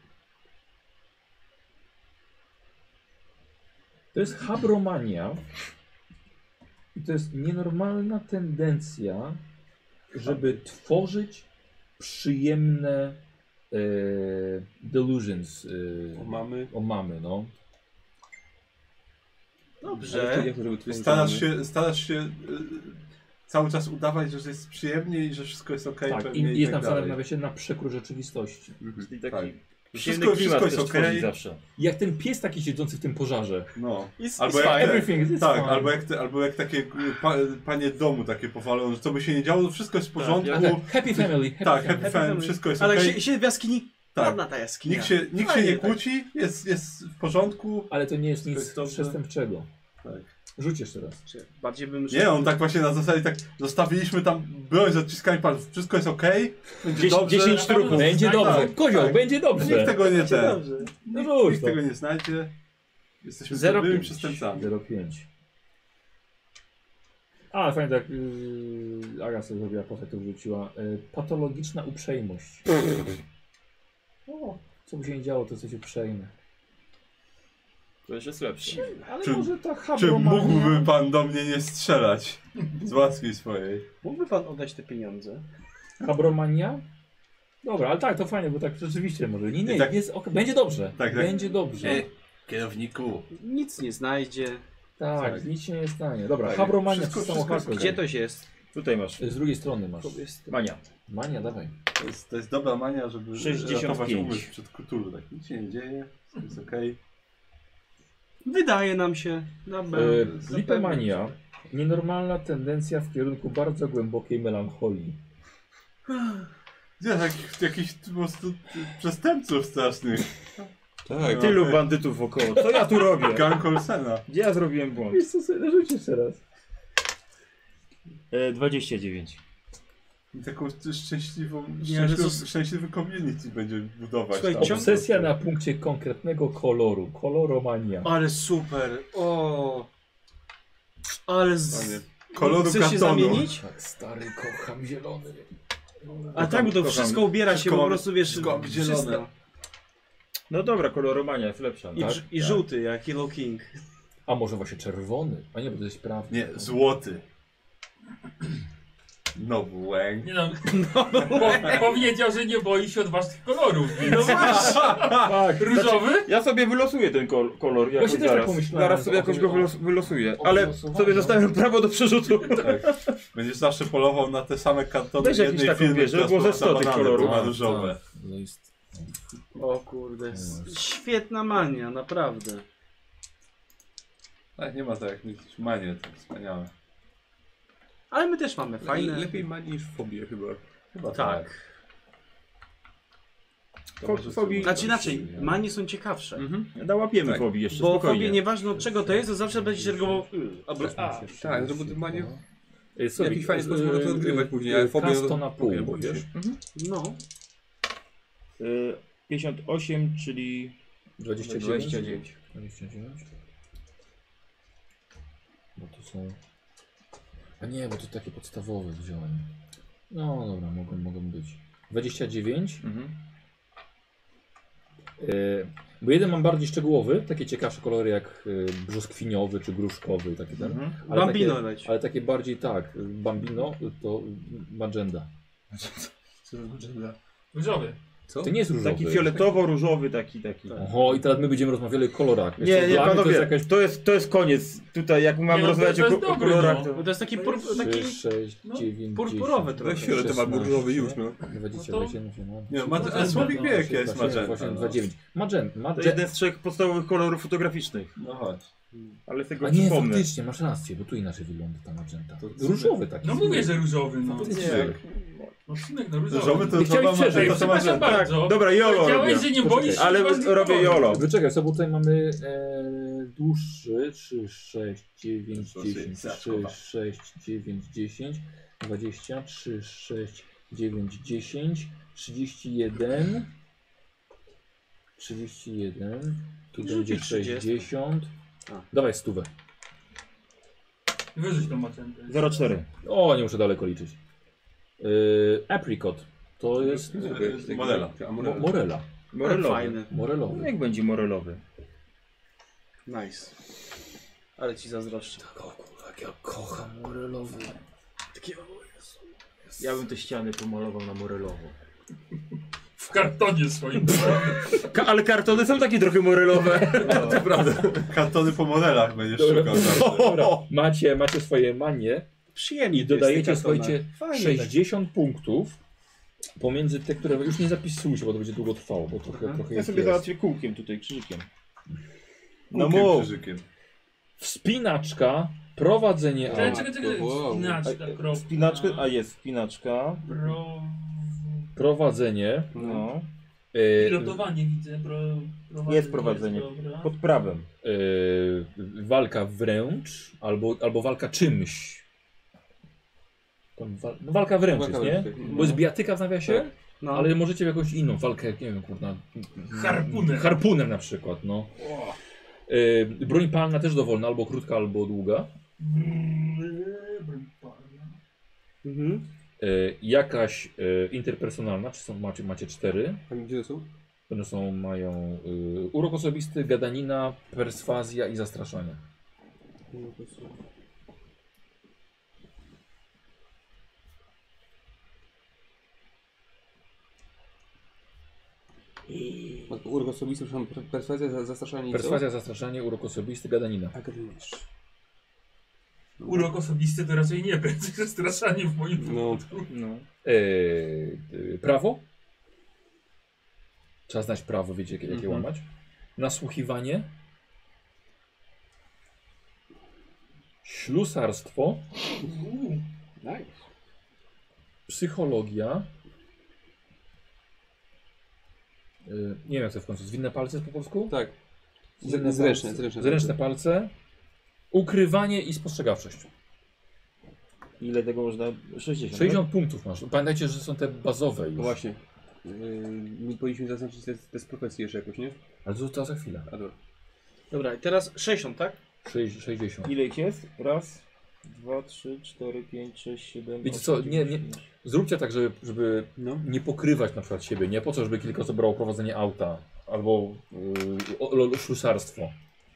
To jest habromania. I to jest nienormalna tendencja, żeby tworzyć przyjemne e, delusions e, O mamy. o mamy, no. Ale Dobrze. jak to, żeby tworzyć Starasz mamy? się, starasz się y, cały czas udawać, że jest przyjemnie i że wszystko jest ok. Tak, pewnie i i jest tak napisane w dalej. nawiasie na przekór rzeczywistości. Mhm. Czyli taki Tak. przyjemny Wszystko, klimat wszystko jest też tworzy okej. zawsze. Jak ten pies taki siedzący w tym pożarze. No. Jest, Albo jest jak, fajne. Everything is tak, fine. albo jak, te, albo jak takie y, pa, panie domu takie powalone, że co by się nie działo, to wszystko jest w porządku. A tak, happy family. Happy Tak, family. happy family, wszystko jest Ale okej. jak się, się w jaskini... Tak. Ładna ta jaskinia. Nikt się, nikt się Fajnie, nie tak. kłóci, jest, jest w porządku. Ale to nie jest To nic jest dobrze. przestępczego. Tak. Rzuć jeszcze raz. Czy Bardziej bym... Nie, on tak właśnie na zasadzie tak zostawiliśmy tam broń z odciskami palców, wszystko jest okej, będzie Dziesięć- dobrze. dziesięć trupów. Będzie Tak, dobrze. tak, Kozioł, tak. będzie Nikt dobrze. tego nie ten. Dobrze. No Nikt, rzuć nikt to. tego nie znajdzie. Jesteśmy Zero dobrymi pięć. przestępcami. zero pięć. A, fajnie tak. Yy, Aga sobie zrobiła postać, to wrzuciła. Yy, patologiczna uprzejmość. O, co by się nie działo, to co się przejmę. To już jest lepsze. Ale Czy- może ta Czy habromania... mógłby pan do mnie nie strzelać z łaski swojej? Mógłby pan oddać te pieniądze? Habromania? Dobra, ale tak, to fajnie, bo tak rzeczywiście może. Nie, nie, I tak- jest, ok, będzie dobrze. Tak, tak. Będzie dobrze. E, Kierowniku. Nic nie znajdzie. Tak, tak. nic się nie stanie. Dobra, Tak, habromania wszystko- przez wszystko samą jest Gdzie to jest? Tutaj masz. Z drugiej strony masz. To jest... Mania. Mania, dawaj. To jest, to jest dobra mania, żeby sześćdziesiąt ratować pięć. umysł przed Cthulhu. Tak, nic się nie dzieje, wszystko jest okej. Wydaje nam się. Na B. E, Lipomania Nienormalna tendencja w kierunku bardzo głębokiej melancholii. Gdzie takich, jakichś po prostu przestępców strasznych. Tak. Tylu bandytów wokoło. Co ja tu robię? Gang Olsena. Gdzie ja zrobiłem błąd? Wiesz co, sobie narzuć jeszcze raz. E, dwadzieścia dziewięć. I taką szczęśliwą, Nie, ale szczęśliwy, to- szczęśliwy community będzie budować. Słuchaj, tam. ciąg- Obsesja na punkcie konkretnego koloru. Koloromania. Ale super. O. Ale z... Panie, koloru Chcesz się kartonu. zamienić? Tak, stary, kocham zielony. A tak, bo to kocham. wszystko ubiera się Wszystko po mamy- prostu, wiesz, wszystko mamy zielone. wszystko. No dobra, koloromania jest lepsza. I, No. brz- i żółty, jak Hello King. A może właśnie czerwony? A nie, bo to jest prawda. Nie, złoty. No łęk. Nie no, po, powiedział, że nie boi się odważnych kolorów, więc... No właśnie. Tak, Różowy? Ja sobie wylosuję ten kol kolor jakoś Właśnie też tak zaraz. pomyślałem, zaraz że sobie jakoś o- go wylos wylosuję. o Ale wylosowaniu. sobie zostawiam prawo do przerzutu. Tak. Będziesz zawsze polował na te same kartony Weź jakiś jednej taką firmy, bierze, która było ze sprzedaje sto tych banany, kolorów. to ma Tak, różowe. tak. To jest... O kurde, s- No. świetna mania, naprawdę. Tak, nie ma tak jak mieć manię, to wspaniałe. Ale my też mamy fajne. Lepiej mani niż fobię chyba. Chyba Tak. To Fo- może fobii- sobie- Znaczy inaczej, manie są ciekawsze. Mhm. Nałapiemy Tak. fobii jeszcze Bo spokojnie. fobie, nieważne od czego to jest, to zawsze będzie się reagował. Albo, a, Tak, no bo ty manie Ej, sorry, jakiś fajny sposób yy, to odgrywać yy, później, ale yy, fobię kasto na pół, fobię boisz się. wiesz? no. Y, pięćdziesiąt osiem, czyli dwadzieścia dziewięć. dwadzieścia dziewięć. dwadzieścia dziewięć. Bo to są... A nie, bo to takie podstawowe wziąłem. No dobra, mogą, mogą być. dwadzieścia dziewięć. mhm. Yy, bo jeden mam bardziej szczegółowy, takie ciekawsze kolory jak yy, brzoskwiniowy czy gruszkowy. Takie ten. Mhm. Ale Bambino takie, leć. ale takie bardziej tak, Bambino to magenda. Co to znaczy dla- Różowy. Co? To nie jest różowy. Taki fioletowo-różowy, taki, taki. Oho, i teraz my będziemy rozmawiali o kolorach. Wiesz Nie, co, nie, dla mnie panowie, to jest jakaś to jest, to jest koniec. Tutaj jak mamy Nie, no, rozmawiać to- to o, jest ko- o dobry, kolorach, no. to... Bo to jest taki, pur, taki trzy, sześć, no, dziewięć, purpurowy dziesięć, trochę. Weź fiolet, to ma szesnaście, różowy już, no. dwadzieścia, No to- dwadzieścia jeden, no. Nie, ma, No, a Słowik no, wie jaki jest Właśnie, magenta. właśnie, no. dwadzieścia dziewięć. Magenta. To Magenta. jeden z trzech podstawowych kolorów fotograficznych. No chodź. Ale z tego A nie, przypomnę. faktycznie, masz rację, bo tu inaczej wygląda ta magenta. To- Różowy taki. No mówię, że różowy, no. Nie. No synek, no różowy. Różowy to Nie chciałeś chyba przeżyć. Ej, magenta, to przepraszam magenta. bardzo. Dobra, jolo Powiedziałeś, robię. że nie Poczekaj. boisz się Ale odważnych robię kolorów. jolo. Wyczekaj, co, bo tutaj mamy e, dłuższy trzy, sześć, dziewięć, Proszę, dziesięć, zaskowa. trzy, sześć, dziewięć, dziesięć, dwadzieścia, trzy, sześć, dziewięć, dziesięć, trzydzieści jeden, trzydzieści jeden, tu Rzucić będzie trzydzieści. sześćdziesiąt. A. Dawaj stówę. Wyrzuć tą magentę. zero cztery. O, nie muszę daleko liczyć. Yy, apricot. To jest Yy, Modela. A mo Morela. morela. Morelowy. Fajny. Morelowy. Niech będzie morelowy. Nice. Ale ci zazdroszczę. Tak, o kurwa, jak ja kocham morelowy. Takie, o Jezu. Ja bym te ściany pomalował na morelowo. W kartonie swoim. Ka ale kartony są takie trochę morelowe. To prawda. Kartony po modelach będziesz Dobra. szukał zawsze. Dobra, macie, macie swoje manie Przyjemnie i to jest dodajecie, w tych kartonach. słuchajcie, Fajnie sześćdziesiąt punktów pomiędzy te, które już nie zapisujcie, bo to będzie długo trwało, bo trochę, Aha. trochę Ja ich sobie jest. załatwię kółkiem tutaj, krzyżykiem. No Kółkiem, mów. krzyżykiem. Wspinaczka, prowadzenie Czekaj, auta, czekaj, czekaj. Wow. Spinaczka, kropka. Spinaczka, a jest spinaczka. Pro... prowadzenie, No. yy, Pilotowanie widzę. Pro... prowadzenie Jest prowadzenie. dobra. Pod prawem. yy, walka wręcz, albo, albo walka czymś. Tam wa no, walka wręcz Walka jest, nie? wręcz, tak. Bo jest bijatyka w nawiasie, No. ale możecie w jakąś inną walkę, jak nie wiem, kurna. Harpunem. Harpunem na przykład, no. Yy, broń palna też dowolna, albo krótka, albo długa. Mhm. Yy, jakaś yy, interpersonalna, czy są, macie, macie cztery. A gdzie są? One są, mają yy, urok osobisty, gadanina, perswazja i zastraszanie. Urok osobisty, przepraszam, perswazja, za- zastraszanie i co? Perswazja, zastraszanie, urok osobisty, gadanina. Akademisz. Urok osobisty to raczej nie będzie zastraszanie w moim No. wypadku. No. Yy, yy, prawo. Trzeba znać prawo, wiecie jakie, jakie Mhm. łamać. Nasłuchiwanie. ślusarstwo, Nice. psychologia. Yy, nie wiem jak to w końcu. Zwinne palce po polsku? Tak. Zwinne Zręczne, palce. zręczne. Zręczne palce. Ukrywanie i spostrzegawczość. Ile tego można? sześćdziesiąt. sześćdziesiąt punktów masz. Pamiętajcie, że są te bazowe już. No właśnie. Yy, my powinniśmy zaznaczyć te, te z profesji jeszcze jakoś, nie? Ale to, to za chwilę. A dobra. Dobra, i teraz sześćdziesiąt, tak? Sześć- sześćdziesiąt. Tak? Ile ich jest? Raz, dwa, trzy, cztery, pięć, sześć, siedem. Wiecie osiem, co, dziewięć, nie, nie, dziesięć. zróbcie tak, żeby, żeby No. nie pokrywać na przykład siebie. Nie po co, żeby kilka osób brało prowadzenie auta albo yy, o- o- ślusarstwo.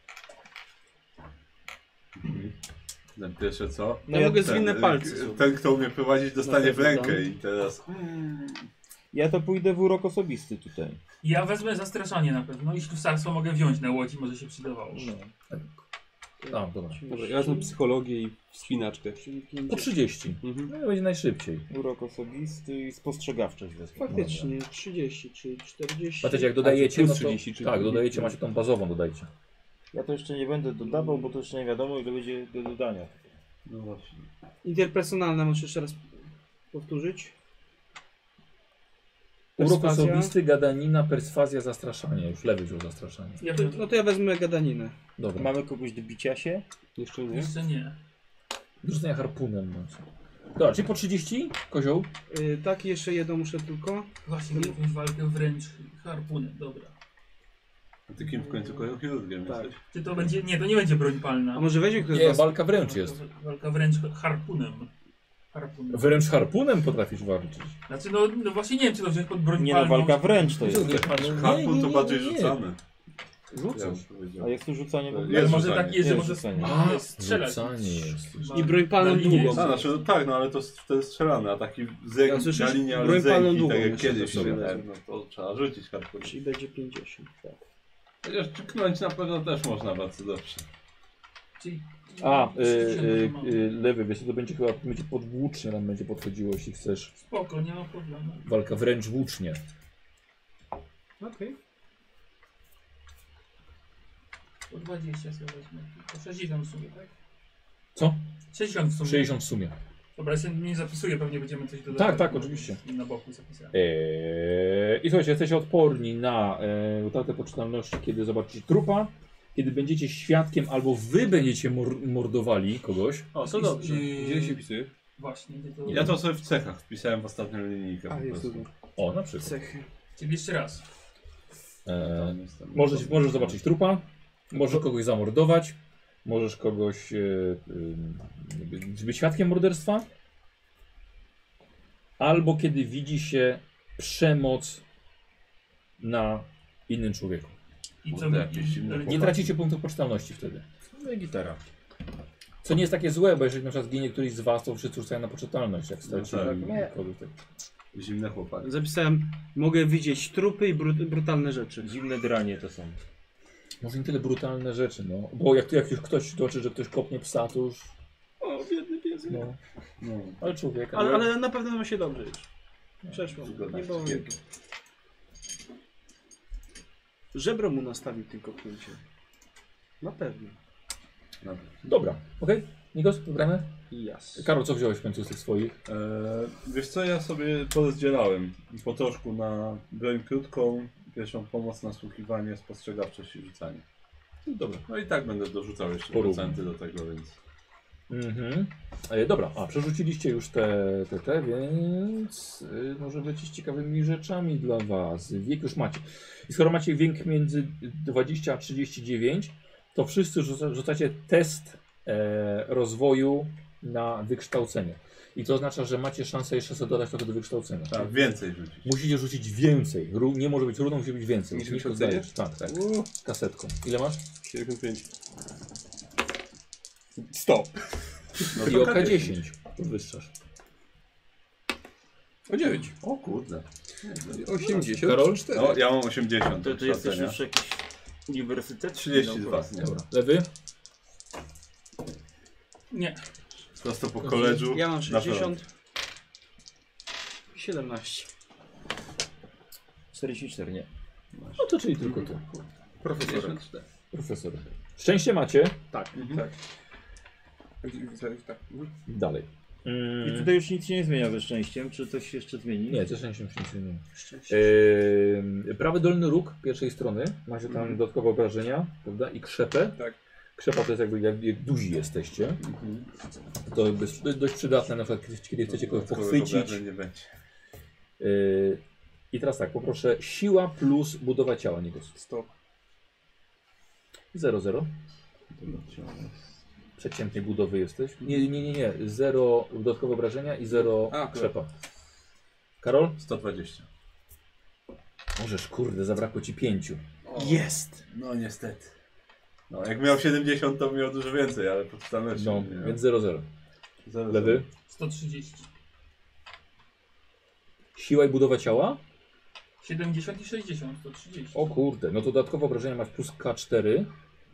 Ten pierwsze co? No ja mogę Ten, zwinne y, palce. Ten, kto umie prowadzić, dostanie No w to rękę dodam. i teraz... Ja to pójdę w urok osobisty tutaj. Ja wezmę zastraszanie na pewno i ślusarstwo mogę wziąć na łodzi, może się przydawało. No. A, dobra. Dobra, ja wezmę psychologię i wspinaczkę. Po trzydzieści. Mhm. No, będzie najszybciej. Urok osobisty i spostrzegawczość wezmę. Faktycznie, trzydzieści, czyli czterdzieści. Pamiętajcie, jak dodajecie, plus no to, trzydzieści, czyli- tak, dodajecie, macie tą bazową, dodajcie. Ja to jeszcze nie będę dodawał, bo to jeszcze nie wiadomo ile będzie do dodania. No właśnie. Interpersonalne muszę jeszcze raz powtórzyć. Urok Perswazja. osobisty, gadanina, perswazja, zastraszanie. Już lewy wziął zastraszanie. Ja To, bym... no to ja wezmę gadaninę. Dobra. Mamy kogoś do bicia się? Jeszcze nie? Jeszcze nie. Do rzucenia harpunem. macie. Dobra, czyli po trzydzieści? Kozioł? Yy, tak, jeszcze jedną muszę tylko. Właśnie jakąś walkę wręcz harpunem, dobra. A ty kim w końcu koją chirurgiem Tak. jesteś? Czy to będzie... Nie, to nie będzie broń palna. A może weźmie ktoś z Nie, was? walka wręcz jest. Walka wręcz harpunem. Harpunem. Wręcz harpunem potrafisz walczyć. Znaczy no, no właśnie nie wiem, czy to wziąć pod broń Nie no, palną. walka wręcz to jest. Nie, nie, Harpun to nie, bardziej nie, nie. rzucany. Ja Rzucasz. bym powiedział. A jest tu rzucanie w Jest ogóle? Ale może rzucanie. taki jest, że Jest może rzucanie. A, strzelać. rzucanie jest. I broń palną Na linię? długą. A, znaczy, no tak, no ale to, to jest strzelane, a taki zek Ja słyszysz? na linii, ale Broń palną zęki, długą tak jak jeszcze kiedyś to sobie miałem, wezmę. no to trzeba rzucić harpunem. Czyli będzie pięćdziesiąt, tak. Chociaż czyknąć na pewno też można bardzo dobrze. Czyli... A, y, sześćdziesiąt y, mam. y, lewy, wiesz, to będzie chyba będzie podwłócznie nam będzie podchodziło, jeśli chcesz. Spoko, nie ma problemu. Walka wręcz włócznie. Okej. Po dwadzieścia sobie wezmę. Po sześćdziesiąt w sumie, tak? Co? sześćdziesiąt w sumie. sześćdziesiąt w sumie. Dobra, ja się nie zapisuję, pewnie będziemy coś dodać. Tak, tak, oczywiście. I na boku zapisałem. Eee, I słuchajcie, jesteście odporni na e, utratę poczytalności, kiedy zobaczycie trupa, kiedy będziecie świadkiem albo wy będziecie mor mordowali kogoś. O, to dobrze. Gdzie się pisuje? Właśnie, gdzie to... Ja to sobie w cechach wpisałem w ostatnią linijkę A, po jest prostu. tutaj. O, na przykład. Cechy. Czyli jeszcze raz. E, Tam jestem. możesz, możesz zobaczyć trupa, możesz kogoś zamordować, możesz kogoś e, e, być świadkiem morderstwa, albo kiedy widzi się przemoc na innym człowieku. I co Kurde, jakieś zimne ale Nie tracicie punktów poczytalności wtedy. No i gitara. Co nie jest takie złe, bo jeżeli na przykład ginie któryś z was, to wszyscy rzucają na poczytalność, jak straci tak. kogoś. Tak. Zimne chłopaki. Zapisałem, mogę widzieć trupy i brut brutalne rzeczy. Dziwne dranie to są. Może nie tyle brutalne rzeczy, no. Bo jak, jak już ktoś zobaczy, że ktoś kopnie psa, to już... O, biedny pies. No. No. Ale człowieka... Ale, ale na pewno ma się dobrze już. Przeszło. Wygląda Nie było jak nic. Żebro mu nastawił tylko pchnięcie. Na pewno. Dobra. Dobra, okej. Nikos, wybrane? Jas. Karol, co wziąłeś w końcu z tych swoich? Eee, wiesz co, ja sobie porozdzielałem po troszku na broń krótką, pierwszą pomoc, nasłuchiwanie, spostrzegawczość i rzucanie. Dobra. No i tak będę dorzucał jeszcze Porówno. procenty do tego, więc... Mhm. E, dobra, a przerzuciliście już te, te, te więc y, może być z ciekawymi rzeczami dla was. Wiek już macie. I skoro macie wiek między dwadzieścia a trzydzieści dziewięć, to wszyscy rzuca, rzucacie test e, rozwoju na wykształcenie. I to oznacza, że macie szansę jeszcze sobie dodać trochę do wykształcenia. Tak, więcej rzucić. Musicie rzucić więcej. Ró nie może być równo, musi być więcej. Niż Nikos, wykształcenie? dajesz. Tak, tak. Z kasetką. Ile masz? siedemdziesiąt pięć. sto. No I to oka K dziesięć. Podwyższasz. O dziewięć. O kurde. osiemdziesiąt. Karol? cztery. No, ja mam osiemdziesiąt. To, to jesteś kształcenia. już jakiś uniwersytet? trzydzieści dwa. No, Nie, Dobra. Lewy? Nie. prosto po koledżu. Ja mam na sześćdziesiąt. siedemnaście. czterdzieści cztery, nie. No to czyli tylko ty. Profesorek. Profesor. Szczęście macie. Tak. Mhm. Tak. Dalej. I Mm, tutaj już nic się nie zmienia ze szczęściem. Czy coś się jeszcze zmieni? nie, ze szczęściem się nic nie zmieni. Szczęście. Yy, prawy dolny róg pierwszej strony. Macie tam Mhm. dodatkowe obrażenia, prawda? I krzepę. Tak. Krzepa to jest jakby jak, jak duzi jesteście. Mhm. To jest dość przydatne, na przykład kiedy, kiedy chcecie kogoś pochwycić. Nie będzie. Yy, I teraz tak, poproszę siła plus budowa ciała, nie jest. sto. zero zero. Przeciętnej budowy jesteś. Nie, nie, nie, nie. zero dodatkowe obrażenia i zero A, krzepa. Karol? sto dwadzieścia. Możesz, kurde, zabrakło ci pięciu. Jest! No niestety. No jak miał siedemdziesiąt to miał dużo więcej, ale podstawę No, więc zero zero. zero, Lewy? sto trzydzieści. Siła i budowa ciała? siedemdziesiąt i sześćdziesiąt, sto trzydzieści. O kurde, no to dodatkowe obrażenia masz plus K cztery.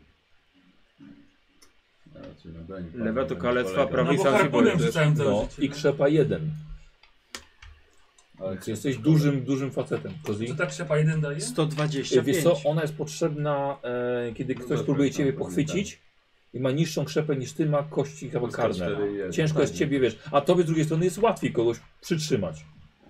Lewa to kalectwa, prawa No i bo sam się harpunem boję. rzucałem całe No życie. i krzepa jeden. Ale Więc jesteś dużym, dużym facetem. Kozi? Czy ta krzepa jeden daje? sto dwadzieścia Wiesz pięć. co, ona jest potrzebna, e, kiedy No ktoś dobra, próbuje no, ciebie pewnie pochwycić i ma niższą krzepę niż ty, ma kości chyba Plus karne. K cztery jest. Ciężko jest Fajnie. ciebie, wiesz, a tobie z drugiej strony jest łatwiej kogoś przytrzymać.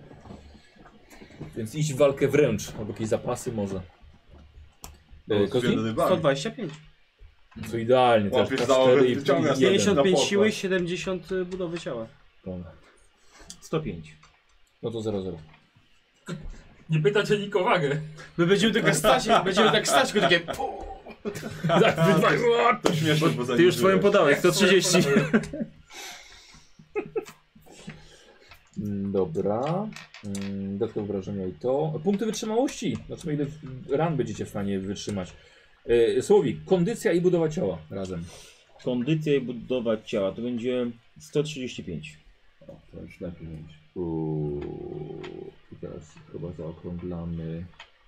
Więc iść w walkę wręcz, albo jakieś zapasy może. E, Kozi? sto dwadzieścia pięć. Co idealnie, teraz Łapiesz K za cztery ogon, i wyciągasz jeden. pięćdziesiąt pięć Na siły, pokład. siedemdziesiąt budowy ciała. Dobra. sto pięć. No to zero zero. Nie pytać o nikowagę. My będziemy tylko stać, będziemy tak stać, tylko takie... To śmieszne, bo Ty już swoją podałeś, sto trzydzieści. Mm, Dobra. Mm, Dodatkowe wrażenia i to. Punkty wytrzymałości. Zobaczymy, ile ran będziecie w stanie wytrzymać. E, Słowik, kondycja i budowa ciała razem. Kondycja i budowa ciała to będzie sto trzydzieści pięć. O, to już lepiej będzie. Uuu, I teraz chyba zaokrąglamy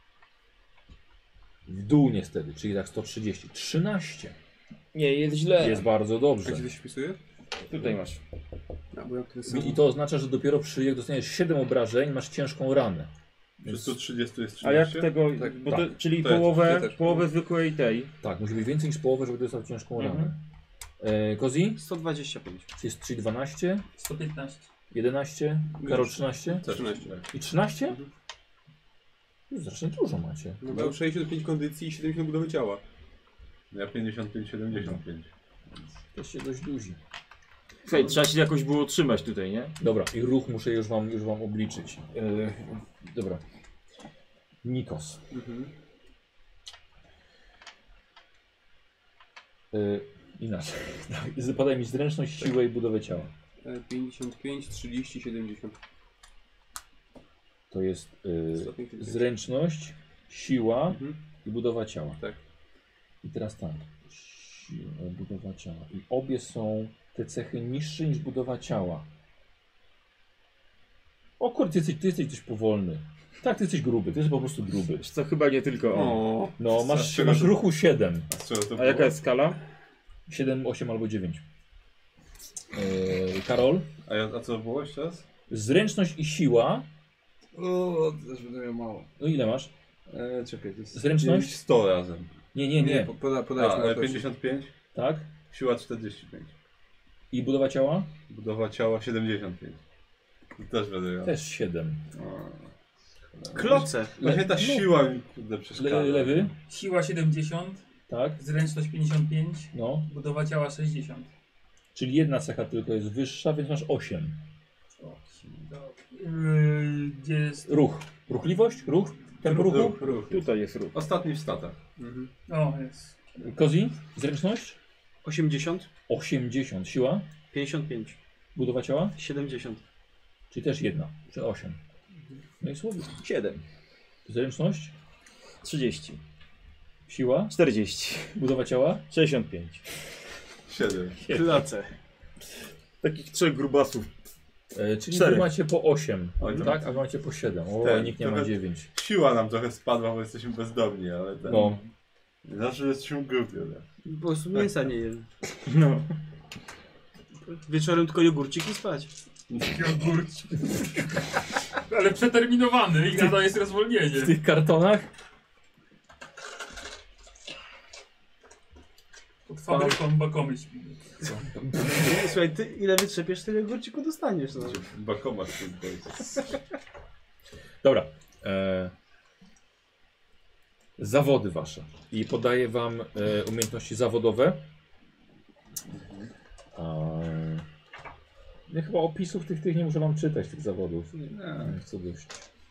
w dół niestety, czyli tak sto trzydzieści. trzynaście. Nie, jest źle. Jest bardzo dobrze. A gdzie to się wpisuje? Tutaj masz. A, bo ja tyle samo. I to oznacza, że dopiero przy jak dostaniesz siedem obrażeń, masz ciężką ranę. Przy sto trzydzieści jest A jak trzynaście? tego, Tak, bo tak. to, czyli To ja też, połowę, ja też. połowę zwykłej tej. Tak, musi być więcej niż połowę, żeby dostał ciężką Mhm. ranę. E, Kozi? sto dwadzieścia pięć. Czyli, czyli dwanaście, sto piętnaście. jedenaście, Karol trzynaście Też trzynaście. i trzynaście? Mhm. Już Strasznie dużo macie. No, miał sześćdziesiąt pięć kondycji i siedemdziesiąt budowy ciała. Ja pięćdziesiąt pięć siedemdziesiąt pięć. Jesteście dość duzi. Słuchaj, trzeba się jakoś było utrzymać tutaj, nie? Dobra, i ruch muszę już wam, już wam obliczyć. E, dobra. Nikos. Mhm. E, inaczej. Podaj mi zręczność, siłę i budowę ciała. E, pięćdziesiąt pięć, trzydzieści, siedemdziesiąt. To jest e, Stopień krytyczny. zręczność, siła Mhm. i budowa ciała. Tak. I teraz tak. Siła, budowa ciała. I obie są te cechy niższe niż budowa ciała. O kurde, ty jesteś, ty jesteś dość powolny. Tak, ty jesteś gruby, ty jesteś po prostu gruby. Wiesz co, chyba nie tylko on. O, No, masz, Z czego masz to- ruchu siedem. A z czego to A było? jaka jest skala? siedem, osiem albo dziewięć. Yy, Karol? A, ja, a co było jeszcze raz? Zręczność i siła. o, też będę miał mało. No ile masz? E, czekaj, to jest... Zręczność? sto razem. Nie, nie, nie. po- Poda, podajesz A, na e, wartości. pięćdziesiąt pięć, Tak? siła czterdzieści pięć. I budowa ciała? Budowa ciała siedemdziesiąt pięć. To też będę miał. Też siedem. Kloce. Właśnie ta no. siła mi kurde przeszkadza. Le, lewy? Siła siedemdziesiąt, Tak? zręczność pięćdziesiąt pięć, No. budowa ciała sześćdziesiąt. Czyli jedna cecha tylko jest wyższa, więc masz osiem. Yy, gdzie jest... Ruch. Ruchliwość? Ruch? Tempo ruchu? Ruch, ruch. Tutaj jest ruch. Ostatni w statach. Mhm. O, jest. Kozi? Zręczność? osiemdziesiąt. osiemdziesiąt. Siła? pięćdziesiąt pięć. Budowa ciała? siedemdziesiąt. Czyli też jedna. Czy osiem. No i słowo. siedem. Zręczność? trzydzieści. Siła? czterdzieści. Budowa ciała? sześćdziesiąt pięć. siedem. Kloce. Takich trzech grubasów. E, czyli Cztery. wy macie po osiem, Oj, to- tak? A wy macie po siedem. O, Ten, nikt nie ma trochę- dziewięć. Siła nam trochę spadła, bo jesteśmy bezdomni, ale ten... No. Zawsze jesteśmy głupi, ale... Po prostu mięsa nie jem. No. Wieczorem tylko jogurcik i spać. Jogurt. Ale przeterminowany i nadal jest W rozwolnienie. tych kartonach? Pod fabryką Bakomy śpimy. Słuchaj, ty ile wytrzepiesz, tyle górciku dostaniesz. No. Bakomat w tym boisie. Dobra. E, zawody wasze. I podaję wam e, umiejętności zawodowe. E, ja chyba opisów tych, tych nie muszę wam czytać, tych zawodów. Nie. Nie chcę dość.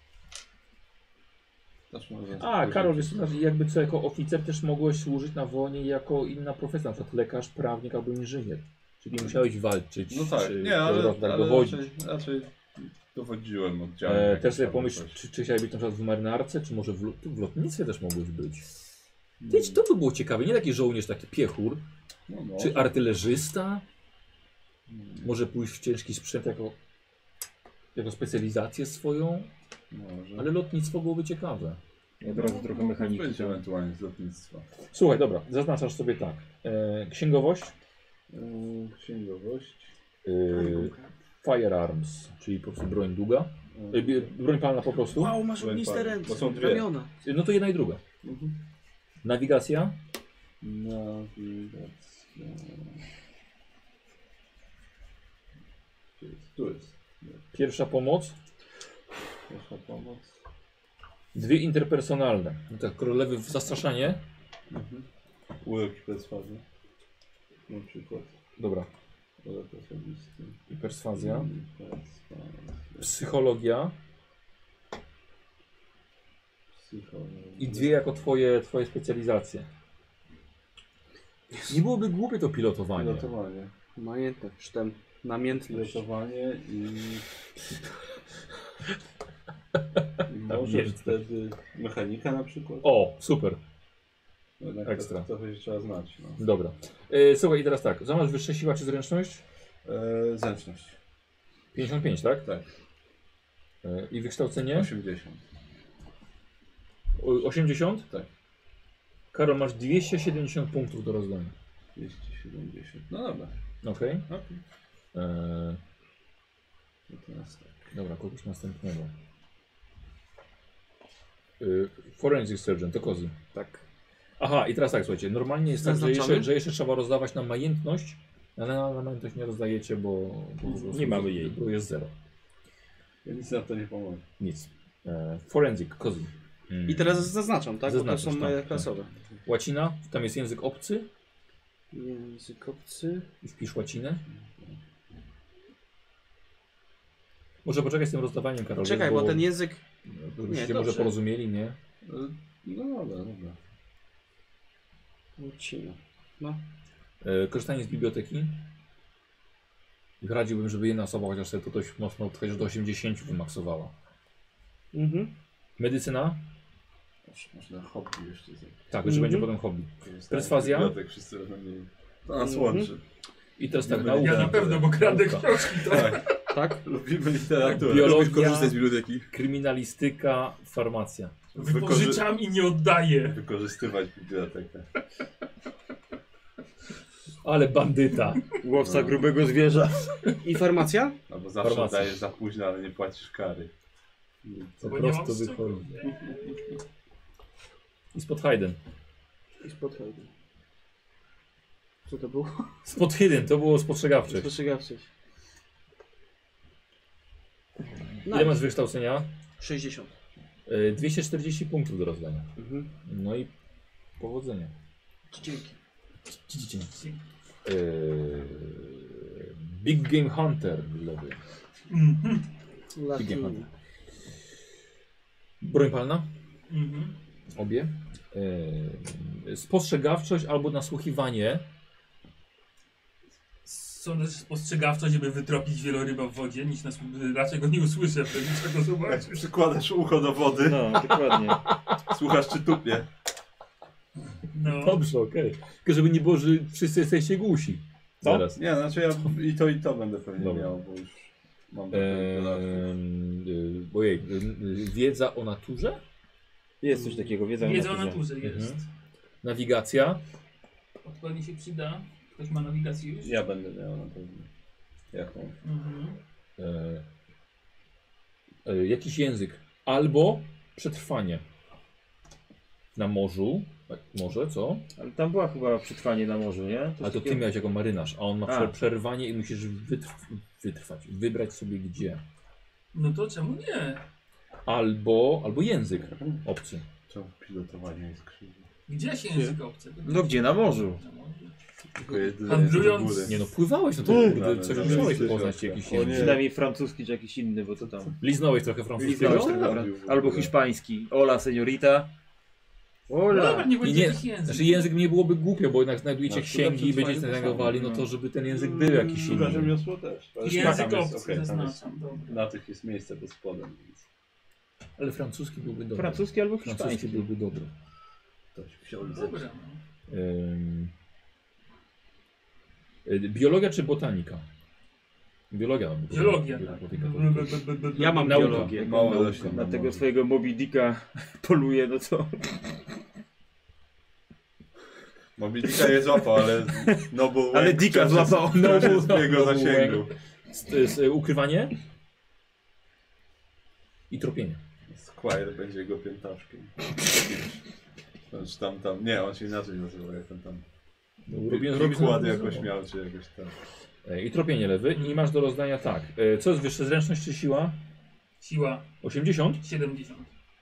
Też może A, Karol, wiesz, znaczy jakby co, jako oficer też mogłeś służyć na wojnie jako inna profesja, na przykład lekarz, prawnik albo inżynier. Czyli musiałeś walczyć, No tak, czy nie, ale, ale, ale dowodzić. raczej, raczej dowodziłem oddziałem. E, jakimś też sobie tam pomyśl, coś. czy, czy chciałeś być na przykład w marynarce, czy może w, lo- tu w lotnictwie też mogłeś być. Ty, to by było ciekawe, nie taki żołnierz, taki piechur, No, no. czy artylerzysta, może pójść w ciężki sprzęt jako, jako specjalizację swoją, Może. ale lotnictwo byłoby ciekawe. Od razu trochę mechaniki. Być ewentualnie z lotnictwa. Słuchaj, dobra, zaznaczasz sobie tak, e, księgowość, Yy, księgowość. e, firearms, czyli po prostu broń długa, e, bie- broń palna po prostu, Wow, masz Powiem ogniste panu, ręce, bo są dwie. ramiona. no to jedna i druga. Mhm. Nawigacja, Nawigacja. Gdzie jest? Tu jest. pierwsza pomoc, Pierwsza pomoc. dwie interpersonalne, no tak, królewy w zastraszanie, Mhm. Urok i perswazja. Na przykład. dobra, Urok osobisty. i perswazja, I perswazja. psychologia Psychologia. i dwie jako twoje, twoje specjalizacje. Nie byłoby głupie to pilotowanie. Pilotowanie. Majętność, czy tam namiętność. Pilotowanie i... I może Namiętność. wtedy mechanika na przykład. O, super, No jednak ekstra. To, trochę się trzeba znać. No. dobra. E, słuchaj, i teraz tak, zamiast wyższe siła czy zręczność? E, zręczność. pięćdziesiąt pięć, tak? Tak. E, I wykształcenie? osiemdziesiąt. O- osiemdziesiąt? Tak. Karol, masz dwieście siedemdziesiąt punktów do rozdania. dwieście siedemdziesiąt. No dobra. Okej. Okay. E, No teraz tak. Dobra, kogoś następnego. Y, Forensic Surgeon, to Kozi. Tak. Aha, i teraz tak, słuchajcie, normalnie jest tak, że Zaznaczamy? jeszcze, że jeszcze trzeba rozdawać nam majętność, ale na, na majętność nie rozdajecie, bo, bo po prostu Nie mamy jej. Bo jest zero. Ja nic na to nie pomogę. Nic. E, forensic, Kozi. Mm. I teraz zaznaczam, tak? Bo to Zaznaczasz, są tak, moje tak. klasowe. Łacina, tam jest język obcy Język obcy. i wpisz łacinę. Może poczekaj z tym rozdawaniem, Karol. Czekaj, bo ten język... Żebyście Nie, się może dobrze. porozumieli, nie? E, No dobra, dobra. Łacina. No. E, korzystanie z biblioteki. Radziłbym, żeby jedna osoba chociaż sobie to dość mocno, chociaż do osiemdziesięciu wymaksowała. Mhm. Medycyna? Może, może na hobby jeszcze zrobić. Tak, że Mhm. będzie potem hobby. Korzystanie z Perswazja? bibliotek, wszyscy będą mieli. To nas Mhm. łączy. I teraz tak, Ja nauka. Ja na pewno, bo kradę Nauka. książki to... Tak, Tak? lubimy literaturę. Biologia. Lubisz korzystać z biblioteki. Kryminalistyka, farmacja. Wypożyczam i nie oddaję. Wykorzystywać bibliotekę. Ale bandyta. Łowca grubego zwierza. I farmacja? Albo zawsze Farmacja. dajesz za późno, ale nie płacisz kary. Po Bo nie mam prostu z czego. wychodzi. I spod Hayden. I spotkaj. Co to było? Spod Hayden, to było spostrzegawcze. Spostrzegawczość. Ile masz wykształcenia? sześćdziesiąt. Y, dwieście czterdzieści punktów do rozdania. Mhm. No i powodzenia. Dzięki. Y, Big Game Hunter. Lewy. Mhm. Big Game Hunter. Broń palna? Mhm. Obie. Yy, spostrzegawczość albo nasłuchiwanie. Są też spostrzegawczo, żeby wytropić wieloryba w wodzie, niż nas raczej go nie usłyszę, wtedy trzeba go zobaczyć. Przykładasz ucho do wody, No, dokładnie. słuchasz czy tupie. No. Dobrze, okej. Tylko żeby nie było, że wszyscy jesteście głusi. Co? Zaraz. Nie, znaczy ja i to i to będę pewnie Dobra. miał, bo już mam trochę dodatków. Eee, yy, ojej, yy, wiedza o naturze? Jest coś takiego, wiedza Wiedza o o naturze. naturze jest. Mhm. Nawigacja. Odpowiednio się przyda. Ktoś ma nawigację już? Ja będę miał na pewno. Jaką? Mhm. Eee, eee, jakiś język. Albo przetrwanie. Na morzu. Może, co? Ale tam była chyba przetrwanie na morzu, nie? Ale to takie- ty miałeś jako marynarz, a on ma A. prze- przerwanie i musisz wytrw wytrwać, wybrać sobie gdzie. No to czemu nie? Albo, albo język obcy. Czemu pilotowanie jest krzywo? Gdzie się język obcy? No gdzie? Na morzu. Tylko jedynie Handlując- do góry. Nie no, pływałeś, no to Mm. kurde, coś No, musiałeś no, poznać no, jakiś o język. nie. Przynajmniej francuski czy jakiś inny, bo to tam. Liznąłeś trochę francuskiego? Liznąłeś trochę, dobra. Albo hiszpański. Hola, seniorita. No Hola. dobra, nie I będzie nie, tych języków. znaczy język nie byłoby głupio, bo jednak znajdujecie No, księgi i przede będziecie wszystkim znajdowali, no to żeby ten język był jakiś Druga inny. rzemiosło też. Ale Język tam jest, obcy okej, tam jest, zaznaczam, dobra. na tych jest miejsce pod spodem, więc Ale francuski byłby dobry. Francuski albo Francuski hiszpański. byłby dobry. ktoś wziął i Dobra, zepsuł. no. Ym... Y, Biologia czy botanika? Biologia. Biologia, Biologia, tak. botanika. Ja mam Nauka. biologię. Mało Nauka. rośnie. Na tego swojego Moby Dicka poluje, no co? Moby Dicka je złapał, ale Noble Ale Wang Dicka wciąż jest- złapał. wciąż jest w Noble- jego Noble zasięgu. To jest y, ukrywanie i tropienie. Squire będzie jego piętaszkiem. Znaczy tam, tam, nie, on się inaczej nazywał, jak on tam Robię, robię kład jakoś miał, czy jakoś tam. I tropienie lewy. I masz do rozdania tak. Y, Co jest wyższe, zręczność czy siła? Siła osiemdziesiąt. siedemdziesiąt.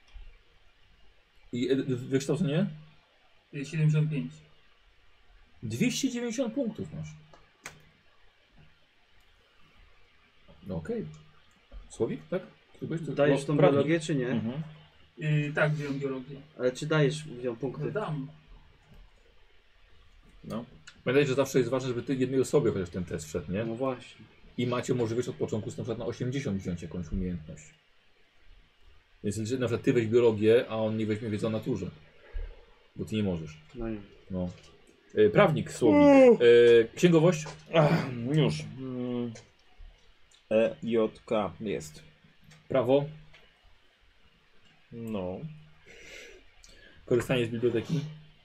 I y, wykształcenie? Y, siedemdziesiąt pięć. dwieście dziewięćdziesiąt punktów masz. No okej. Słowik, tak? Ty byłeś- to- Dajesz no, tą prawnik. biologię czy nie? Mhm. Y, tak, wziąłem biologię. Ale czy dajesz wziął punkty? No dam. No. Pamiętaj, że zawsze jest ważne, żeby ty jednej osobie chociaż ten test wszedł, nie? No właśnie. I macie możliwość od początku na przykład na osiemdziesiąt wziąć jakąś umiejętność. Więc że na przykład ty weź biologię, a on nie weźmie wiedzy o naturze. Bo ty nie możesz. No nie. No. E, prawnik, słownik. E, księgowość? Ach, już. Mm. E, J, K jest. Prawo? No. Korzystanie z biblioteki?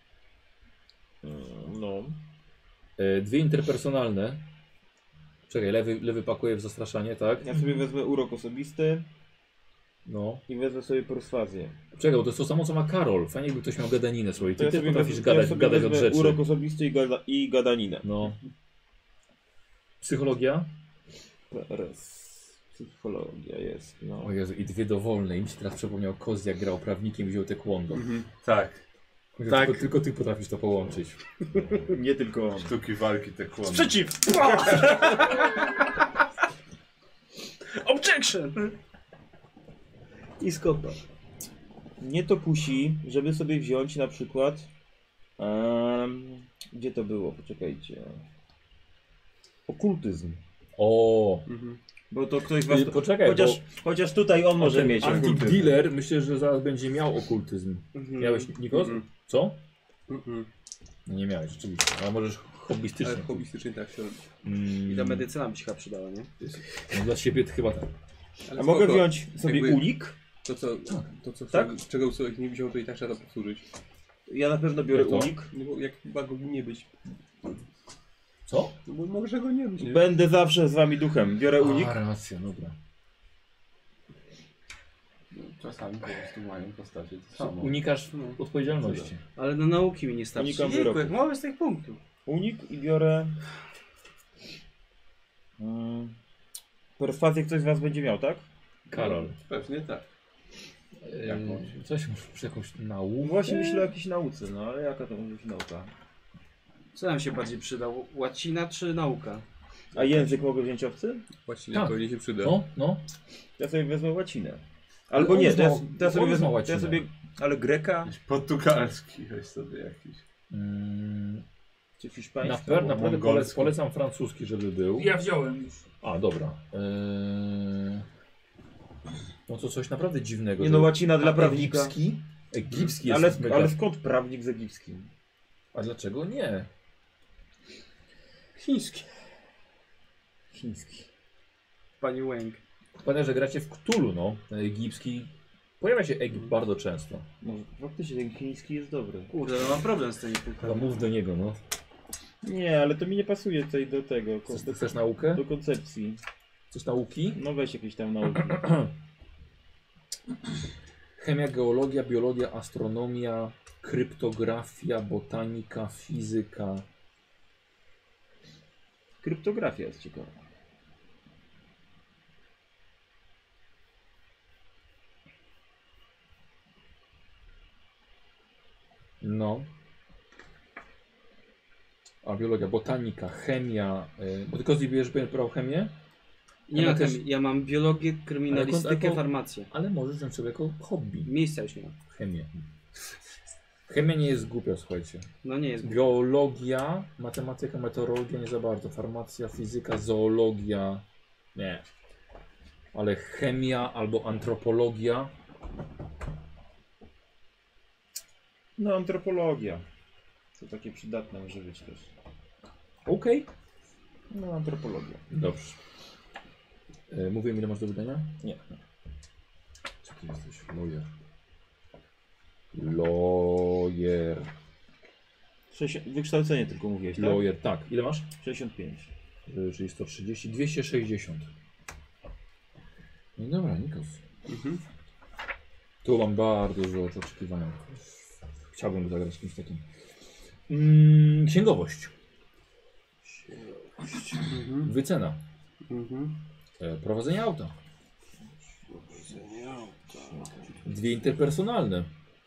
Mm, No. E, dwie interpersonalne. Czekaj, lewy, lewy pakuje w zastraszanie, tak? Ja sobie wezmę urok osobisty No. i wezmę sobie perswazję. Czekaj, bo to jest to samo co ma Karol. Fajnie jakby ktoś miał gadaninę swoją. To Ty ja też sobie potrafisz wezmę, to ja gadać, sobie gadać od wezmę rzeczy. urok osobisty i, gada, i gadaninę. No. Psychologia? Raz. Psychologia jest, no. O Jezu, i dwie dowolne. I mi się teraz przypomniał Koz, jak grał prawnikiem, wziął taekwondo. Tak, Tak. Tylko, tylko ty potrafisz to połączyć. Nie tylko on. sztuki walki te kłony. Sprzeciw! Objection! I skopa. Mnie to kusi, żeby sobie wziąć na przykład... em, gdzie to było? Poczekajcie. Okultyzm. O. Bo to ktoś z was... Ty, poczekaj, Chociaż, chociaż tutaj on może ten mieć Antik okultyzm. dealer myślę, że zaraz będzie miał okultyzm. Mhm. Miałeś, Nikos? Mhm. Co? Mhm. No nie miałeś, rzeczywiście. Ale możesz hobbystycznie. Ale hobbystycznie tak się robi. Mm, I ta medycyna by się chyba przydała, nie? no dla siebie to chyba tak. Ale A mogę spoko. wziąć sobie Jakby- unik? To co, to co Tak? czego człowiek nie wziął, to i tak trzeba to powtórzyć. Ja na pewno biorę Jak to? unik. No bo jak ma go nie być. Co? No bo może go nie być, nie? Będę zawsze z wami duchem. Biorę unik. A, racja, dobra. Czasami po prostu mają postacie to samo. Unikasz odpowiedzialności. Ale na nauki mi nie starczy. Unikam Jejku, wyroku. jak mało z tych punktów. Unik i biorę... Mm, perswazję ktoś z was będzie miał, tak? Karol. Pewnie tak. Jakąś. Coś może przy jakąś naukę. Właśnie myślę o jakiejś nauce, no ale jaka to może być nauka? Co nam się bardziej przyda? Łacina czy nauka? A język mogę wziąć obcy? Właściwie Tak. pewnie się przyda. No, no. Ja sobie wezmę łacinę. Ale Albo on nie, już to ja, ma- to ja sobie on już ma wezmę... To ja łacinę. sobie... Ale greka? Jakiś portugalski weź sobie jakiś. Mm, Czy na, hiszpański? per, naprawdę pole, mongolski. polecam francuski, żeby był. Ja wziąłem już. A, dobra. Eee... No to coś naprawdę dziwnego. Nie że- no, łacina dla A, prawnika. Egipski? Egipski jest Ale, mega... ale skąd prawnik z egipskim? A dlaczego nie? Chiński. Chiński. Pani Wang. Pamiętaj, że gracie w Cthulhu, no. Ten egipski... Pojawia się Egipt bardzo często. Może faktycznie ten chiński jest dobry. Kurde, no mam problem z tymi Chyba punktami. mów do niego, no. Nie, ale to mi nie pasuje tutaj do tego. Chcesz, do, chcesz naukę? do koncepcji. Chcesz nauki? No weź jakieś tam nauki. Chemia, geologia, biologia, astronomia, kryptografia, botanika, fizyka. Kryptografia jest ciekawa. No. A biologia, botanika, chemia. Yy, bo tylko zbierz brał chemię? Nie Ale ma też- też... Ja mam biologię, kryminalistykę, jako- farmację. Ale możesz wziąć sobie jako hobby. Miejsca już nie ma. Chemię. Chemia nie jest głupia, słuchajcie. No nie jest. Geologia, matematyka, meteorologia nie za bardzo. Farmacja, fizyka, zoologia. Nie. Ale chemia albo antropologia. No, antropologia. To takie przydatne może być też. Okej. No, antropologia. Dobrze. E, mówiłem, ile masz do wydania? Nie. Co ty jesteś? Lawyer. Lawyer. sześćdziesiąt Wykształcenie tylko mówiłeś, tak? Lawyer, tak. Ile masz? sześćdziesiąt pięć. E, Czyli sto trzydzieści, dwieście sześćdziesiąt. No dobra, Nikos. Mhm. Tu mam bardzo dużo oczekiwania. Chciałbym zagrać z kimś takim. Mm, księgowość. Mhm. Wycena. Mhm. E, prowadzenie auta. Dwie interpersonalne.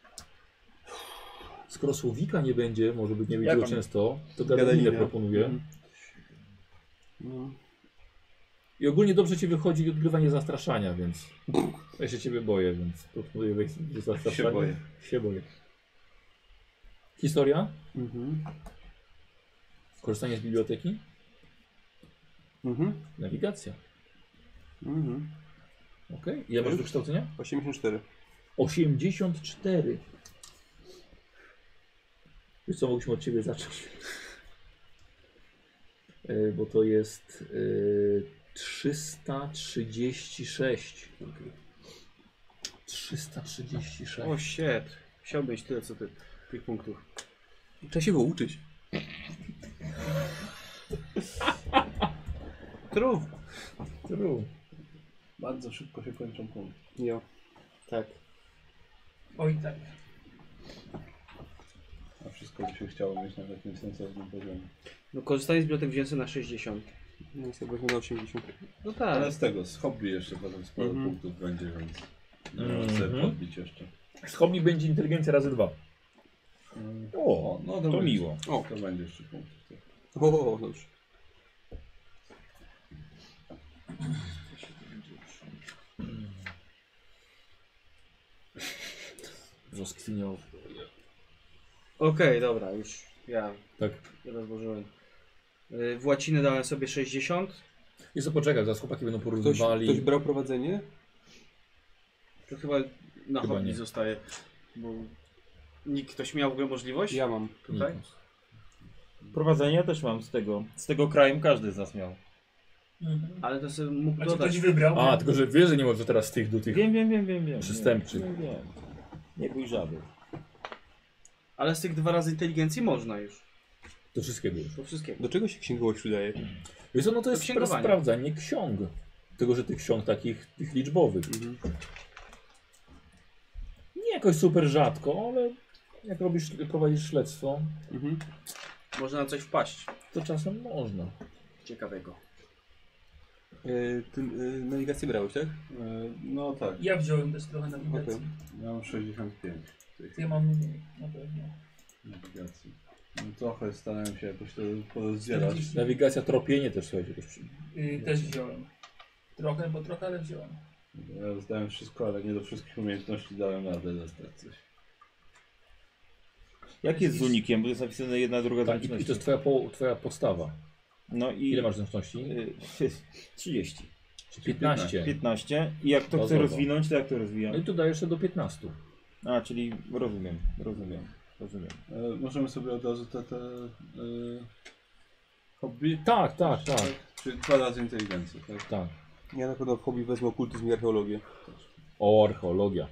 Skoro słowika nie będzie, może być nie będzie Jak go on- często, to gadaninę Gadanina. proponuję. Mhm. No. I ogólnie dobrze ci wychodzi odgrywanie zastraszania, więc ja się ciebie boję, więc proponuję wejść w zastraszanie. Się boję. Się boję. Historia? Mhm. Korzystanie z biblioteki? Mhm. Nawigacja. Mhm. Okej. Ile masz wykształcenia? osiemdziesiąt cztery. osiemdziesiąt cztery. Wiesz co, mogliśmy od ciebie zacząć. E, bo to jest e, trzysta trzydzieści sześć. trzysta trzydzieści sześć. O shit. Chciałbyś tyle co ty tych punktów. Trzeba się go uczyć. True. True. Bardzo szybko się kończą punkty. Jo. Tak. Oj tak. A wszystko by się chciało mieć na takim sensownym poziomie. No korzystanie z bibliotek wziąłem sobie na sześćdziesiąt. No sobie weźmy na osiemdziesiąt. No tak. Ale z tego, z hobby jeszcze potem sporo Mhm. punktów będzie, więc nie Mhm. można sobie podbić jeszcze. Z hobby będzie inteligencja razy dwa. O, no to, To będzie. miło. O, to będzie jeszcze punktów. Tak. O, dobrze. Rozkwiniał. Okej, dobra, już ja Tak. rozłożyłem. Y, W łaciny dałem sobie sześćdziesiąt. I co poczekaj, zaraz chłopaki będą Ktoś, porównywali. ktoś brał prowadzenie? To chyba na Chyba hobby nie. zostaje. Bo nikt ktoś miał w ogóle możliwość? Ja mam. Tutaj? Nikos. Prowadzenie też mam z tego. Z tego kraju każdy z nas miał. Mhm. Ale to sobie mógł A czy dodać. ktoś wybrał? A, tylko że wiesz, że nie może teraz tych do tych. Wiem, wiem, wiem, wiem, wiem. Przystępczych. Wiem, wiem. Nie bój żaby. Ale z tych dwa razy inteligencji można już. To wszystkiego już. Do wszystkiego. Do czego się księgowość przydaje? Wiesz co, no to jest księgowania. sprawdzanie ksiąg. Tylko, że tych ksiąg takich tych liczbowych. Mhm. Nie jakoś super rzadko, ale jak robisz, prowadzisz śledztwo, Mhm. Można na coś wpaść. to czasem można. Ciekawego. E, ty e, nawigację brałeś, tak? E, No tak, Ja wziąłem też trochę nawigacji. Okej. ja mam sześćdziesiąt pięć tych To ja mam mniej, na pewno. nawigacji. No, trochę starałem się jakoś to porozdzielać. czterdzieści. Nawigacja, tropienie też, słuchajcie, też przy... Y, też wziąłem. Trochę, bo trochę, ale wziąłem. Ja zdałem wszystko, ale nie do wszystkich umiejętności dałem radę dostać coś. Jak jest z unikiem? Bo to jest napisane jedna, druga Tak, i, i to jest twoja, po, twoja podstawa. No i... Ile masz zręczności? Y, trzydzieści. Czy piętnaście. piętnaście. I jak to To chcę zobacz. rozwinąć, to jak to rozwijam? No i tu dajesz jeszcze do piętnastu. A, czyli rozumiem, rozumiem, rozumiem. E, możemy sobie od razu te, te e, hobby? Tak, tak, tak, Czyli dwa razy inteligencję, tak? tak. Ja na pewno w hobby wezmę okultyzm i archeologię. O, archeologia.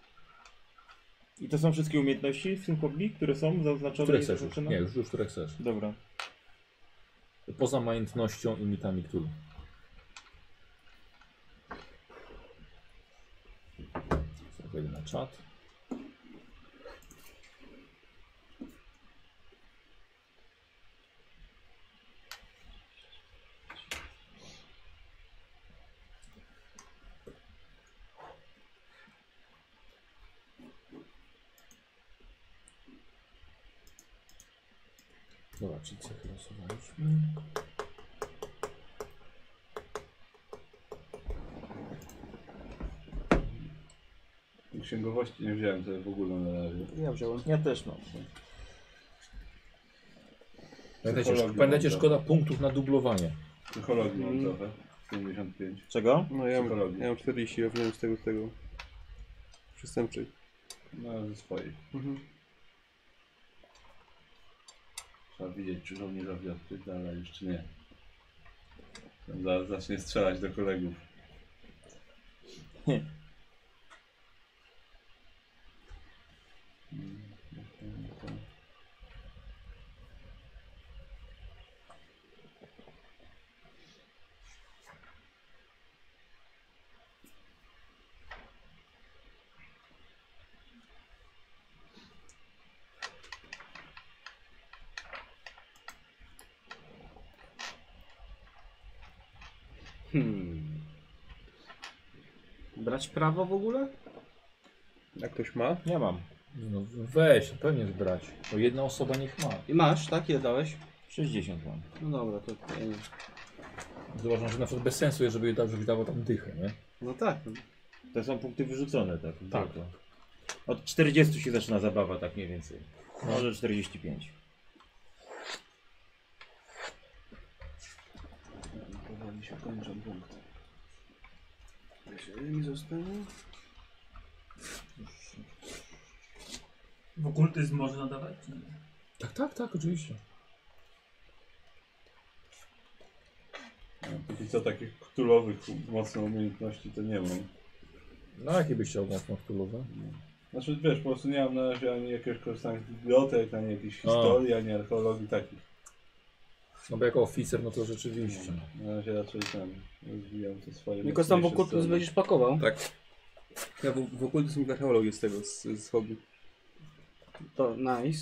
I to są wszystkie umiejętności w tym hobby, które są zaznaczone? Które i chcesz już? zaznaczone? Nie, już, już które chcesz. Dobra. Poza majątnością i mitami Cthulhu. Wejdę na czat. Dobra, czyli cechy losowaliśmy. Księgowości nie wziąłem sobie w ogóle na razie. Ja wziąłem. Ja też mam. Pamiętajcie, Psychologii pamiętajcie mam szkoda punktów na dublowanie. Psychologii mam Mm. trochę. pięćdziesiąt pięć. Czego? No ja mam, Psychologii. ja mam czterdzieści, ja wziąłem z tego, z tego. Przestępczej. No ze swojej. Mhm. Trzeba widzieć, czy żołnierzowi odpierdala już, czy nie. Ten zaraz zacznie strzelać do kolegów. Hmm. Brać prawo w ogóle? A ktoś ma? Nie mam. No weź, pewnie zbrać. Bo jedna osoba niech ma. I masz, tak? Ile dałeś? sześćdziesiąt mam. No dobra, to... ja nie- Zauważam, że na przykład bez sensu jest, żeby żebyś dawał tam dychę, nie? No tak. no. To są punkty wyrzucone, tak? Tak. To. Od czterdziestu się zaczyna zabawa, tak mniej więcej. Może czterdzieści pięć. Powoli się kończą punkty. Ile mi zostało? W okultyzm można dawać? Czy nie? Tak, tak, tak, oczywiście. No, póki co takich ktulowych mocno umiejętności to nie mam. No jakie byś chciał mocno wtulowe? Znaczy wiesz, po prostu nie mam na razie ani jakiegoś korzystania z bibliotek, ani jakiejś historii, ani archeologii takich. No bo jako oficer, no to rzeczywiście. Na razie raczej ten rozwijam te swoje... Nikos tam w mocniejsze okultyzm strony. będziesz pakował? Tak. Ja w, w okultyzm i archeologię z tego, z, z hobby. To nice.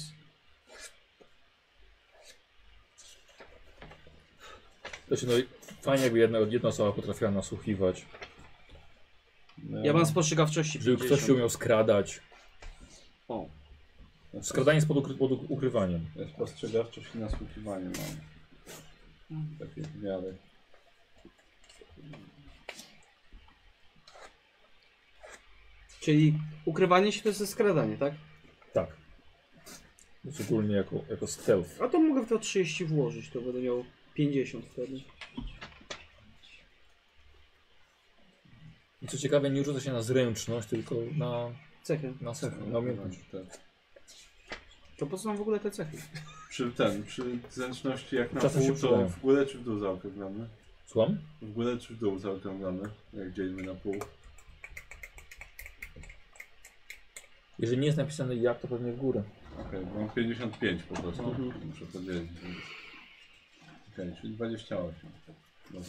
To się, no, i fajnie jakby jedna, jedna osoba potrafiła nasłuchiwać. No, Ja mam spostrzegawczości Żeby ktoś się pięćdziesiąt. umiał skradać. O. Skradanie jest pod, ukry, pod ukrywaniem. Ja spostrzegawczość i nasłuchiwanie mam. Takie w miarę. Czyli ukrywanie się to jest skradanie, tak? Tak. Szczególnie jako, jako stealth. A to mogę w to trzydzieści włożyć, to będę miał pięćdziesiąt wtedy. I co ciekawe, nie rzuca się na zręczność, tylko na, Cechy. na cechę, na umiejętność. Tak. To po co nam w ogóle te cechy? Przy ten, przy zręczności jak na Czasem się pół, to przydają. w górę czy w dół zaokrąglamy? Słucham? W górę czy w dół zaokrąglamy? Jak dzielimy na pół. Jeżeli nie jest napisane jak, to pewnie w górę. Okej, okay, mam pięćdziesiąt pięć po prostu. Mhm. Muszę podzielić. Więc... Okej, okay, czyli dwadzieścia osiem. Dobra.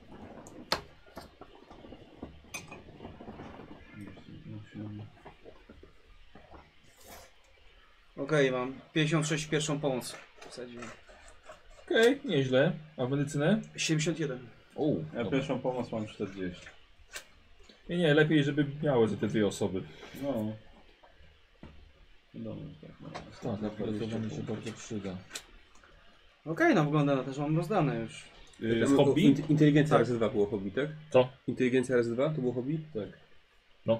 Okej, mam pięćdziesiąt sześć pierwszą pomoc. Wsadziłem. Okej, okay, nieźle. A w medycynę? siedemdziesiąt jeden. O, Ja dobra. pierwszą pomoc mam czterdzieści. Nie, nie, lepiej, żeby miały za te dwie osoby. No. Dobrze, tak. No. Tak, na się bardzo przyda. Okej, no wygląda na to, że mam rozdane już. To jest Tam hobby? int- Inteligencja Tak. razy dwa było hobby, tak? Co? Inteligencja razy dwa to było hobby? Tak. No.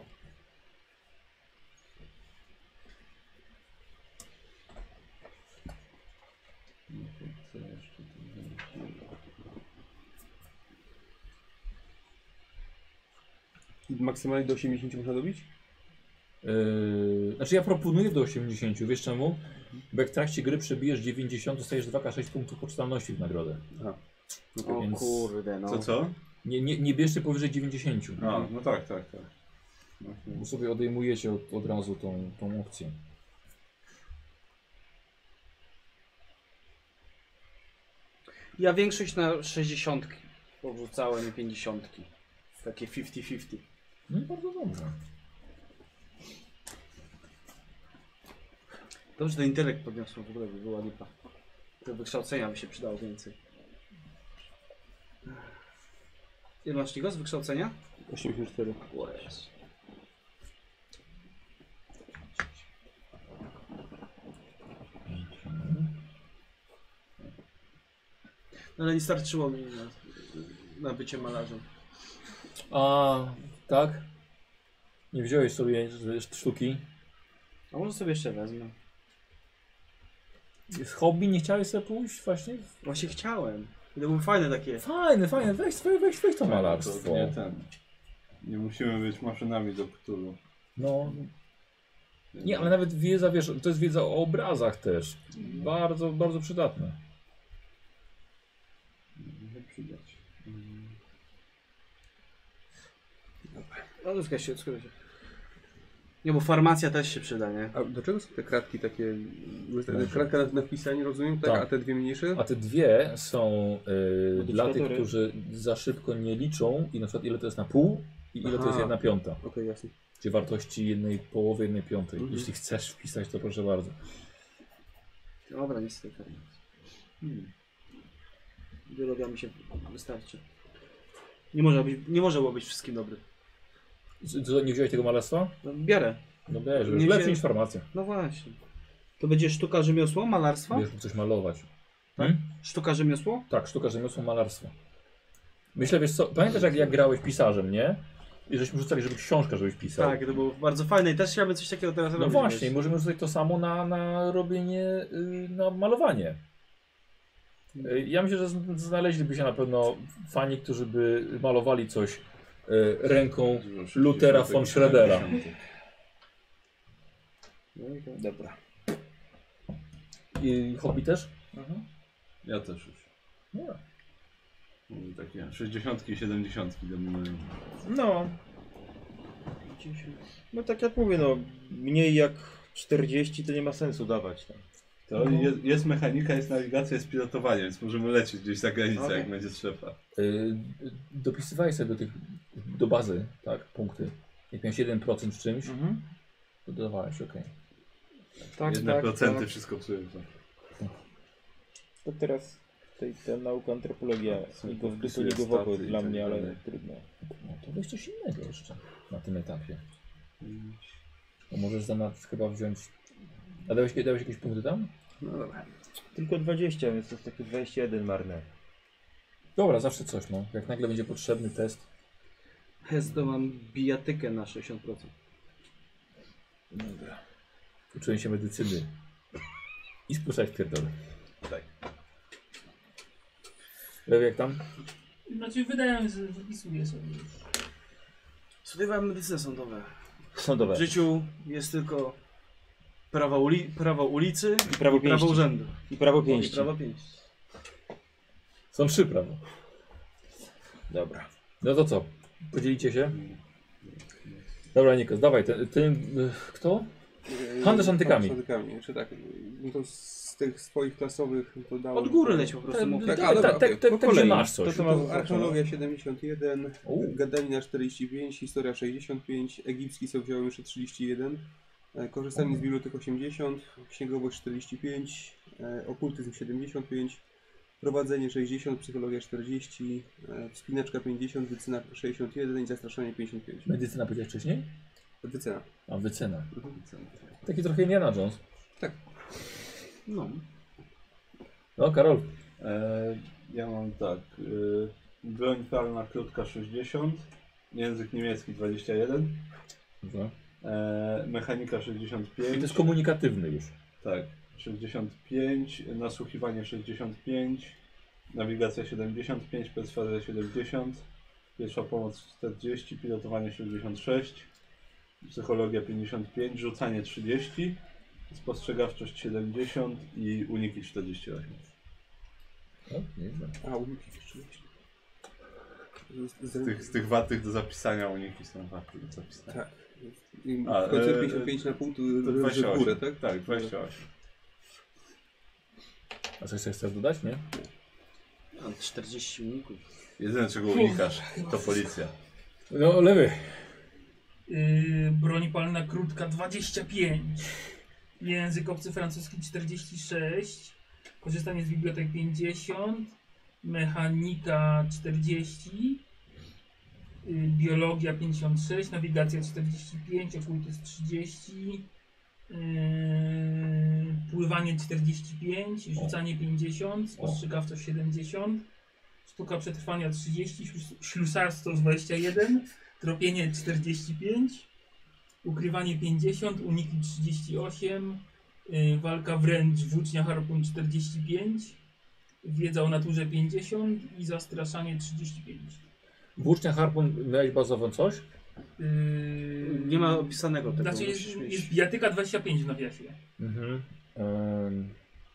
No to co jeszcze tu będzie? I maksymalnie do osiemdziesięciu można dobić? Yy, znaczy ja proponuję do osiemdziesięciu, wiesz czemu? Bo jak w trakcie gry przebijesz dziewięćdziesiąt, dostajesz dwa K sześć punktów poczytalności w nagrodę. O Więc- kurde, no. Co, co? Nie, nie, nie bierzcie powyżej dziewięćdziesięciu. A, no tak, tak, tak. No, Bo sobie odejmujecie od, od razu tą, tą opcję. Ja większość na sześćdziesiąt porzucałem i pięćdziesiąt. Takie pięćdziesiąt pięćdziesiąt. No i bardzo dobrze. Dobrze, że intelekt podniosło, w ogóle by była lipa. Do wykształcenia by się przydało więcej. Ile masz Nikos z wykształcenia? osiemdziesiąt cztery. O Jezu. Ale nie starczyło mi na, na bycie malarzem. A, tak? Nie wziąłeś sobie sztuki? A może sobie jeszcze wezmę? Z hobby nie chciałeś sobie pójść właśnie? Właśnie chciałem. To były fajne takie. Fajne, fajne, weź, weź, weź, weź to malarstwo. To nie ten. Nie musimy być maszynami do Cthulhu. No. Nie, ale nawet wiedza, wiesz, to jest wiedza o obrazach też. Bardzo, bardzo przydatne. Może przydać. No, skoro się, skoro się. Nie, bo farmacja też się przyda, nie? A do czego są te kratki takie? Może. Kratka na, na wpisanie, rozumiem, tak? Tak. A te dwie mniejsze? A te dwie są y, dla tych, Modyfikatory. którzy za szybko nie liczą i na przykład ile to jest na pół i ile to jest Aha. jedna piąta. Okej, jasne. Czyli wartości jednej połowy, jednej piątej. Mhm. Jeśli chcesz wpisać, to proszę bardzo. Dobra, nic z tej farmacji. Hmm. Biologia mi się wystarczy. Nie może być, nie może było być wszystkim dobry. Co, co, nie wziąłeś tego malarstwa? No, biorę. No bierz, Nie już lepsze wzię- niż farmacja. No właśnie. To będzie sztuka rzemiosło, malarstwo? Wiesz, coś malować. Tak? Hmm? Sztuka rzemiosło? Tak, sztuka rzemiosło, malarstwo. Myślę, wiesz co, pamiętasz jak, jak grałeś pisarzem, nie? I żeśmy rzucali, żeby książkę żebyś pisał. Tak, to było bardzo fajne i też chciałbym coś takiego teraz No robić. właśnie, wiesz. możemy rzucać to samo na, na robienie, y, na malowanie. Y, Ja myślę, że z- znaleźliby się na pewno fani, którzy by malowali coś y, ręką Luthera von Schroedera. No i tak. Dobra. I hobby też? Ja też już. No. Mówię takie sześćdziesiątki i siedemdziesiątki dominują. No. No tak jak mówię, no mniej jak czterdzieści to nie ma sensu dawać tam. To jest, jest mechanika, jest nawigacja, jest pilotowanie, więc możemy lecieć gdzieś za granicę, Okej. jak będzie trzeba. Y, dopisywałeś sobie do tych, do bazy, tak, punkty. Jak miałeś jeden procent w czymś, Mhm. to dodawałeś, okej. Tak, Jedne tak, procenty tak. wszystko psują. To. To teraz tej, ta nauka antropologia Sobie niko w dupę, wpisuję niko w oko staty i dla tak mnie, ale dalej. trudno. No to weź coś innego jeszcze na tym etapie. Bo możesz zamiast chyba wziąć... A dałeś, dałeś jakieś punkty tam? No dobra. Tylko dwadzieścia, więc to jest takie dwadzieścia jeden marne. Dobra, zawsze coś, no. Jak nagle będzie potrzebny test. Jest to mam bijatykę na sześćdziesiąt procent. Dobra. Uczyłem się medycyny. I spuszczać w pierdolę. Tak. Lewy jak tam? Znaczy wydałem, że wypisuję sobie już. Studiowałem medycynę sądową. W Sądowe. życiu jest tylko prawo, uli prawo ulicy I prawo i prawo pięści. urzędu. I prawo I pięści. prawo pięści. Są trzy prawo. Dobra. No to co? Podzielicie się? Dobra, Nikos, dawaj. Ty, ty, kto? Handlarz antykami. Handlarz antykami, czy tak. No to z tych swoich klasowych to dałem... Od góry leć po prostu. Tak, mów. tak, tak, a, dobra, tak, tak, okej. tak, Po tak, że kolei. masz coś. To, co To masz archeologia siedemdziesiąt jeden, U. gadanina czterdzieści pięć, historia sześćdziesiąt pięć, egipski sobie wziąłem jeszcze trzydzieści jeden, e, korzystanie z bibliotek osiemdziesiąt, księgowość czterdzieści pięć, e, okultyzm siedemdziesiąt pięć, prowadzenie sześćdziesiąt, psychologia czterdzieści, e, wspinaczka pięćdziesiąt, wycena sześćdziesiąt jeden i zastraszanie pięćdziesiąt pięć. Medycyna powiedziałeś wcześniej? Wycena. A, wycena. Mhm. Taki trochę Indiana Jones. No. No, Karol. E, ja mam tak. E, broń palna krótka sześćdziesiąt, język niemiecki dwadzieścia jeden, Dobra. e, mechanika sześćdziesiąt I to pięć. jest komunikatywny już. Tak, sześćdziesiąt pięć, nasłuchiwanie sześćdziesiąt pięć, nawigacja siedemdziesiąt pięć, perswazja siedemdziesiąt, pierwsza pomoc czterdzieści, pilotowanie sześćdziesiąt sześć, psychologia pięćdziesiąt pięć, rzucanie trzydzieści, spostrzegawczość siedemdziesiąt i uniki czterdzieści osiem. No, nieźle. A, uniki jeszcze. Z tych, z tych wartych do zapisania uniki są warte do zapisania. Tak. I w A, końcu e, pięćdziesiąt pięć na pół to To leży dwadzieścia w osiem, górę, tak? Tak, dwadzieścia osiem. A coś chcesz dodać, nie? Mam czterdzieści uników. Jedyne czego unikasz to policja. No, lewy. Yy, broń palna krótka dwadzieścia pięć. Język obcy francuski czterdzieści sześć. Korzystanie z bibliotek pięćdziesiąt. Mechanika czterdzieści. Yy, biologia pięćdziesiąt sześć. Nawigacja czterdzieści pięć. Okultyzm trzydzieści. Yy, pływanie czterdzieści pięć, rzucanie pięćdziesiąt, spostrzegawczość siedemdziesiąt, sztuka przetrwania trzydzieści, ślus- ślusarstwo dwadzieścia jeden, tropienie czterdzieści pięć, ukrywanie pięćdziesiąt, uniki trzydzieści osiem, yy, walka wręcz, włócznia harpun czterdzieści pięć, wiedza o naturze pięćdziesiąt i zastraszanie trzydzieści pięć. Włócznia harpun, miałeś bazową coś? Yy, Nie ma opisanego tego. Znaczy jest, musisz mieć. jest bijatyka dwadzieścia pięć w nawiasie. Mhm. Um,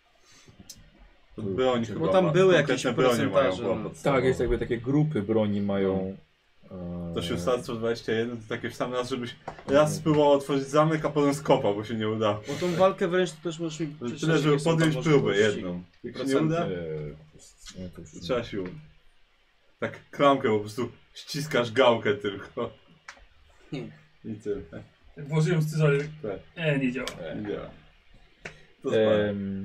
Broń Bo chyba tam ma- były konkretne jakieś bronie mają procentaże, chyba no. podstawowe. tak, jest jakby takie grupy broni mają. e, To ślusarstwo dwadzieścia jeden to takie w sam raz, żebyś raz spróbował otworzyć zamek, a potem skopał, bo się nie udało. Bo tą walkę wręcz to też możesz mi przeczytać, Tyle, żeby jakie są tam podjąć próbę możliwości. jedną. Jak się nie procenty. uda, e, nie, to już nie. trzeba siłą. Tak klamkę po prostu ściskasz gałkę tylko. Hmm. I tyle. Jak włożyłem scyzory, Tak. e, nie działa. Nie działa. To spadło. Em,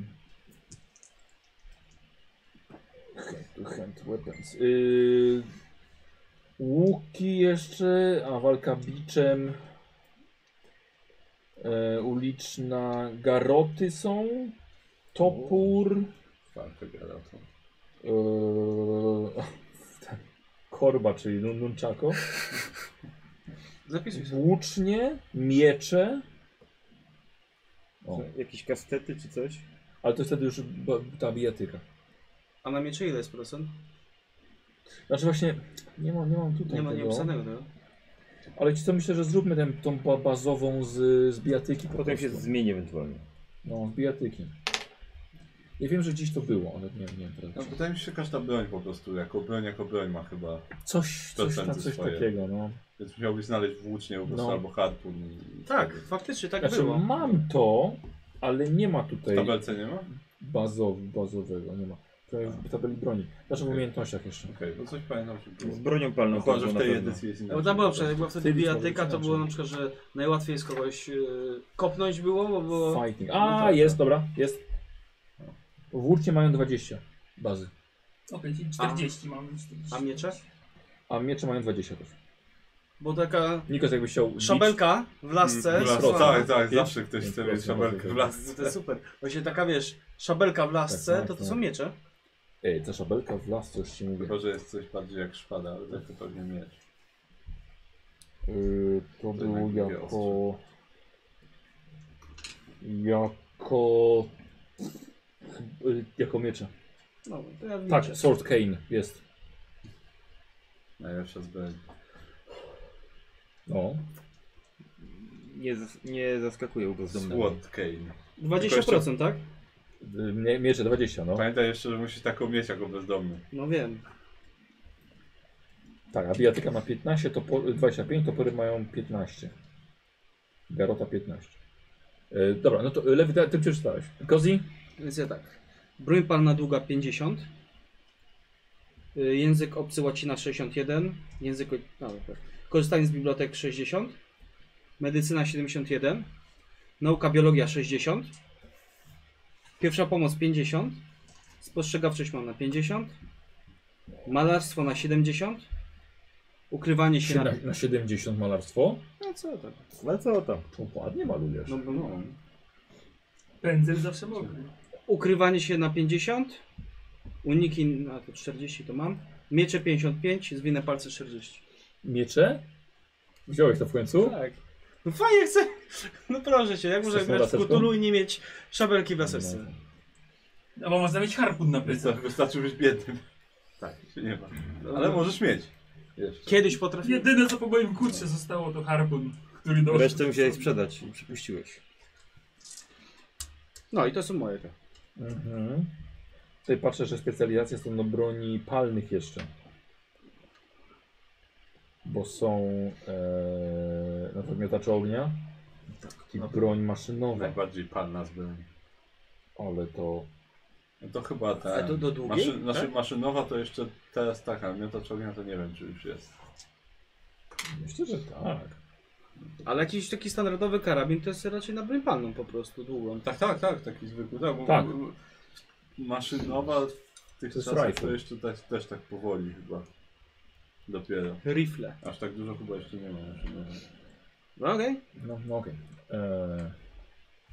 hand to hand weapons. Y, łuki jeszcze, a walka biczem. E, uliczna, garoty są. Topór. Walkę garatą. E, tak, korba, czyli nun- nunchako. Zapisuj sobie. Włócznie, miecze. O, Jakieś kastety czy coś? ale to wtedy już ba- ta bijatyka. A na miecze ile jest procent? Znaczy właśnie, nie mam, nie mam tutaj Nie ma tego. nieopisanego tego. Ale ci co, myślę, że zróbmy tę, tą ba- bazową z, z bijatyki po Potem prostu. się zmieni ewentualnie. No, z bijatyki. Ja wiem, że gdzieś to było, ale nie, nie wiem. No, prawda. wydaje mi się, że każda broń po prostu, jako broń, jako broń ma chyba. Coś, coś, tam, procenty coś swoje. takiego, no. Więc musiałbyś znaleźć włócznie po prostu No. albo harpun. I Tak, wtedy- faktycznie tak Znaczy było. mam to, ale nie ma W tutaj tabelce nie ma? bazow, bazowego, nie ma. Przynajmniej w tabeli broni. Znaczy w Okej. umiejętnościach jeszcze. Okej, no coś pamiętam, że było. Z bronią palną. Chyba, że to w na tej pewno. edycji jest No inaczej. bo tam było, przecież jak była wtedy Ty bijatyka, to inaczej. było na przykład, że najłatwiej jest kogoś yy, kopnąć było, bo było... Fighting. No A, tak, jest, tak. dobra, jest. Włócznie mają dwadzieścia bazy, Okej, czyli czterdzieści mamy. czterdzieści. A miecze? a miecze mają dwadzieścia też. Bo taka Nikos jakbyś chciał bić, szabelka w lasce... W las- Prosto. tak, tak, Pięć- zawsze ktoś pięć chce mieć procent szabelkę w może lasce. No to jest super. Właśnie taka, wiesz, szabelka w lasce, Tak, tak, to to tak. są miecze. Ej, ta szabelka w las, coś ci mówię. Chyba, że jest coś bardziej jak szpada, ale tak to pewnie miecz. Yy, to To było jednak jako... Jako... Yy, jako miecze. No, to ja w Tak, miecze. Sword Cane jest. Najlepsza zbroja. No. Nie, zas nie zaskakuje u bezdomnego. Sword Cane. dwadzieścia procent, tak? Yy, mie- Miecze dwadzieścia, no. Pamiętaj jeszcze, że musisz taką mieć jako bezdomny. No wiem. Tak, a bijatyka ma piętnaście, to po, dwadzieścia pięć, topory mają piętnaście. Garota piętnaście. Yy, dobra, no to Lewy, ty ty przeczytałeś. Kozi? Więc ja tak. Broń palna długa pięćdziesiąt. Y, Język obcy łacina sześćdziesiąt jeden. Język... o- No, dobra. Korzystanie z bibliotek sześćdziesiąt. Medycyna siedemdziesiąt jeden. Nauka biologia sześćdziesiąt. Pierwsza pomoc pięćdziesiąt. Spostrzegawczość mam na pięćdziesiąt. Malarstwo na siedemdziesiąt. Ukrywanie się na... Na, na siedemdziesiąt malarstwo. No co tam? No co tam? To ładnie malujesz. No, no. Pędzel zawsze mokry. Ukrywanie się na pięćdziesiąt. Uniki na to czterdzieści to mam. Miecze pięćdziesiąt pięć. Zwinne palce czterdzieści. Miecze? Wziąłeś to w końcu? Tak. No fajnie chcę. No proszę cię, jak może Chcesz tą grać w laseczką? Cthulhu i nie mieć szabelki w laseczce? A bo można mieć harpun na plecach. Wystarczy, wystarczy być biednym. Tak, się nie ma. Ale możesz mieć. Jeszcze. Kiedyś potrafiłem. Jedyne co po moim kurcie zostało to harpun, który doszedł. Resztę musiałeś sprzedać i przypuściłeś. No i to są moje te. Mhm. Tutaj patrzę, że specjalizacje są do broni palnych jeszcze. Bo są e, na przykład miotacze ognia i broń maszynowa. Najbardziej palna zbroja. Ale to... No to chyba ta. A to do długiej? Maszy, znaczy Tak? maszynowa to jeszcze teraz taka, miotacz ognia to nie wiem czy już jest. Myślę, że tak. Ale jakiś taki standardowy karabin to jest raczej na broń palną po prostu, długą. Tak, tak, tak, taki zwykły. Tak, bo, Tak. bo- maszynowa w tych To jest czasach rifle. to jeszcze tak, też tak powoli chyba. Dopiero. Rifle. Aż tak dużo chyba jeszcze nie ma maszynowej. No okej. No, no okej. E,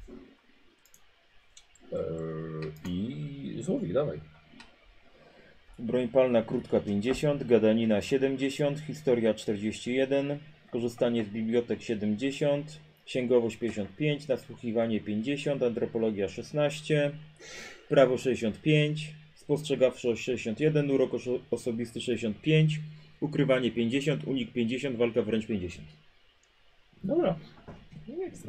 Eee, I Złowik, dawaj. Broń palna krótka pięćdziesiąt, gadanina siedemdziesiąt, historia czterdzieści jeden, korzystanie z bibliotek siedemdziesiąt, księgowość pięćdziesiąt pięć, nasłuchiwanie pięćdziesiąt, antropologia szesnaście, prawo sześćdziesiąt pięć, spostrzegawczość sześćdziesiąt jeden, urok oso- osobisty sześćdziesiąt pięć, ukrywanie pięćdziesiąt, unik pięćdziesiąt, walka wręcz pięćdziesiąt. Dobra. No ekstra.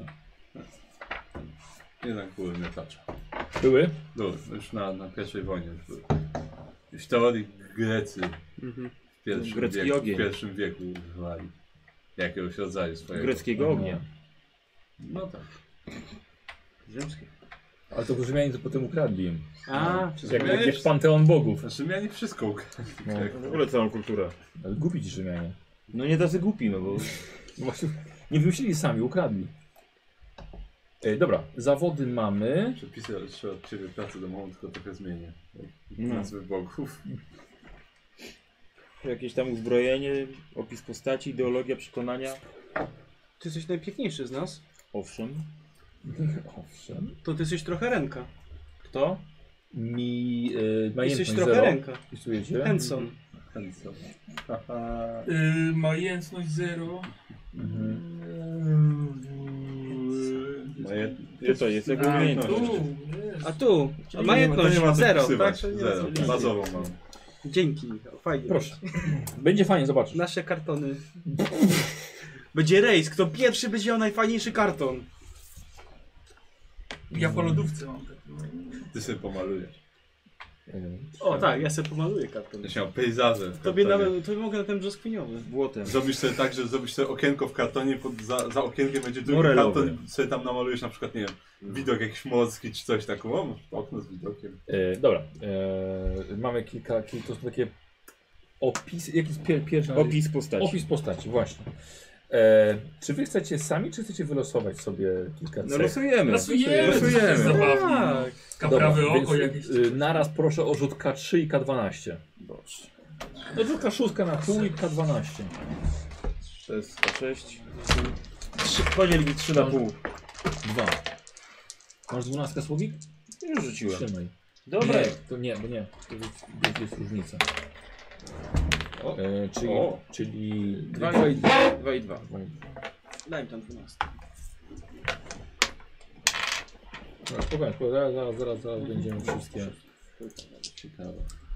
Jednak były miotacza. Były? Były, już na, na pierwszej wojnie już były. W teorii Grecy Mhm. w pierwszym, Grecki wieku, ogień. w pierwszym wieku używali jakiegoś rodzaju swojego. Greckiego ognia. No tak. Rzymskie. Ale to Rzymianie to potem ukradli im. A, Jak takie w panteon bogów. Rzymianie wszystko ukradli. No. W ogóle całą kulturę. Ale głupi ci Rzymianie. No nie tacy głupi, no bo... Właśnie nie wymyślili sami, ukradli. E, dobra, zawody mamy. Przepisy jeszcze od ciebie pracę domową tylko trochę zmienię. No. Nazwy bogów. Jakieś tam uzbrojenie, opis postaci, ideologia, przekonania. ty jesteś najpiękniejszy z nas. Owszem. Owszem. To ty jesteś trochę ręka. Kto? Mi e, Jesteś majętność trochę zero. ręka. Wpisujecie? Hanson. Hanson. Yy, majętność zero. Mhm. Moje... To co, jest jako A, umiejętność. tu, jest. A tu, Czyli majętność nie ma co zero, wpisywać. tak? Zero. Bazową mam. Dzięki, Michał, fajnie. Proszę. Będzie fajnie, zobaczysz. Nasze kartony. Będzie rejs, kto pierwszy będzie miał najfajniejszy karton. Ja po lodówce mam taki. Ty sobie pomalujesz. E, O tak, ja sobie pomaluję karton. Będziesz miał pejzaże w Tobie kartonie. nawet, tobie mogę na ten brzoskwiniowy. Błotem. Zrobisz sobie tak, że zrobisz sobie okienko w kartonie, pod, za, za okienkiem będzie drugi Morelowy. karton, sobie tam namalujesz na przykład, nie wiem, widok jakiś morski czy coś takiego. O, masz okno z widokiem. e, dobra. E, mamy kilka, kilka to są takie opisy. Jaki jest pier, pierwszy? Opis postaci. Opis postaci, właśnie. E, czy wy chcecie sami, czy chcecie wylosować sobie kilka No cech? losujemy. Losujemy, Losujemy. to jest zabawne. Tak. Kaprawe oko więc, jakieś. y, naraz proszę o rzut K trzy i K dwanaście. Dobrze. No rzut K sześć na pół i K dwanaście. To jest K sześć. Trzy, podziel mi trzy na pół. Dwa. Masz dwunastkę Słowik? Już rzuciłem. Trzymaj. Dobra. Nie, to nie, bo nie. To jest, to jest różnica. O. E, czyli, O. czyli Dwa dwa i i dwa. Dwa i dwa. dwa i dwa. Daj mi tam dwunastkę. No, spokojnie, spokojnie, zaraz, zaraz, zaraz, zaraz będziemy wszystkie. Ciekawe.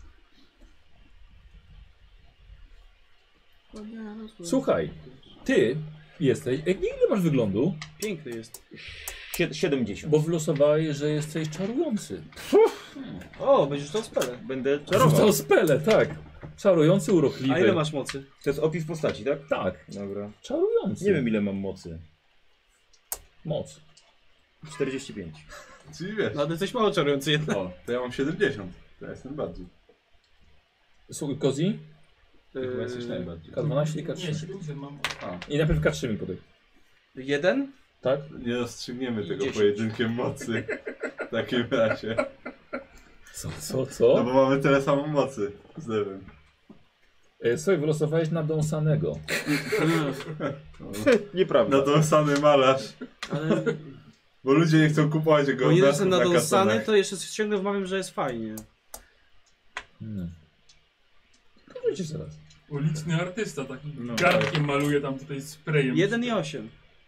Słuchaj, ty jesteś. e, Ile masz wyglądu? Piękny jest. Sie- siedemdziesiąt. Bo wylosowałeś, że jesteś czarujący. O, będziesz to spele. Będę Czarował czarował. spele, tak. Czarujący, urokliwy. A ile masz mocy? To jest opis postaci, tak? Tak, Dobra. czarujący. Nie wiem ile mam mocy. Moc. czterdzieści pięć. Czyli wiesz. No, ale jesteś mało czarujący jednak. O, to ja mam siedemdziesiąt. To ja jestem bardziej. Słuchaj, Kozi? Ty chyba jesteś najbardziej. K dwanaście i K Nie, trzy. siedemdziesiąt mam. I najpierw K trzy mi podaj. Jeden? Tak? Nie rozstrzygniemy tego dziesięć. pojedynkiem mocy. W takim razie. Co, co, No co? bo mamy tyle samo mocy z lewym. E, Słuchaj, wylosowałeś na Dąsanego. Nieprawda. Nadąsany malarz. Ale Bo ludzie nie chcą kupować jego bo nie obrazków jestem na nadąsany, kartonach. to jeszcze ściągnę wmawiam, że jest fajnie. Hmm. Powiedzcie teraz. Uliczny artysta taki No. garnkiem maluje tam tutaj sprayem. Jeden i osiem.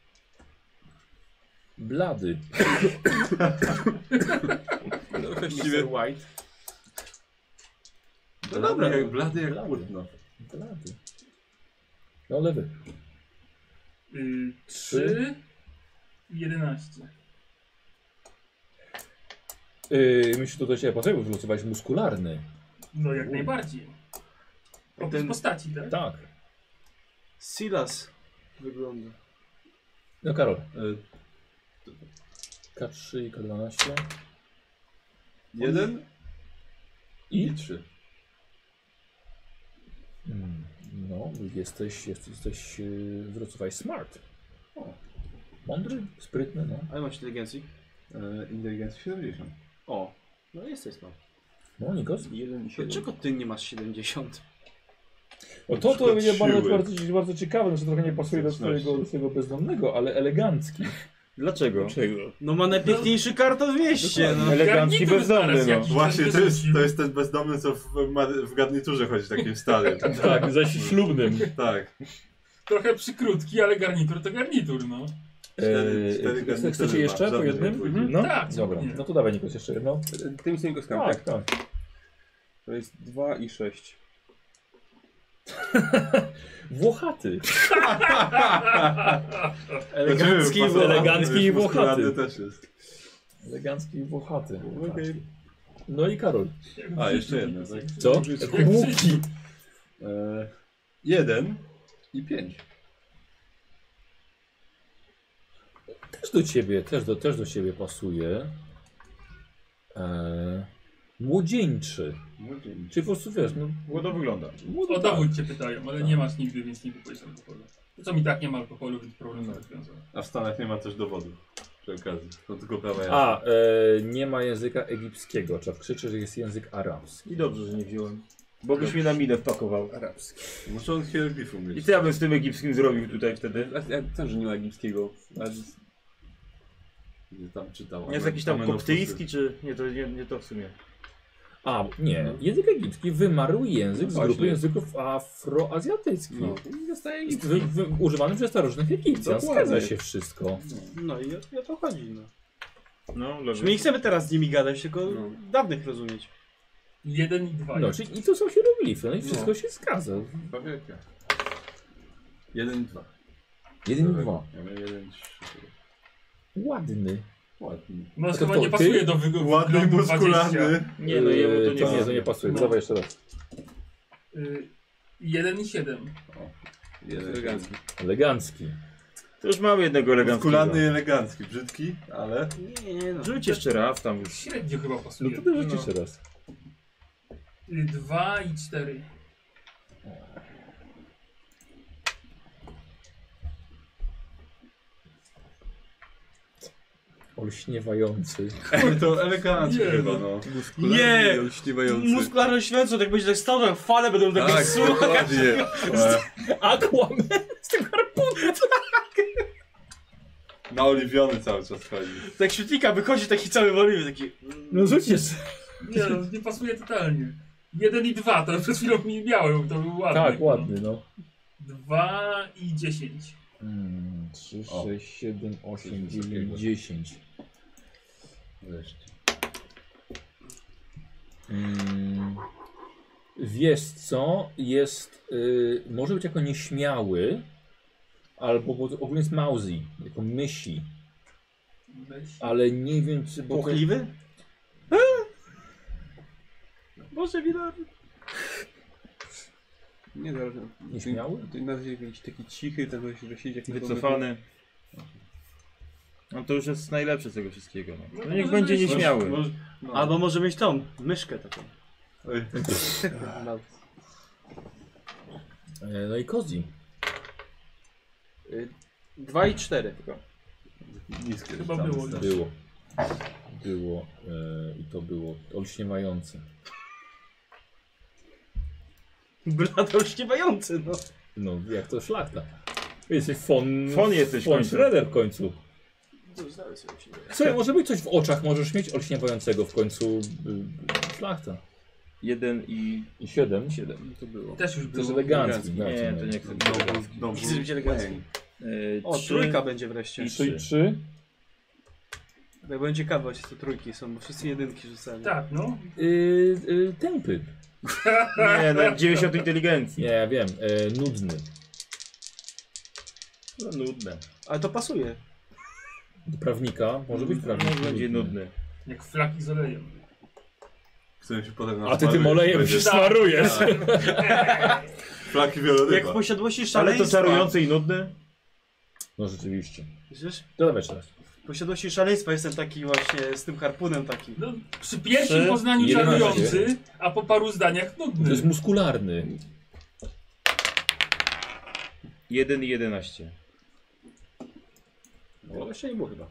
Blady. No, właściwie White. no dobra, jak blady jak Blady. płótno. Blady. No lewy. Y, trzy i jedenaście. Yy, myślę, to do ciebie pasuje, bo wylosowałeś muskularny. No jak najbardziej. Opis Ten- postaci, tak? Tak. Silas wygląda. No Karol. Y, K trzy i K dwanaście. Jeden I? i trzy. Mm, no, jesteś, jesteś, jesteś yy, wylosowałeś smart. O. Mądry, sprytny, no. Ale masz inteligencji? Y, Inteligencja siedemdziesiąt. O. No jesteś smart. No, Nikos. jeden i siedem. Dlaczego ty nie masz siedemdziesiąt? O, to to będzie bardzo, Siły. bardzo, bardzo ciekawe, znaczy trochę nie pasuje do Zręczności. swojego, do swojego bezdomnego, ale elegancki. Dlaczego? No ma najpiękniejszy karton w mieście, no. Elegancki Garnitur bezdomny, zaraz no. jakiś Właśnie, tam to jest, wyrzucił. to jest ten bezdomny, co w, ma- w garniturze chodzi, takim starym. Tak, zaś ślubnym. Tak. Trochę przykrótki, ale garnitur to garnitur, no. Cztery- cztery Eee, garnitury chcecie ma, jeszcze po żadnych jednym? podwójnych. Mhm. No, Tak, dobra. nie. No to dawaj Nikos jeszcze jedno. Tymi samymi kostkami, Tak, tak? tak. To jest dwa i sześć. Włochaty. Elegancki i Pasował, elegancki wiesz, i włochaty. muskularny też jest. Elegancki i włochaty. Okej. No i Karol. A, jeszcze jedno, tak? Co? Łuki. E, jeden i pięć. Też do ciebie, też do, też do ciebie pasuje. Eee, młodzieńczy. Młodzieńczy. Czyli po prostu wiesz, no... Młodo wygląda. Młody, O tak. dowód cię pytają, ale nie masz nigdy, więc nie kupujesz alkoholu. To co mi tak nie ma alkoholu, więc problem jest rozwiązany. A w Stanach nie ma też dowodu. Przy okazji. To tylko prawa jazdy. A, e, nie ma języka egipskiego. Trzeba krzyczy, że jest język arabski. I dobrze, że nie wziąłem. Bo byś mnie na minę wpakował. Arabski. Może on hieroglifu mieć. I co ja bym z tym egipskim zrobił tutaj wtedy? A ja też, że nie ma egipskiego. Ale Gdzie tam czytał. Nie jest jakiś tam koptyjski, czy... Nie, to nie, nie to w sumie. A, nie. Język egipski wymarł język z No grupy właśnie. języków afroazjatyckich. No. zostaje Jest wy, wy, używany przez starożytnych Egipcjan. Dokładnie. Zgadza się wszystko. No i o, i o to chodzi, no. No, My nie chcemy teraz z nimi gadać, tylko No. dawnych rozumieć. Jeden i dwa. No, czyli i to są hieroglify, no i wszystko No. się zgadza. Pamiętam. Jeden i dwa. Jeden i dwa. Ja miałem jeden i trzy. Ładny. Ładny. No A to chyba kto, nie ty? pasuje do wyglądu. Ładny, dwadzieścia. muskularny. Nie, no jemu to Eee, nie to ma. nie, to nie pasuje. No. Dawaj jeszcze raz. Y, jeden i siedem. Jeden elegancki. Elegancki. To już mamy jednego eleganckiego. Muskularny i elegancki. Brzydki, ale... Nie, nie, no. Rzuć jeszcze raz tam już. Średnio chyba No pasuje. to też jeszcze raz. Y, dwa i cztery. Olśniewający. To elegancki Nie, chyba, no. no. Muskularny Nie! i olśniewający. Muskularny świecą, tak będzie tak stał, tak fale będą takie Tak, suche. dokładnie. Aquaman z tym harpunem. Naoliwiony cały czas chodzi. Tak świetlika wychodzi taki cały woliwy, taki... No rzuć jeszcze. Nie no, nie pasuje totalnie. Jeden i dwa, to przed chwilą mi miałem, to był ładny. Tak, ładny, no. Dwa i dziesięć. Mm, trzy, O. sześć, siedem, osiem, Coś dziewięć, wysokiego. dziesięć. Wreszcie. Mm, wiesz co, jest, y, może być jako nieśmiały, albo bo ogólnie jest mauzi, jako mysi, Weź. ale nie wiem czy... Bo to, Płochliwy? Boże, widać. Nie, zaraz. Nieśmiały? To inaczej jakiś taki cichy, ten właśnie, że siedzi jak na Wycofany. No to już jest najlepsze z tego wszystkiego. No, No no to niech może będzie być- nieśmiały. Może- no. Albo może mieć tą, myszkę taką. Oj. No. e, no i Kozi. Y, Dwa i cztery. Niskie Chyba rzucamy było. strasznie. Było. Było e, i to było olśniewające. Bladol śpiewający, no. No, jak to szlachta. Jesteś von... Von jesteś w von końcu. Schroeder w końcu. Słuchaj, może być coś w oczach, możesz mieć olśniewającego w końcu y, szlachta. Jeden i I siedem. siedem. To było. Też już To jest było. elegancki. Nie, bardzo to nie chcę. Znowu, znowu. Chcę być elegancki. Yy, O, trzy. trójka będzie wreszcie. I Trzy i trzy. trzy. Ja byłem ciekawy, właśnie te trójki są, bo wszyscy jedynki rzucali. Tak, no. Y, y, tępy. Nie, no dziewięćdziesiąt inteligencji. Nie, ja wiem. E, nudny. No, nudne. Ale to pasuje. Do prawnika. Może być prawnik. No, będzie nudny. Jak flaki z olejem. Chcę się potem A ty tym olejem będzie- się smarujesz. Flaki wieloryba. Jak w posiadłości Ale szaleństwa. to czarujący i nudny? No rzeczywiście. Wiesz? To dawaj jeszcze raz. W posiadłości szaleństwa jestem taki właśnie z tym harpunem taki. No, przy pierwszym Trzy, poznaniu jedenaście. czarujący, a po paru zdaniach To nudny. jest muskularny. Jeden i jedenaście. O, jeszcze nie było chyba.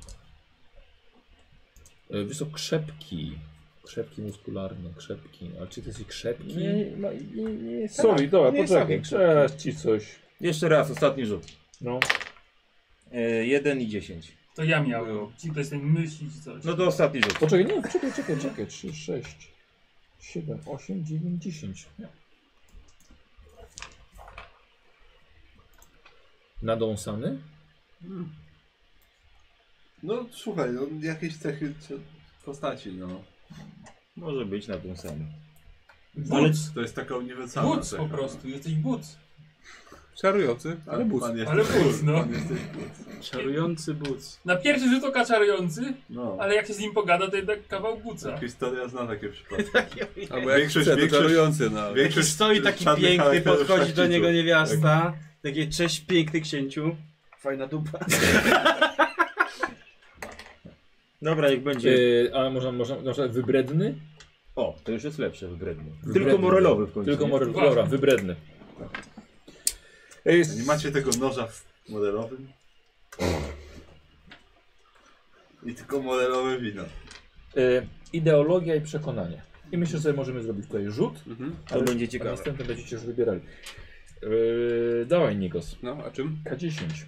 E, wiesz co, krzepki. Krzepki muskularne, krzepki. Ale czy to jest krzepki? Nie, no, nie, nie, Sorry, dobra, nie jest poczekaj. taki Cześć ci coś. Jeszcze raz, ostatni rzut. No. E, jeden i dziesięć. To ja miałem. Ci ktoś ten myśli czy coś. No to ostatni rzut. Poczekaj, nie, czekaj, czekaj, czekaj. trzy, sześć, siedem, osiem, dziewięć, dziesięć. Nadąsany? No słuchaj, no, jakieś cechy postaci, no. Może być na tym samym. Ale To jest taka uniwersalna Buc cecha. po prostu, jesteś buc. Czarujący, ale bus. Pan jest Ale buc, no. Pan jesteś buc. Czarujący buc. Na pierwszy rzut oka czarujący, No. ale jak się z nim pogada, to jednak kawał buca. Historia zna takie przypadki. Albo jak Większość- chce, to większość- czarujący, no. Taki Większość stoi taki czarnych piękny, charakterów podchodzi do szlachciców. niego niewiasta. Takie cześć piękny księciu. Fajna dupa. Dobra, jak będzie. Yy, ale można, można, na przykład wybredny? O, to już jest lepsze, wybredny. Wybredny. Tylko morelowy w końcu. Tylko nie? morelowy, dobra, wybredny. Yy, Nie macie tego noża w modelowym? I tylko modelowe wino. yy, ideologia i przekonanie. I myślę, że możemy zrobić tutaj rzut, Mhm. To będzie a ciekawe. następne będziecie już wybierali. Yy, dawaj, Nikos. No, a czym? K dziesięć.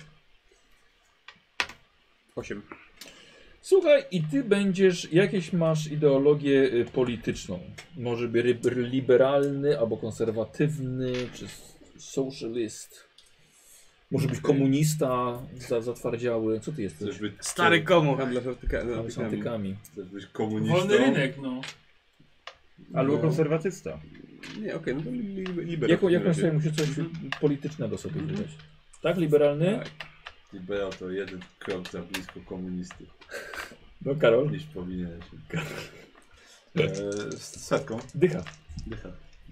osiem. Słuchaj, i ty będziesz, jakieś masz ideologię y, polityczną. Może by ry- liberalny, albo konserwatywny, czy s- socialist. Może być komunista, za, zatwardziały. Co ty jesteś? Chcesz być, Stary komu. Handlarz artyka- Tam z antykami. chcesz być komunistą. Wolny rynek, no. Albo No. konserwatysta. Nie, okej, no to li, li, liberał. Jaką, w takim jakąś razie. sobie musi coś politycznego sobie wybrać. Tak, liberalny? Tak. Liberał to jeden krok za blisko komunistów. No, Karol. Niż powinien się. E, z setką. Dycha. Dycha.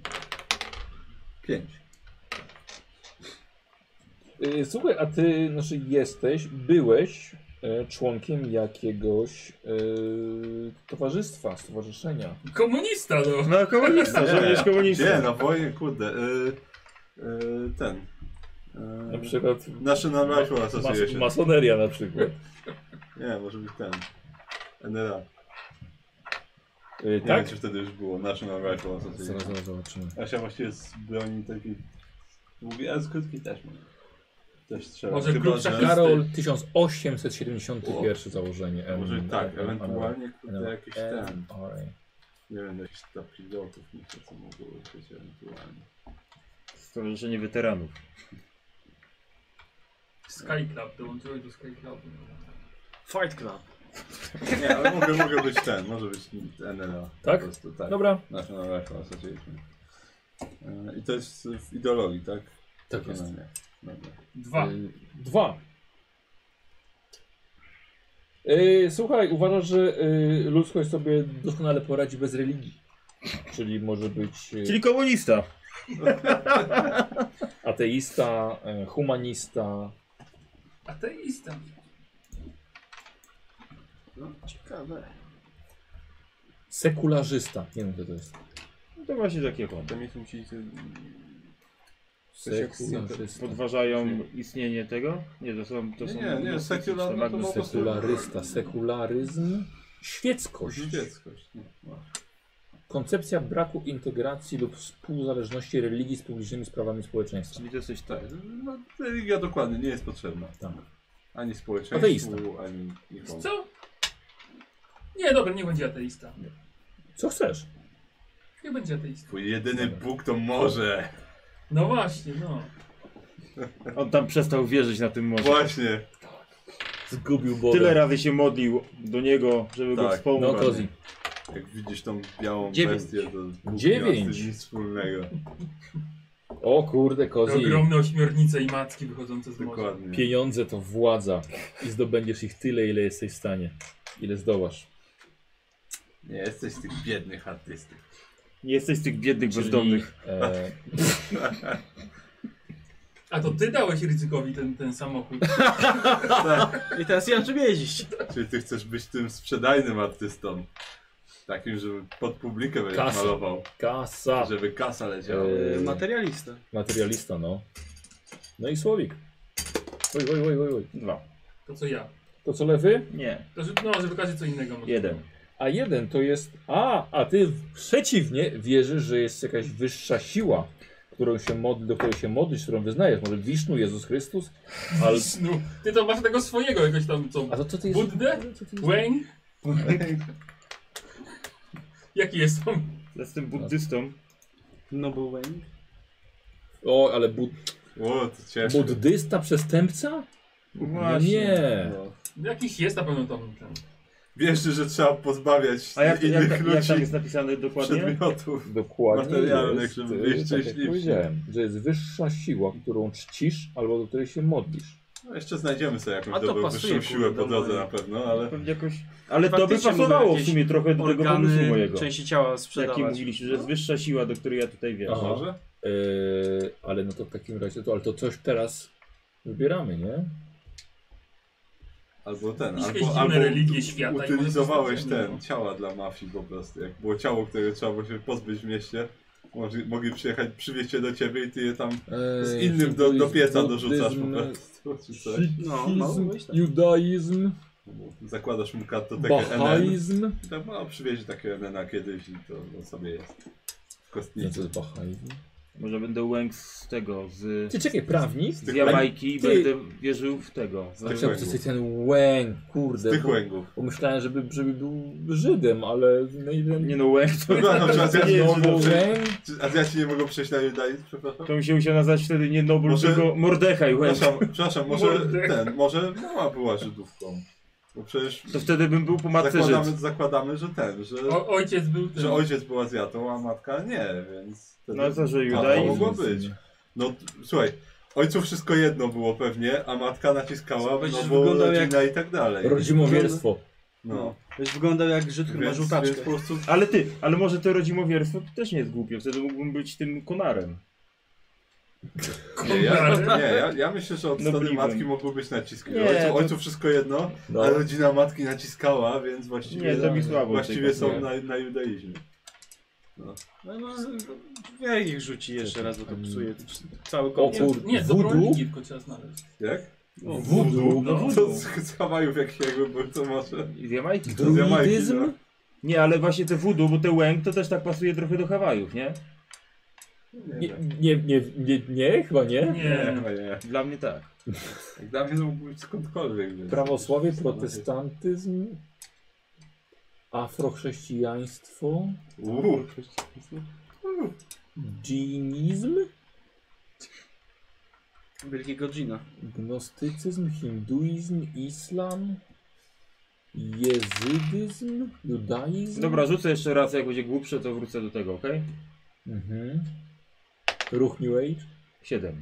Pięć. Y, słuchaj, a ty, znaczy jesteś, byłeś e, członkiem jakiegoś e, towarzystwa, stowarzyszenia. Komunista, no. No komunista, żołnierz komunista. Nie, na wojnie, kurde. E, e, ten. E, Na przykład National Rifle mas Association. masoneria na przykład. Nie, może być ten. N R A. Y, Nie tak? wiem, czy wtedy już było National Rifle Association. Zaraz, zaraz zobaczymy. Asia właściwie z broni takiej długiej, ale z krótkiej też ma. Też strzela. Może Chyba, grubsza że- Karol, tysiąc osiemset siedemdziesiąty pierwszy założenie. M- Może tak, M- ewentualnie M- kurde, jakiś M- ten. M- Nie wiem, jakiś tam pilotów, myślę, co mogło być ewentualnie. Stowarzyszenie weteranów. Sky Club, dołączyłeś do Sky Clubu. Fight Club. Nie, ale mogę, mogę być ten, może być N R A. Tak? Po prostu, tak. Dobra. National Rifle Association. E, I to jest w ideologii, tak? Tak jest. Przekonanie. Dobra. Dwa. Y, Dwa. Y, Słuchaj, uważasz, że y, ludzkość sobie doskonale poradzi bez religii. Czyli może być y, Czyli komunista. ateista, y, humanista. Ateista. No, ciekawe. Sekularzysta. Nie wiem, co to jest. No to właśnie takie kąty. Tam jest musi... Coś jak- Sekularzysta. Podważają istnienie tego? Nie, to są... To Nie, są nie, nie, sekular- no to po prostu- Sekularysta. Sekularyzm. Świeckość. Dzieckość. Nie, no. Koncepcja braku integracji lub współzależności religii z publicznymi sprawami społeczeństwa. Czyli to jesteś tak. Tak, no, religia dokładnie nie jest potrzebna. Tak. Ani społeczeństwu, Ateista. ani nikomu. Co? Nie, dobra, nie będzie ateista. Co chcesz? Nie będzie ateista. Twój jedyny Bóg to może. No właśnie, no. On tam przestał wierzyć na tym morzu. Właśnie. Zgubił Boga. Tyle razy się modlił do niego, żeby go Tak. wspomóc. No, Kozi. Jak widzisz tą białą Dziewięć. bestię, to Bóg Dziewięć. nie ma z tym nic wspólnego. O kurde, Te Kozi. ogromne ośmiornice i macki wychodzące z morza. Dokładnie. Pieniądze to władza. I zdobędziesz ich tyle, ile jesteś w stanie. Ile zdołasz. Nie jesteś z tych biednych artystów. Nie jesteś z tych biednych Czyli, bezdomnych. E, A to ty dałeś Rydzykowi ten, ten samochód. I teraz ja czym jeździć? Czyli ty chcesz być tym sprzedajnym artystą. Takim, żeby pod publikę będziesz Kasa. malował. kasa. Żeby kasa leciała. Eee, Materialista. Materialista, no. No i Słowik. Oj, oj, oj, oj, oj. Dwa. To co ja. To co lewy? Nie. To, że, no, żeby każdy co innego może. Jeden. A jeden to jest... A, a ty przeciwnie wierzysz, że jest jakaś wyższa siła, którą się modli, do której się modlisz, którą wyznajesz. Może Wisznu, Jezus Chrystus? Al... Wisznu. Ty to masz tego swojego jakoś tam, co? A to co ty jest? Buddę? Co ty jest? Wang? Jaki jest on? Jestem buddystą. Noble Wayne. O, ale bud... O, to ciężko. buddysta przestępca? No Właśnie. nie. No. Jakiś jest na pewno tam. tam. Wiesz, że trzeba pozbawiać A jak, innych jak, ludzi jak tam jest napisane dokładnie? przedmiotów. Dokładnie Materialnych, jest, żeby y, być tak jak szczęśliwsi. powiedziałem, że jest wyższa siła, którą czcisz albo do której się modlisz. No jeszcze znajdziemy sobie A jakąś to dobrą, pasuje, wyższą siłę kurde, po drodze do na pewno, ale... Pewnie jakoś... Ale to by Faktycznie pasowało mogę w jakieś sumie trochę do tego organy, pomysłu mojego. części ciała Jaki sprzedawać. mówiliśmy, że jest wyższa siła, do której ja tutaj wierzę. Aha. Może? Yy, ale no to w takim razie, to, ale to coś teraz wybieramy, nie? Albo ten, Jakieś albo, dziwne albo religie świata i utylizowałeś może ten, ciała dla mafii po prostu. Jak było ciało, którego trzeba było się pozbyć w mieście, mogli, mogli przyjechać, przywieźć je do ciebie i ty je tam z Eee, innym do, do pieca buddyzm, dorzucasz po prostu, czy coś. No, mogło być tak. judaizm, Zakładasz mu kartotekę N N bahaizm. i tam, no, przywiezie takiego N N a kiedyś i to no, sobie jest w Nie, kostnicy. to jest bahaizm. Może będę łęk z tego, z, Ty czekaj, prawnik? z Jamajki i Ty- będę wierzył w tego. A Tych chciał łęgów. coś ten łęk, Z kurde. tych bo- łęgów. Pomyślałem, żeby, żeby był Żydem, ale na ile... Nie no, łęk to, Przepraszam, czy Azjaci, no, nie bo mogą przejść- łęk... czy Azjaci nie mogą przejść na judaizm? Przepraszam. to mi się musiał nazwać wtedy nie Nobel, Może- tylko Mordechaj łęk. Przepraszam, przepraszam może Mordek. ten, może mama była Żydówką. Bo przecież To wtedy bym był po matce zakładamy, Żyd. zakładamy, że ten, że, O, ojciec był ten. że ojciec był Azjatą, a matka nie, więc... wtedy- No to, że A, to judaizm. mogło być. No t- słuchaj, ojcu wszystko jedno było pewnie, a matka naciskała, Będziesz no bo wyglądał jak- rodzina i tak dalej. Rodzimowierstwo. No, Byś wyglądał jak Żyd, który ma więc, więc żółtaczkę. po prostu... Ale ty, ale może to rodzimowierstwo też nie jest głupie, wtedy mógłbym być tym konarem. Nie, ja, nie ja, ja myślę, że od No strony bliwem. matki mogły być naciski. Nie, Ojcu, to- ojcu wszystko jedno, No. a rodzina matki naciskała, więc właściwie, Nie, to mi słabo. właściwie tej są pasuje. na, na judaizmie. No, no, ja ich rzuci jeszcze raz, bo to psuje cały O koncept. kur... Nie, dobrą Voodoo? religię tylko trzeba znaleźć. Jak? Voodoo? No, To z, z Hawajów jakiego, bo to może... I z Jamajki. Z Jamajki, Druidyzm? no. Nie, ale właśnie te voodoo, bo te łęk to też tak pasuje trochę do Hawajów, nie? Nie, nie, nie, nie, nie, chyba nie. Nie. chyba nie. Dla mnie tak. Jak dla mnie to mógł być skądkolwiek. Więc... Prawosławie, protestantyzm, afrochrześcijaństwo, Uuu. dżinizm, Wielkiego dżina. gnostycyzm, hinduizm, islam, jezydyzm, judaizm. Dobra, rzucę jeszcze raz, jak będzie głupsze, to wrócę do tego, ok? Mhm. Ruch New Age. siedem.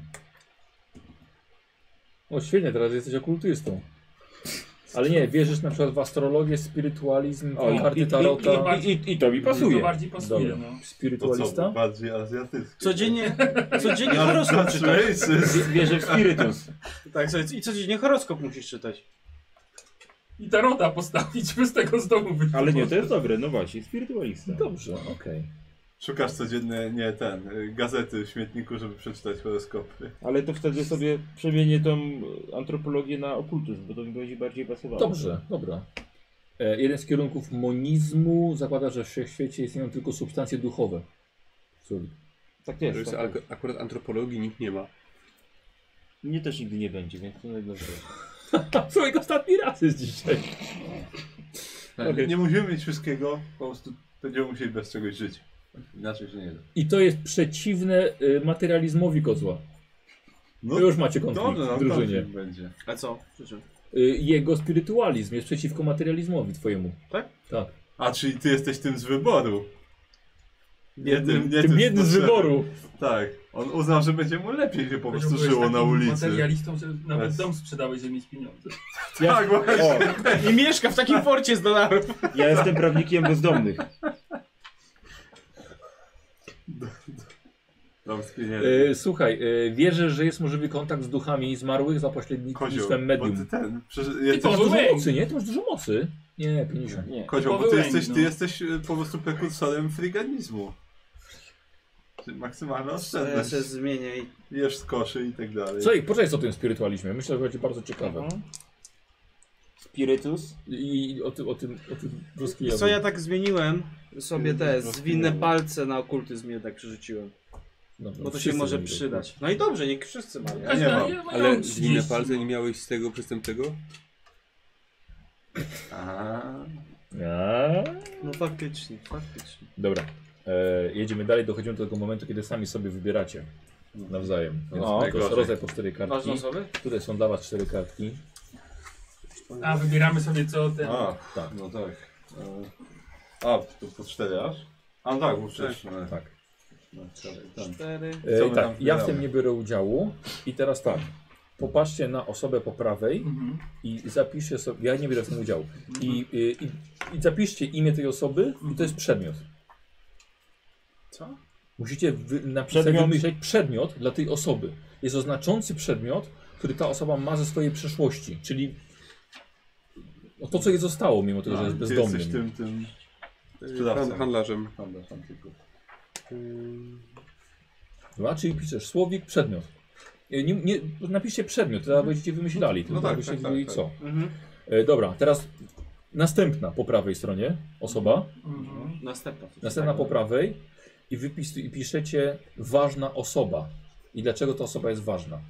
O świetnie, teraz jesteś okultystą. Ale nie, wierzysz na przykład w astrologię, spirytualizm, O, i, karty i, tarota. i, i, i, I to mi To pasuje. bardziej pasuje, Dobra. no. To co, Spirytualista? bardziej azjatyckie. Codziennie, codziennie No, horoskop that's czytać. racist. Wie- Wierzę w spirytus. Tak, słuchaj, i codziennie horoskop musisz czytać. I tarota postawić, by z tego z domu wyjść. Ale nie, to jest dobre, no właśnie, spirytualista. Dobrze, okej. Szukasz codziennie, nie ten, y, gazety w śmietniku, żeby przeczytać horoskopy. Ale to wtedy sobie przemienię tą antropologię na okultyzm, bo to mi będzie bardziej pasowało. Dobrze, dobra. E, jeden z kierunków monizmu zakłada, że w wszechświecie istnieją tylko substancje duchowe. Sorry. Tak To jest. jest Tak ak- jest. akurat antropologii nikt nie ma. Mnie też nigdy nie będzie, więc to najgorzej. Człowiek ostatni raz jest dzisiaj. Okej. Nie musimy mieć wszystkiego, po prostu będziemy musieli bez czegoś żyć. Inaczej się nie da. I to jest przeciwne y, materializmowi kozła. No, Już macie konflikt dobrze, w no, drużynie. konflikt będzie. A co? Przy czym? Y, jego spirytualizm jest przeciwko materializmowi twojemu. Tak? Tak. A, czyli ty jesteś tym z wyboru. Nie tym, nie Tym biednym z potrzeby. wyboru. Tak. On uznał, że będzie mu lepiej się po prostu Byłeś żyło takim na ulicy. materialistą, że nawet Bez- dom sprzedałeś, żeby mieć pieniądze. Tak, właśnie. O, I mieszka w takim porcie z dolarów. ja jestem prawnikiem bezdomnych. Damskie nie. Y, słuchaj, y, wierzysz, że jest możliwy kontakt z duchami zmarłych za pośrednictwem Bo medium. ty ten, przecież Ty jesteś, masz to dużo Wayne. mocy, nie? Ty masz dużo mocy. Nie, pięćdziesiąt. Nie. Kozioł, bo Typowy ty Wayne, jesteś, no. ty jesteś y, po prostu prekursorem friganizmu. Czyli maksymalna Ja oszczędność. się zmienię i... Jesz z koszy i tak dalej. Słuchaj, poczekaj co o tym spirytualizmie. Myślę, że będzie bardzo ciekawe. Mhm. Spirytus. I o tym, o tym, o tym Co brzoskwijowi. ja tak zmieniłem sobie te Rozumiem. zwinne palce na okultyzm jednak przerzuciłem. No, Bo to się wszyscy może mieli przydać. No i dobrze, niech wszyscy mają. Ja nie mam. Ja Ale mają zwinne trzydzieści. palce nie miałeś z tego przestępczego? Aha. A, No faktycznie, faktycznie. dobra. E, jedziemy dalej, dochodzimy do tego momentu, kiedy sami sobie wybieracie nawzajem. Więc O, roz- rozdaj po cztery kartki. Ważne osoby? Tutaj są dla was cztery kartki. A, wybieramy sobie co ten... A, Tak. no tak. E, A, to po cztery aż? A no tak, bo przecież... no, Tak. no, cztery, ten. Cztery. Co E, my tak, tam ja w tym wybieramy? nie biorę udziału. I teraz tak. Popatrzcie na osobę po prawej Mhm. i zapiszcie sobie. Ja nie biorę w tym udziału. I, i, i, i zapiszcie imię tej osoby i to jest przedmiot. Co? Musicie wy, napisać, Przedmiot. wymyśleć przedmiot dla tej osoby. Jest to znaczący przedmiot, który ta osoba ma ze swojej przeszłości. Czyli no to, co jej zostało, mimo tego, że jest ty bezdomnym. jesteś tym, tym... Han, Sprzedawcą. handlarzem. Handlarz antyków. Ym, Dobra, czyli piszesz słowik, przedmiot. Nie, nie, napiszcie przedmiot, to będziecie wymyślali. No tylko tak, byście tak, tak, wiedzieli tak. co. Mhm. E, dobra, teraz następna po prawej stronie osoba. Mhm. Następna. Następna po prawej i, wypis, i piszecie ważna osoba. I dlaczego ta osoba jest ważna.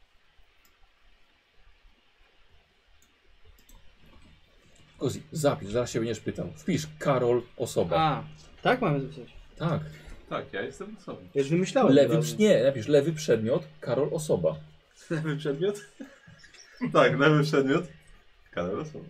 Kozi, zapisz, zaraz się będziesz pytał. Wpisz Karol, osoba. A, tak mamy zapisać. Tak. Tak, ja jestem osobą. Ja już wymyślałem. Lewy, od razu. nie, napisz lewy przedmiot, Karol, osoba. Lewy przedmiot? Tak, lewy przedmiot. Karol osobą.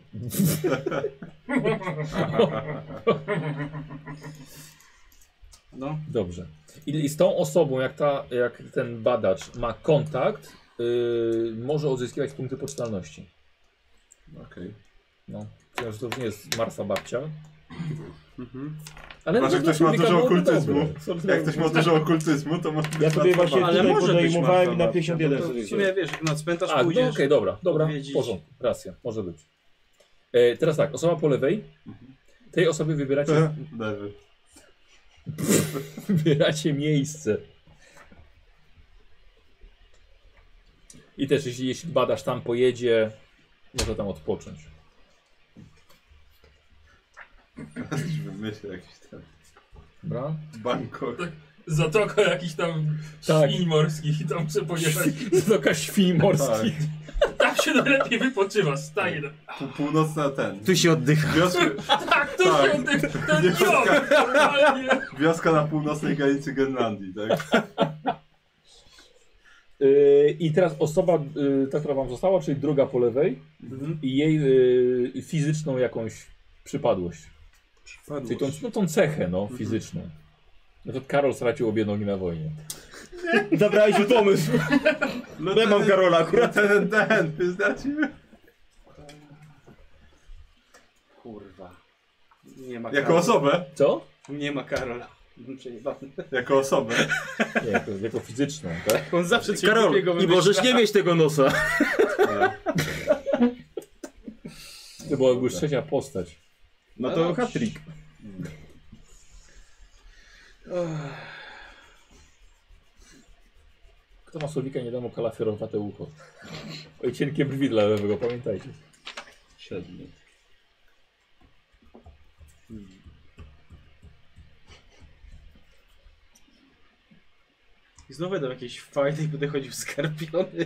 No. Dobrze. I, I z tą osobą, jak, ta, jak ten badacz ma kontakt, yy, może odzyskiwać punkty poczytalności. Okej. No. Myślę, że to już nie jest martwa babcia. mhm. Ale Chyba, że dla ktoś ma człowieka dużo byłoby okultyzmu. dobre. Sorry, Jak ktoś ma dużo okultyzmu, to może Ja być sobie właśnie łatwo. Ale tutaj może być podejmowałem i martwa na pięćdziesiąt jeden To sobie w sumie wiesz, jak na cmentarz A, no, pójdziesz. okej, dobra, dobra, w odwiedzić. porządku, racja, może być. E, teraz tak, osoba po lewej, tej osoby wybieracie, Lewy. wybieracie miejsce. I też jeśli, jeśli badasz tam pojedzie, może tam odpocząć. Wymyślę jakiś ten... Dobra? Bangkok. Zatoka jakichś tam Tak. świń morskich i tam chce pojechać. Zatoka świń morskich. Tam się najlepiej wypoczywa, staje. No. Pół, północna ten. Tu się oddycha. Wioska, Tak, to Tak. się ten, ten dziób, normalnie. wioska na północnej granicy Grenlandii, tak? Yy, I teraz osoba, yy, ta, która wam została, czyli druga po lewej Mhm. i jej yy, fizyczną jakąś przypadłość. Czyli tą, no, tą cechę no, fizyczną. No to Karol stracił obie nogi na wojnie. Zabrałeś mi pomysł. No Ja mam Karola akurat. Ten, ten, ty znacie? Kurwa. Nie ma Jako Karola. osobę? Co? Nie ma Karola. Przejebany. Jako osobę. Nie, jako, jako fizyczną, tak? On zawsze coś Karol, głupiego i wymyśla. możesz nie mieć tego nosa. To była już trzecia postać. No to hat-trick. Kto ma słowika, nie damo kalafiorowate ucho. Oj, cienkie brwi dla lewego, pamiętajcie. Przedmiot. I znowu będę jakiejś fajnej i będę chodził skarpiony.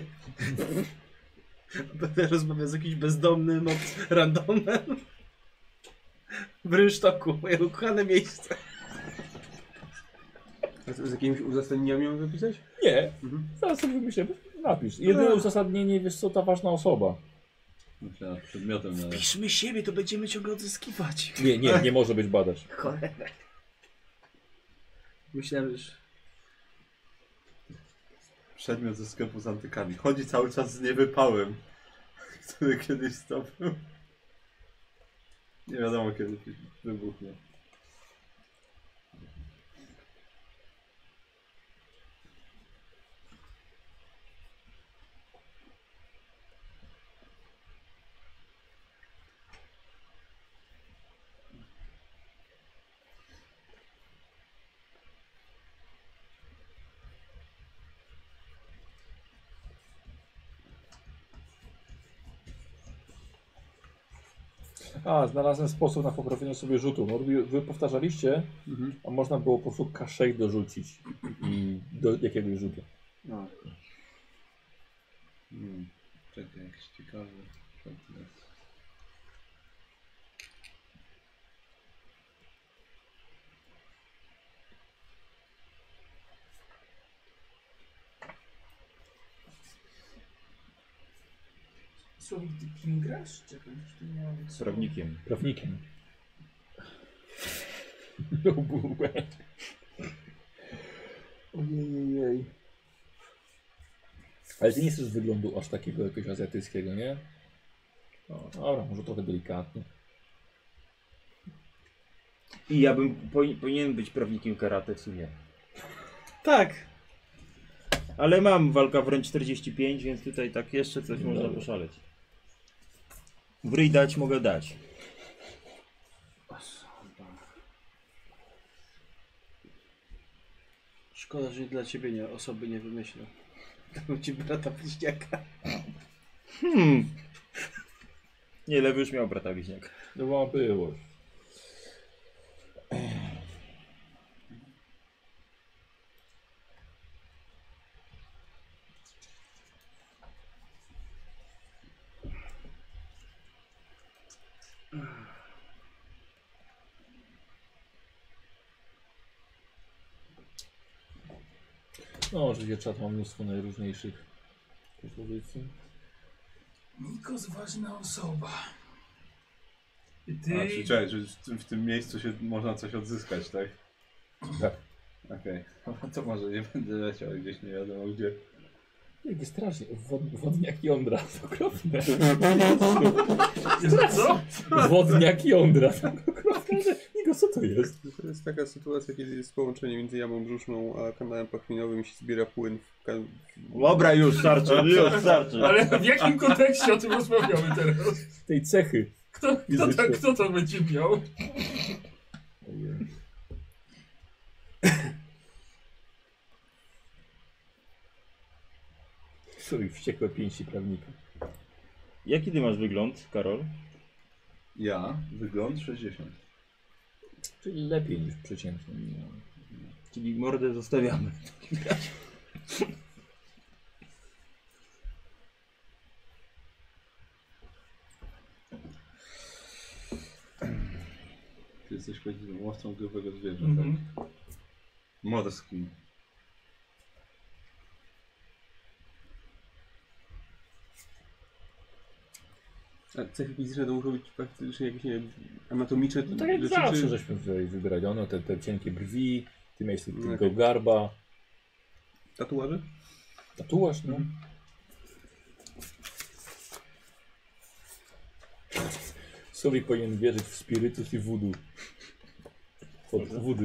Będę rozmawiał z jakimś bezdomnym od randomem. W rynsztoku, moje ukochane miejsce. A z z jakimiś uzasadnieniami mam zapisać? Nie, Mhm. zaraz sobie wymyślę. Napisz. Jedyne uzasadnienie, wiesz co, ta ważna osoba. Myślę, nad przedmiotem na... Piszmy siebie, to będziemy ciągle odzyskiwać. Nie, nie, nie może być badacz. Cholera. Myślałem, że... Przedmiot ze sklepu z antykami. Chodzi cały czas z niewypałem, który kiedyś zdobył. Nie wiadomo kiedy wybuchnie. A, znalazłem sposób na poprawienie sobie rzutu. No, wy- wy powtarzaliście, Mhm. a można było po prostu K sześć dorzucić i do jakiegoś rzutu. No. Hmm. Czekaj, jakiś ciekawy. przedmiot. Słowik, ty kim grasz? Czekaj, już tu nie ma być Z prawnikiem. Prawnikiem. No byłe. Ojej. Ale ty nie chcesz wyglądu aż takiego jakiegoś azjatyckiego, nie? No, dobra, może trochę delikatnie. I ja bym powi- powinien być prawnikiem karate w sumie. Tak. Ale mam walka wręcz czterdzieści pięć, więc tutaj tak jeszcze coś można Dobra. poszaleć. W ryj dać mogę dać. Szkoda, że dla ciebie nie, osoby nie wymyślę. Dam ci brata bliźniaka. Hmm. Nie, lewy już miał brata bliźniaka. No bo było. No, oczywiście czat ma mnóstwo najróżniejszych propozycji. Nikos, ważna osoba. I ty... A, czy czekaj, że w tym, w tym miejscu się można coś odzyskać, tak? Tak. Okej. Okay. To może nie będę leciał gdzieś nie wiadomo gdzie. Jakie strasznie. Wod, wodniak jądra. To okropne. Co? Wodniak jądra. To okropne. Nigo, co to jest? To jest taka sytuacja, kiedy jest połączenie między jamą brzuszną a kanałem pachwiniowym i się zbiera płyn w kan... Dobra, już starczy, już starczy. Ale w jakim kontekście o tym rozmawiamy teraz? Tej cechy. Kto, kto, to, kto to będzie miał? Ojej. Sorry, wściekłe pięści prawnika. Jaki ty masz wygląd, Karol? Ja, wygląd sześćdziesiąt. Czyli lepiej niż przeciętny. Czyli mordę zostawiamy. Ty jesteś powiedzieć łowcą grubego zwierzę, Mhm. tak? Morskim. A cechy fizyczne to muszą być praktycznie jakieś, nie wiem, anatomiczne No tak jak rzeczy, zawsze czy- żeśmy tutaj wybrali. Ono, te, te cienkie brwi, ty miałeś No, takiego okej. garba. Tatuaże? Tatuaż, no. Słowik powinien wierzyć w spirytus i voodoo. Od wody.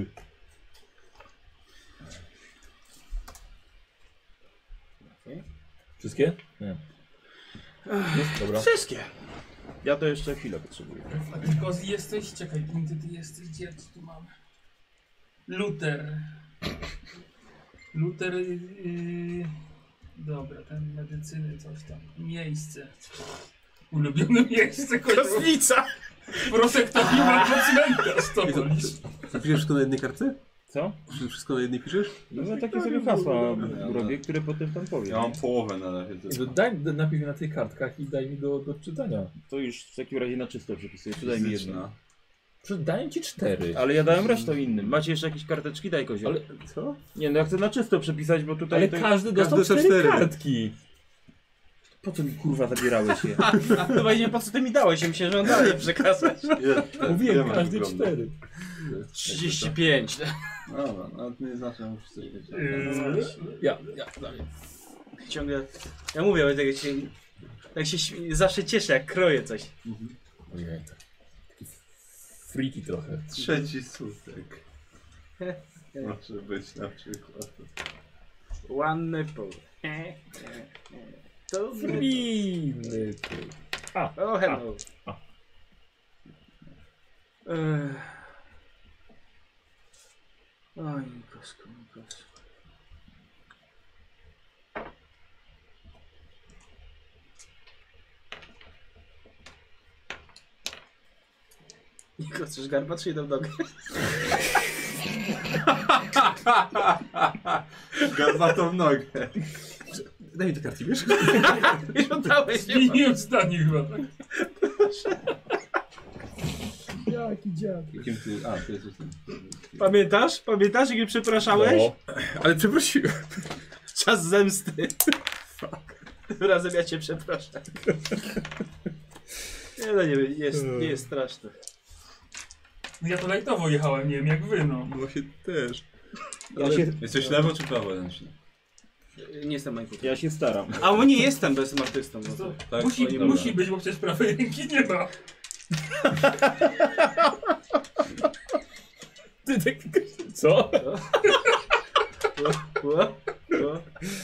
Wszystkie? Nie. Jest? Dobra. Wszystkie. Ja to jeszcze chwilę potrzebuję. A ty Kozi jesteś? Czekaj, kim ty, ty jesteś? Gdzie co tu mamy? Luther. Luther... Yy... Dobra, ten medycyny, coś tam. Miejsce. Ulubione miejsce, Kosmica! Prosektorium albo cmentarz, to wolisz. Napiszesz wszystko na jednej kartce? Co? Wszystko na jednej piszesz? No ja takie sobie hasła robię, które potem tam powiem. Ja mam połowę na razie To tylko. daj, napisz mi na tych kartkach i daj mi do, do czytania. To już w takim razie na czysto przepisuję. Tu daj mi jedno. Fizyczna. Daję ci cztery. Ale ja dałem resztę innym. Macie jeszcze jakieś karteczki? Daj kozioł. Ale, Co? Nie, no ja chcę na czysto przepisać, bo tutaj... ale to... każdy dostał dostał cztery, cztery. kartki. Po co mi kurwa zabierałeś je? No właśnie, po co ty mi dałeś? Ja myślałem, że on dalej przekazać. Ile, te- Mówiłem, ile masz każdy wyglądu? cztery. trzydzieści pięć. Dobra, no to nie znaczy, że musisz coś wiedzieć. Yy, Ja, ja, dalej. Ciągle. Ja mówię, ale tak się, tak się śmie- zawsze cieszę, jak kroję coś. Ojej. Taki freaky trochę. Trzeci sutek. Może być na przykład. One nipple. To Friny. A, O, hello. A. Ech. Oj, Nikosko, Nikosko. Niko, chcesz garba czy jedną nogę? Garbatą nogę. Daj mi te karty, wiesz? Już oddałeś, nie ma. Zmieniłem zdanie chyba. Tak? Jaki dziad. Jakim ty... A, ty jesteś ten... Pamiętasz? Pamiętasz, jak mnie przepraszałeś? No. Ale przeprosiłem. Czas zemsty. Tym razem ja cię przepraszam. Nie no, nie, jest, nie jest straszne. Ja to lajtowo jechałem, nie wiem jak wy, no. Właśnie też. Ja się, Jesteś lewo czy prawo ręczny? Nie jestem Majku. ja się staram. A bo nie jestem bezym artystą. No to. Tak? Musi, Dobra. musi być, bo przecież prawej ręki nie ma. Ty tak... Co? O, o.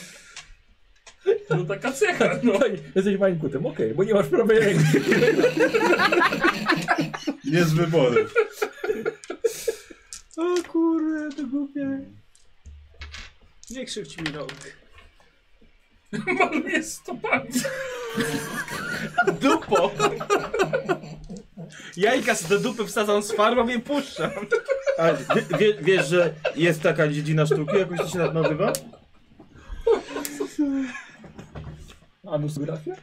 No taka cecha, no. No i jesteś mańkutem, okej, bo nie masz prawej ręki. Nie z wyboru. O kurde, to głupie. Nie krzywdź mi rąk. Maluje stopami. Dupo! Jajka sobie do dupy wsadzam z farbą i puszczam. A wie, wie, wiesz, że jest taka dziedzina sztuki, jakoś to się nazywa? Anusografia?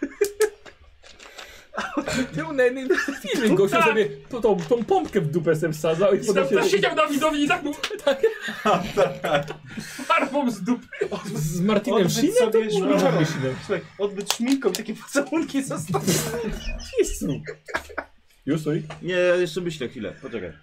Ty unajny Film gościu Tak. sobie tą, tą, tą pompkę w dupę sobie wsadzał i I potem tam się... też siedział na widowni i tak był... Farbą z dupy. Z Martinem Odbyt Sheenem? sobie To szminką. Charlie Sheenem. Słuchaj, odbyt szminką i takie pocałunki zostawił. Jezu. Już stoi? Nie, ja jeszcze myślę chwilę, poczekaj.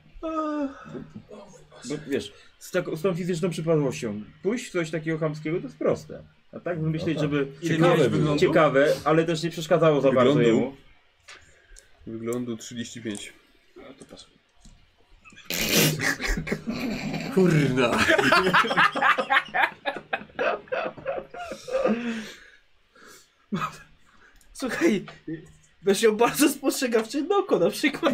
Bo wiesz, z, taką, z tą fizyczną przypadłością, pójść w coś takiego chamskiego to jest proste. A tak wymyślić, No tak. żeby Ile Ciekawe miałeś było. wyglądu? ciekawe, ale też nie przeszkadzało za bardzo Wyglądu? jemu. Wyglądu trzydzieści pięć. To pasuje. Kurna. Słuchaj, będziesz miał bardzo spostrzegawcze oko na przykład.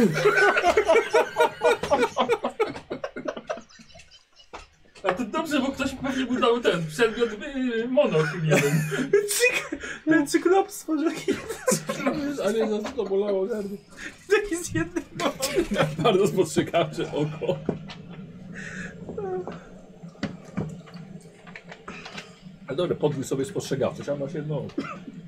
A to dobrze, bo ktoś pewnie mu dał ten przedmiot yy, monokl jeden. Cyk, ten cyklops stworzył taki, Ale za to bolało gardło. taki z jednym okiem. Bardzo spostrzegawcze oko. Ale dobra, podwój sobie spostrzegawczość, a masz jedno oko.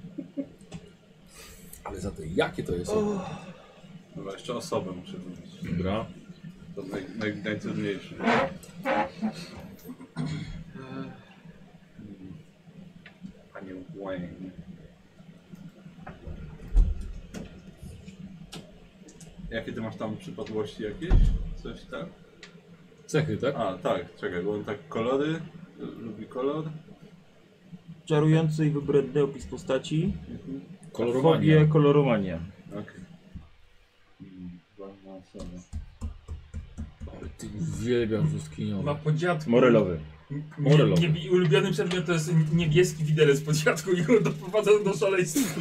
Ale za to jakie to jest oko? Dobra, jeszcze osobę muszę wybrać. Dobra. To naj, naj, najtrudniejsze. Panie Wayne. Jakie ty masz tam przypadłości jakieś? Coś tak? Cechy, tak? A, tak, czekaj, bo on tak kolory, lubi kolor. Czarujący i wybredny opis postaci. Koloromania. Fobię, koloromania. Okej. Mm, ważna osoba. Ale ty uwielbiam brzoskwiniowe. Ma po dziadku. Morelowy. Nie, nie, ulubiony przedmiot to jest niebieski widelec po dziadku i go doprowadzał do szaleństwa.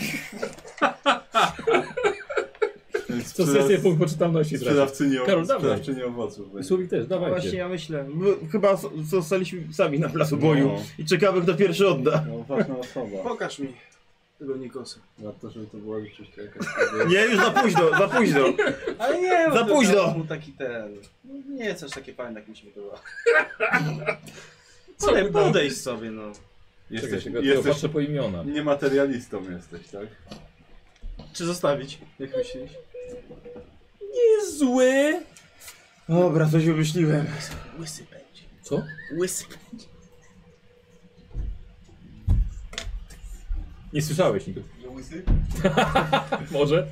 Co sesję punkt poczytalności trafi. Sprzedawczyni, Karol, ow- dawaj. sprzedawczyni owoców. będzie. Słowi też, No dawajcie. właśnie ja myślę, bo chyba s- zostaliśmy sami na placu boju No. i czekamy kto pierwszy odda. No, ważna osoba. Pokaż mi tego Nikosa. Warto, żeby to była rzeczywiście jakaś... Nie, już za późno, za późno. Ale nie, Za bo to późno. dał mu taki ten... Nie, coś takie fajne, jak mi się podoba. Co Ale by dał? podejdź sobie, no. Czekaj, Jesteś, czekaj, jesteś patrzę po imionach. niematerialistą jesteś, tak? Czy zostawić? Jak myślisz? Jest zły! Dobra, coś wymyśliłem. Łysy będzie. Co? Łysy będzie. Nie słyszałeś nigdy. Że łysy? Może?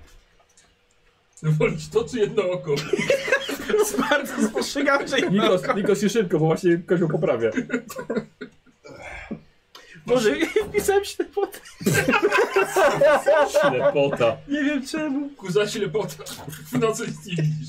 Wolisz to czy jedno oko? Bardzo spostrzegawcze i Nikos, Nikos się szybko, bo właśnie kozioł poprawia. Może wpisałem ślepotę. Ślepota. Nie wiem czemu. Kuza ślepota. W nocy nic nie widzisz.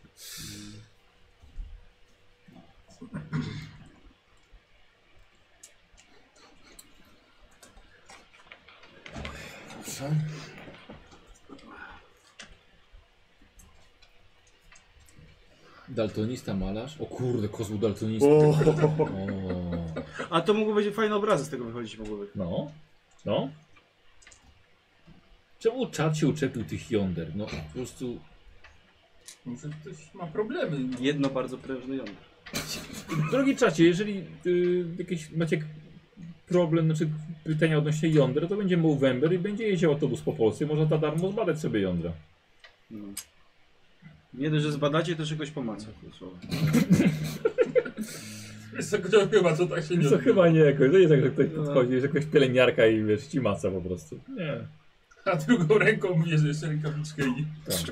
Daltonista malarz? O kurde, kozł daltonista. O, O. A to mogły być fajne obrazy z tego wychodzić mogłyby. No, no. Czemu czat się uczepił tych yonder? No po prostu Może ktoś ma problemy. No. Jedno bardzo prężne jądro. Drogi czacie, jeżeli y, jakieś macie problem, znaczy pytania odnośnie jądra, to będzie Movember i będzie jeździł autobus po Polsce. Można za darmo zbadać sobie jądra. No. Nie dość, że zbadacie, też jakoś pomaca. Jest to kto chyba co tak się nie To odbywa. chyba nie jakoś, to nie jest tak, że ktoś podchodzi, jest jakaś pielęgniarka i wiesz, ci maca po prostu. Nie. A drugą ręką mówię, że jeszcze rękawiczkę i... Tak.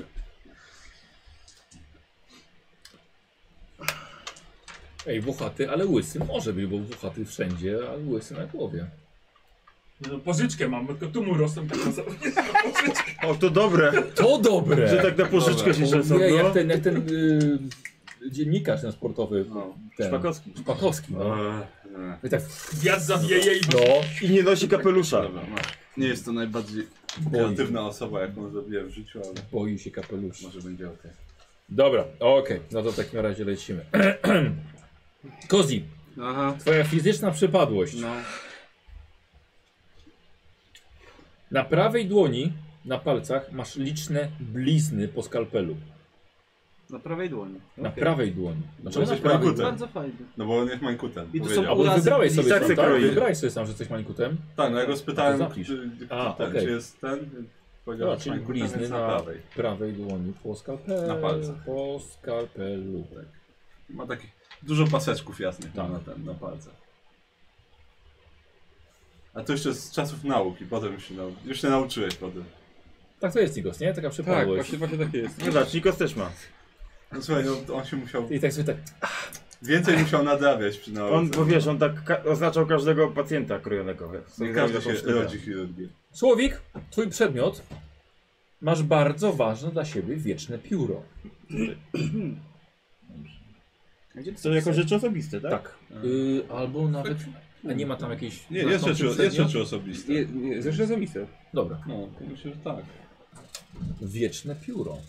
Ej, włochaty, ale łysy może być, bo włochaty wszędzie, ale łysy na głowie. No, pożyczkę mam, tylko tu mu rosną tak na sobie. Pożyczkę. O, to dobre, To dobre! że tak na pożyczkę się często. Nie, jak ten, jak ten y, dziennikarz ten sportowy. No. Ten, Szpakowski. Szpakowski, no. I tak, Wiatr zawieje i... no. I nie nosi kapelusza. Dobra, no. Nie jest to najbardziej kreatywna osoba, jaką zrobiłem w życiu, ale Boi się kapelusza. może będzie ok. Dobra, okej, no to w takim razie lecimy. Kozi, Aha, twoja fizyczna przypadłość. no. Na prawej dłoni, na palcach masz liczne blizny po skalpelu. Na prawej dłoni. Na Okej. prawej dłoni. Dlaczego na jesteś prawej mańkutem. dłoni? Bardzo fajnie. No bo on jest mańkutem. I to są powiedział. A bo Urazy wybrałeś sobie tak sam, se tak? kroi. Wybrałeś sobie sam, że jesteś mańkutem? Tak, no ja go spytałem, A to zapisz. czy, czy A, ten, okej. czy jest ten, więc powiedział, No, że czyli mańkutem blizny jest na na prawej. prawej dłoni po skalpelu. Na palcach. Po skalpelu. Ma takich dużo paseczków jasnych Tak. na, ten, na palcach. A to jeszcze z czasów nauki, potem już się, nau już się nauczyłeś potem. Tak to jest, Nikos, nie? Taka Tak, przypadłość. właśnie, właśnie takie jest. No zobacz, Nikos też ma. No słuchaj, no on się musiał, I tak sobie tak, więcej musiał nadrabiać przy nauce. On, bo wiesz, on tak ka oznaczał każdego pacjenta krojonego. Nie każdy się rodzi chirurgię. Słowik, twój przedmiot. Masz bardzo ważne dla siebie wieczne pióro. To jako rzeczy osobiste, tak? Tak. Y, albo nawet. A nie ma tam jakiejś. Nie, jest rzeczy, jest rzeczy osobiste. Nie, nie, zresztą zamiste. Dobra. No, to myślę, że tak. Wieczne pióro.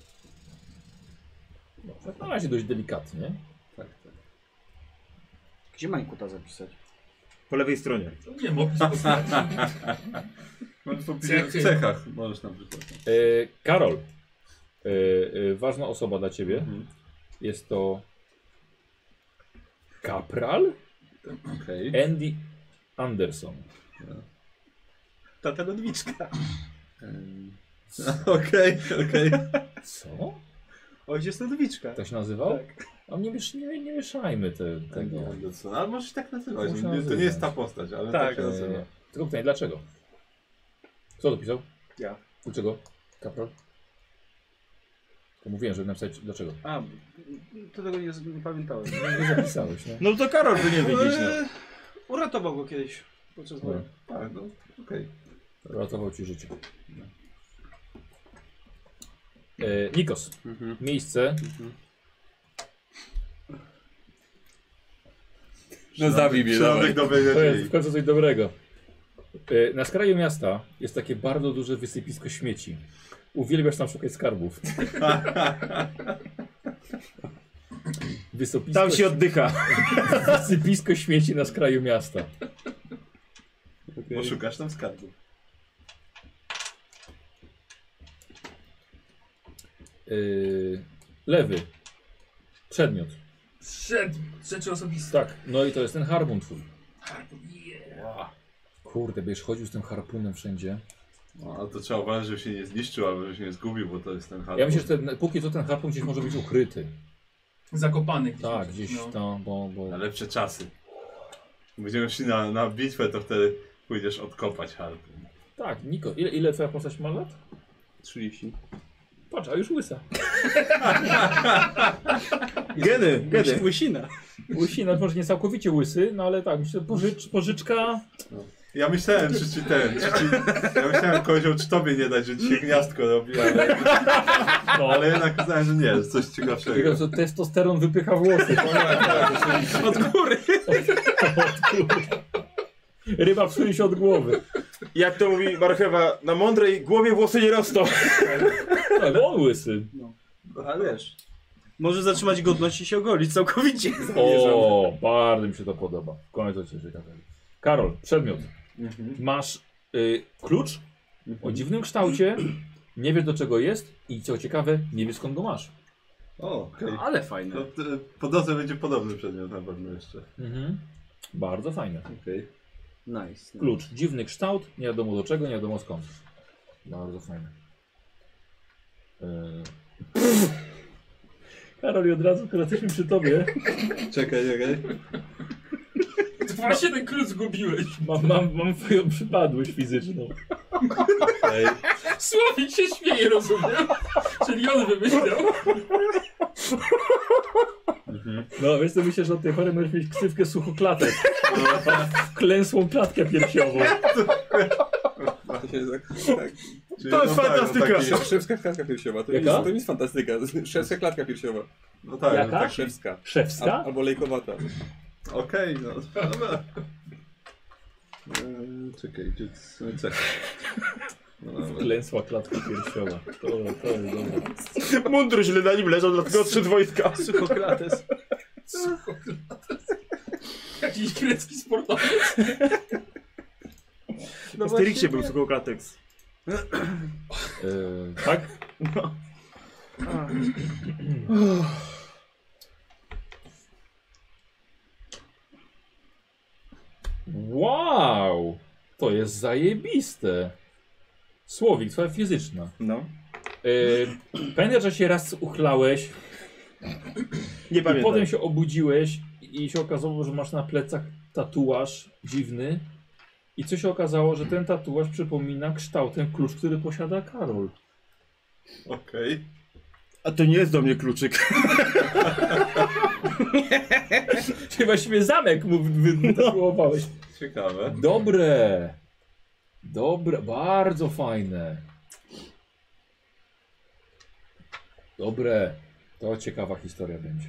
Dobrze, na razie dość delikatnie. Tak, tak. Gdzie Mańkuta zapisać? Po lewej stronie. Nie wiem, opis postaci. Możesz w Cechy. cechach możesz nam przykład. E, Karol. E, e, ważna osoba dla ciebie. Mhm. Jest to. Kapral Okej. Andy Anderson. Tata Ludwiczka. Em, Okej, okej. Co? Ojciec Ludwiczka. Tak się nazywał? A nie, miesz, nie, nie mieszajmy te, tego. Andy Anderson. Ale możesz tak nazywać. Można Nie, to nazywać. nie jest ta postać, ale Tak, tak się nazywa. E, tylko pytanie, dlaczego? Kto to pisał? Ja. Dlaczego? Kapral? To mówiłem, żeby napisać dlaczego. A, to tego nie, nie pamiętałem. Nie zapisałeś, nie? No to Karol by nie wiedzieć, no. Eee, uratował go kiedyś podczas Dobra. wojny. Tak, no, okej. Ratował ci życie. E, Nikos. Mhm. Miejsce. No zabij mnie, Środek dawaj. dobrej To jest w nadziei. końcu coś dobrego. E, na skraju miasta jest takie bardzo duże wysypisko śmieci. Uwielbiasz tam szukać skarbów. Wysopisko, Tam się oddycha. wysypisko śmieci na skraju miasta. Poszukasz tam skarbu. Yy, lewy. Przedmiot. Przed rzeczy osobiste. Tak, no i to jest ten harpun twój. Harpun, yeah. Kurde, będziesz chodził z tym harpunem wszędzie. No, ale to trzeba uważać, żeby się nie zniszczył albo żeby się nie zgubił, bo to jest ten harpun. Ja myślę, że ten, póki co ten harpun gdzieś może być ukryty. Zakopany gdzieś. Tak, gdzieś no. tam, bo... bo... Na lepsze czasy. Będziemy szli na, na bitwę, to wtedy pójdziesz odkopać harpun. Tak, Niko, ile, ile twoja postać ma lat? trzydzieści. Patrz, a już łysa. Geny, geny. Łysina. Łysina, może nie całkowicie łysy, no ale tak, myślę, pożycz, pożyczka... Ja myślałem, czy ci ten, czy ci, ja myślałem, kozioł, czy tobie nie dać, że ci się gniazdko robi, ale, No, ale jednak uznałem, że nie, że coś ciekawszego. tylko że testosteron wypycha włosy. Od góry. Ryba psuje się od głowy. Jak to mówi marchewa, na mądrej głowie włosy nie rosną. Tak, on łysy. Ale wiesz. Może zatrzymać godność i się ogolić całkowicie. O, bardzo mi się to podoba. W końcu cię ciekawe. Karol, przedmiot. Mhm. Masz y, klucz o dziwnym kształcie, nie wiesz do czego jest i co ciekawe, nie wiesz skąd go masz. O, okej. Okay. Ale fajne. No, po drodze będzie podobny przedmiot na pewno jeszcze. Mhm. Bardzo fajne. Okej. Okay. Nice, nice. Klucz, dziwny kształt, nie wiadomo do czego, nie wiadomo skąd. Bardzo fajne. Yy... Karol, i od razu, skoro jesteśmy przy tobie, Czekaj, czekaj. To właśnie ten klucz zgubiłeś. mam, mam, mam twoją przypadłość fizyczną. Ej. Słowik się śmieje, rozumiem? Czyli on wymyślał. Mhm. No, wiesz co, myślę, że od tej pory możesz mieć ksywkę suchoklatek. Klęsłą klatkę piersiową. To się tak, tak. To jest fantastyka! Szewska klatka piersiowa, to, Jaka? jest, to nie jest fantastyka, to jest szewska klatka piersiowa. No tak, Jaka? no tak. Szewska. Szewska? Al, albo lejkowata. Okej, okay, no. Dobra. Eee, czekaj, gdzie są cechy? No, Klęsła klatka piersiowa. To, to jest dobre. Mundur źle na nim leżał, dlatego odszedł wojska. Suchoklates. Jakiś grecki sportowiec. No w Asterixie był suchoklatex. Yy, tak? No. Wow! To jest zajebiste. Słowik, twoja fizyczna. No. Yy, pamiętasz, że się raz uchlałeś Nie i pamiętam. potem się obudziłeś i się okazało, że masz na plecach tatuaż dziwny i co się okazało, że ten tatuaż przypomina kształtem klucz, który posiada Karol. Okej. Okay. A to nie jest do mnie kluczyk. Czyli właściwie zamek mu wytatuowałeś. Ciekawe. Dobre. Dobre, bardzo fajne. Dobre. To ciekawa historia będzie.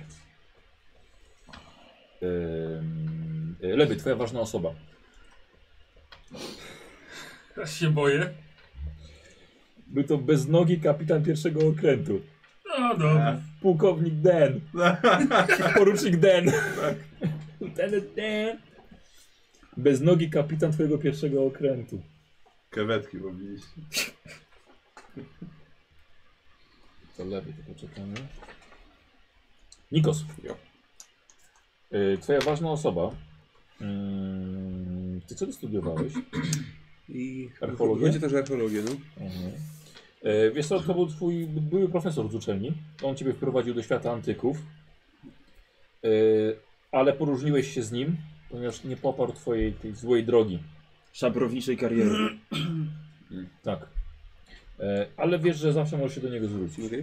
Yy, Lewy, twoja ważna osoba. Aż się boję. Był to beznogi kapitan pierwszego okrętu. No dobra. Pułkownik Den. Porucznik Den. Lieutenant Den. Beznogi kapitan twojego pierwszego okrętu. Krewetki robiliście. To lewy, to poczekamy. Nikos. Yy, twoja ważna osoba. Yy, ty co ty studiowałeś? I Archeologię? Będzie też archeologię, no. Mhm. Yy, wiesz co, to był twój były profesor z uczelni. On ciebie wprowadził do świata antyków. Yy, ale poróżniłeś się z nim, ponieważ nie poparł twojej tej złej drogi. Szabrowniczej kariery. Tak. Yy, ale wiesz, że zawsze możesz się do niego zwrócić. Okay.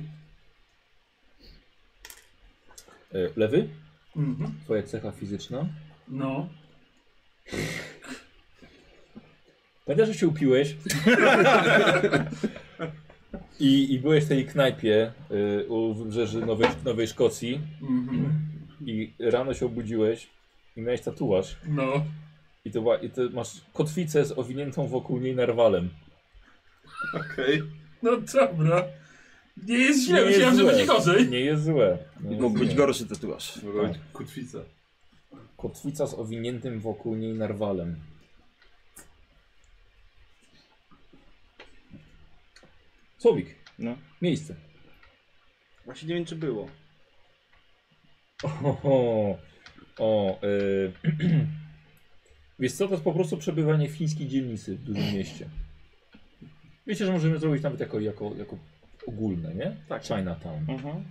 Yy, lewy? Mhm. Twoja cecha fizyczna. No. Pamiętasz, że się upiłeś I, i byłeś w tej knajpie y, u wybrzeży Nowej, Nowej Szkocji Mhm. i rano się obudziłeś i miałeś tatuaż No. i to, była- i to masz kotwicę z owiniętą wokół niej narwalem. Okej. Okay. No dobra. Nie jest źle, Nie jest myślałem, że złe. będzie gorzej. Nie jest złe. Nie jest Mógł być złe. gorszy tatuaż. Mogła być kotwica. Kotwica z owiniętym wokół niej narwalem. Słowik, No. miejsce. Właśnie nie wiem, czy było. Oho, o, y, wiesz co, to jest po prostu przebywanie w chińskiej dzielnicy w dużym mieście. Wiecie, że możemy zrobić nawet jako, jako, jako ogólne, nie? Tak. Chinatown. Mhm.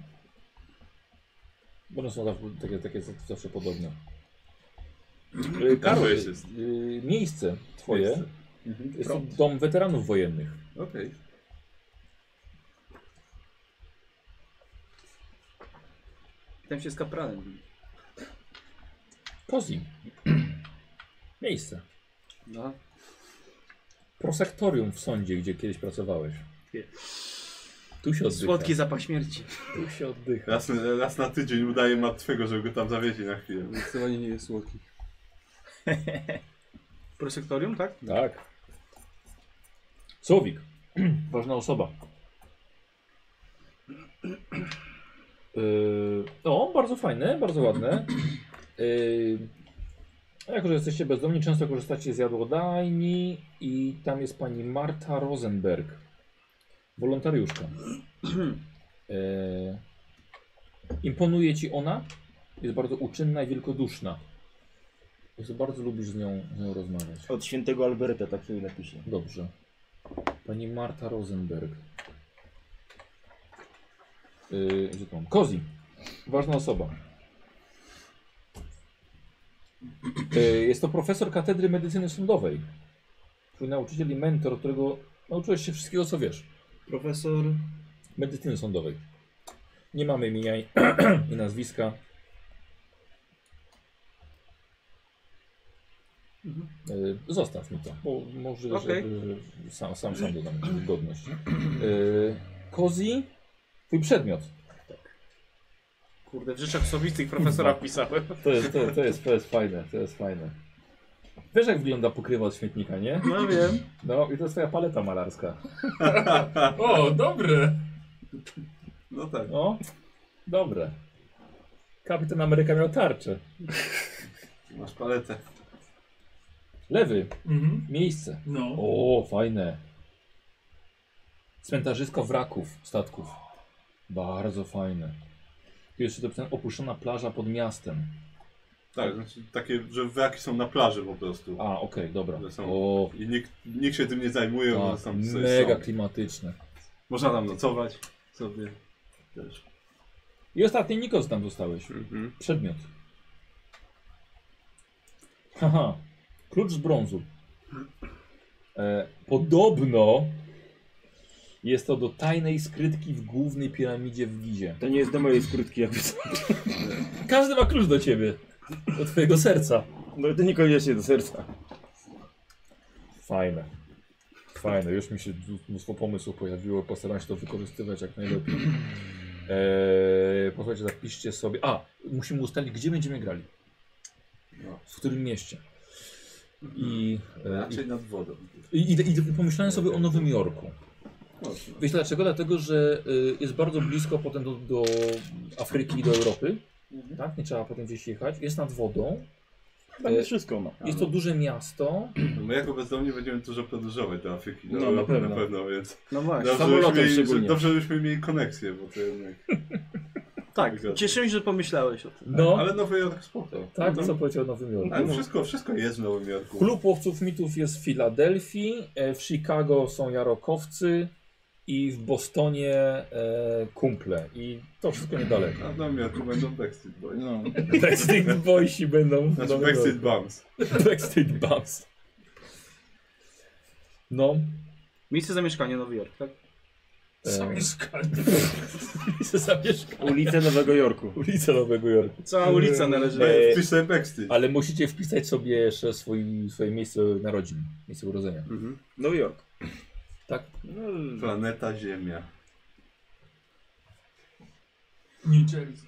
Bo one są zawsze, takie, takie zawsze podobne. Y, Karol, jest jest. y, miejsce twoje Miejsce. Mhm. jest to dom weteranów wojennych. Okej. Okay. Tam się z kapranem. Kozi. Miejsce. No. Prosektorium w sądzie, gdzie kiedyś pracowałeś. Wie. Tu się oddycha. Słodki zapach śmierci. Tu się oddycha. Raz, raz na tydzień udaje martwego, żeby go tam zawieźli na chwilę. Zdecydowanie nie jest słodki. Prosektorium, tak? Tak. Słowik. Ważna osoba. Yy, o, bardzo fajne, bardzo ładne. Yy, jako, że jesteście bezdomni, często korzystacie z jadłodajni i tam jest pani Marta Rosenberg. Wolontariuszka. Yy, Imponuje ci ona? Jest bardzo uczynna i wielkoduszna. Jest bardzo lubisz z nią, z nią rozmawiać. Od świętego Alberta tak sobie napiszę. Dobrze. Pani Marta Rosenberg. Yy, gdzie to mam? Kozi. Ważna osoba. Yy, jest to profesor katedry medycyny sądowej. Twój nauczyciel i mentor, którego nauczyłeś się wszystkiego, co wiesz. Profesor... Medycyny sądowej. Nie mamy imienia i, i nazwiska. Mhm. Yy, zostaw mi to, bo może Okej. że, że sam, sam, sam dodam godność. Yy, Kozi, twój przedmiot. Kurde, w rzeczach osobistych profesora wpisałem. To jest, to, to, jest, to jest fajne, to jest fajne. Wiesz, jak wygląda pokrywa od śmietnika, nie? No wiem. No i to jest twoja paleta malarska. O, dobre. No tak. No, dobre. Kapitan Ameryka miał tarczę. Masz paletę. Lewy, Mhm. miejsce. No. O, fajne. Cmentarzysko wraków statków. Bardzo fajne. Tu jeszcze dopisane opuszczona plaża pod miastem. Tak, znaczy takie, że wraki są na plaży po prostu. A, okej, dobra. Że są- O, I nikt, nikt się tym nie zajmuje, bo tak, tam sobie mega są. klimatyczne. Można tam nocować sobie też. I ostatni Nikos tam dostałeś. Mhm. Przedmiot. Haha. Klucz z brązu. E, podobno jest to do tajnej skrytki w głównej piramidzie w Gizie. To nie jest do mojej skrótki, jakby co. Każdy ma klucz do ciebie. Do twojego serca. No to niekoniecznie do serca. Fajne. Fajne. Już mi się mnóstwo pomysłów pojawiło. Postaram się to wykorzystywać jak najlepiej. Eee, posłuchajcie, zapiszcie sobie. A, musimy ustalić, gdzie będziemy grali. No. W którym mieście. I, e, Raczej nad wodą. i, i, i pomyślałem sobie o Nowym Jorku. Mocno. Wiesz dlaczego? Dlatego, że y, jest bardzo blisko potem do, do Afryki i do Europy. Tak? Nie trzeba potem gdzieś jechać. Jest nad wodą. Tam E, jest wszystko, no. Jest to duże miasto. No my jako bezdomni będziemy dużo podróżować do Afryki. No, do na Europy pewno. Na pewno, więc No właśnie. dobrze, Samolotem żebyśmy mieli, szczególnie. dobrze, żebyśmy mieli koneksję, bo to jednak... Tak, cieszymy się, że pomyślałeś o tym. No, Ale Nowy Jork spoko. tak, No, co powiedział o Nowym Jorku. ale wszystko, wszystko jest w Nowym Jorku. Klub Łowców Mitów jest w Filadelfii, e, w Chicago są Jarokowcy i w Bostonie e, kumple. I to wszystko niedaleko. A w Nowym Jorku będą Backstreet Boys. No. Backstreet Boysi będą w Znaczy Nowym Backstreet Jorku. Bums. Backstreet Bums. No. Miejsce zamieszkania Nowy Jork, tak? Zamieszkanie. Miejsce zamieszkania. Ulice Nowego Jorku. Ulica Nowego Jorku. Cała ulica należy... E, Wpisz sobie Backstreet. Ale musicie wpisać sobie jeszcze swój, swoje miejsce narodzin, miejsce urodzenia. Mhm. Nowy Jork. Tak? No, Planeta Ziemia. New Jersey.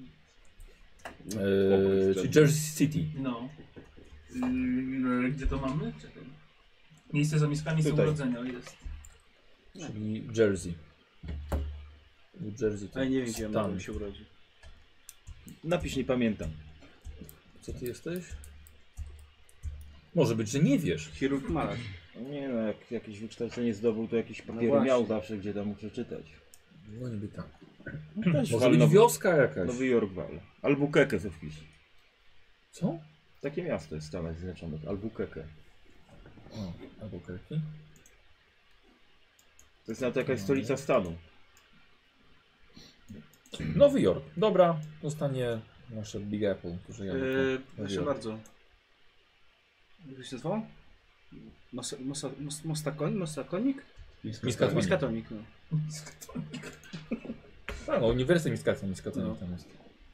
Eee, czyli Jersey City. No. Yy, gdzie to mamy? Czekaj. Miejsce zamieszkania i Tutaj. urodzenia jest. Czyli Jersey. New Jersey to Ale nie wiem, gdzie ja stan. mogłem się urodzić. napisz, nie pamiętam. Co ty jesteś? Może być, że nie wiesz. Chirurg malarz. Nie no, jak jakieś wykształcenie zdobył, to jakieś papiery właśnie. miał zawsze, gdzie tam mógł przeczytać. No niby tak. Też Może wal być Nowy, wioska jakaś. Nowy Jork wal. Albuquerque sobie wpisz. Co? Takie miasto jest w Stanach Zjednoczonych. Albuquerque. O, Albuquerque. To jest nawet jakaś stolica stanu. Nowy Jork. Dobra, zostanie nasze Big Apple, które ja Yy, to proszę Jork. bardzo. Jak to się nazywało? Mosa, mosa, mos, mostakoń? Mostakonik? Miskatonik. Miskatonik, no. A, no, Uniwersytet Miskatonik, Miskatonik No. tam jest.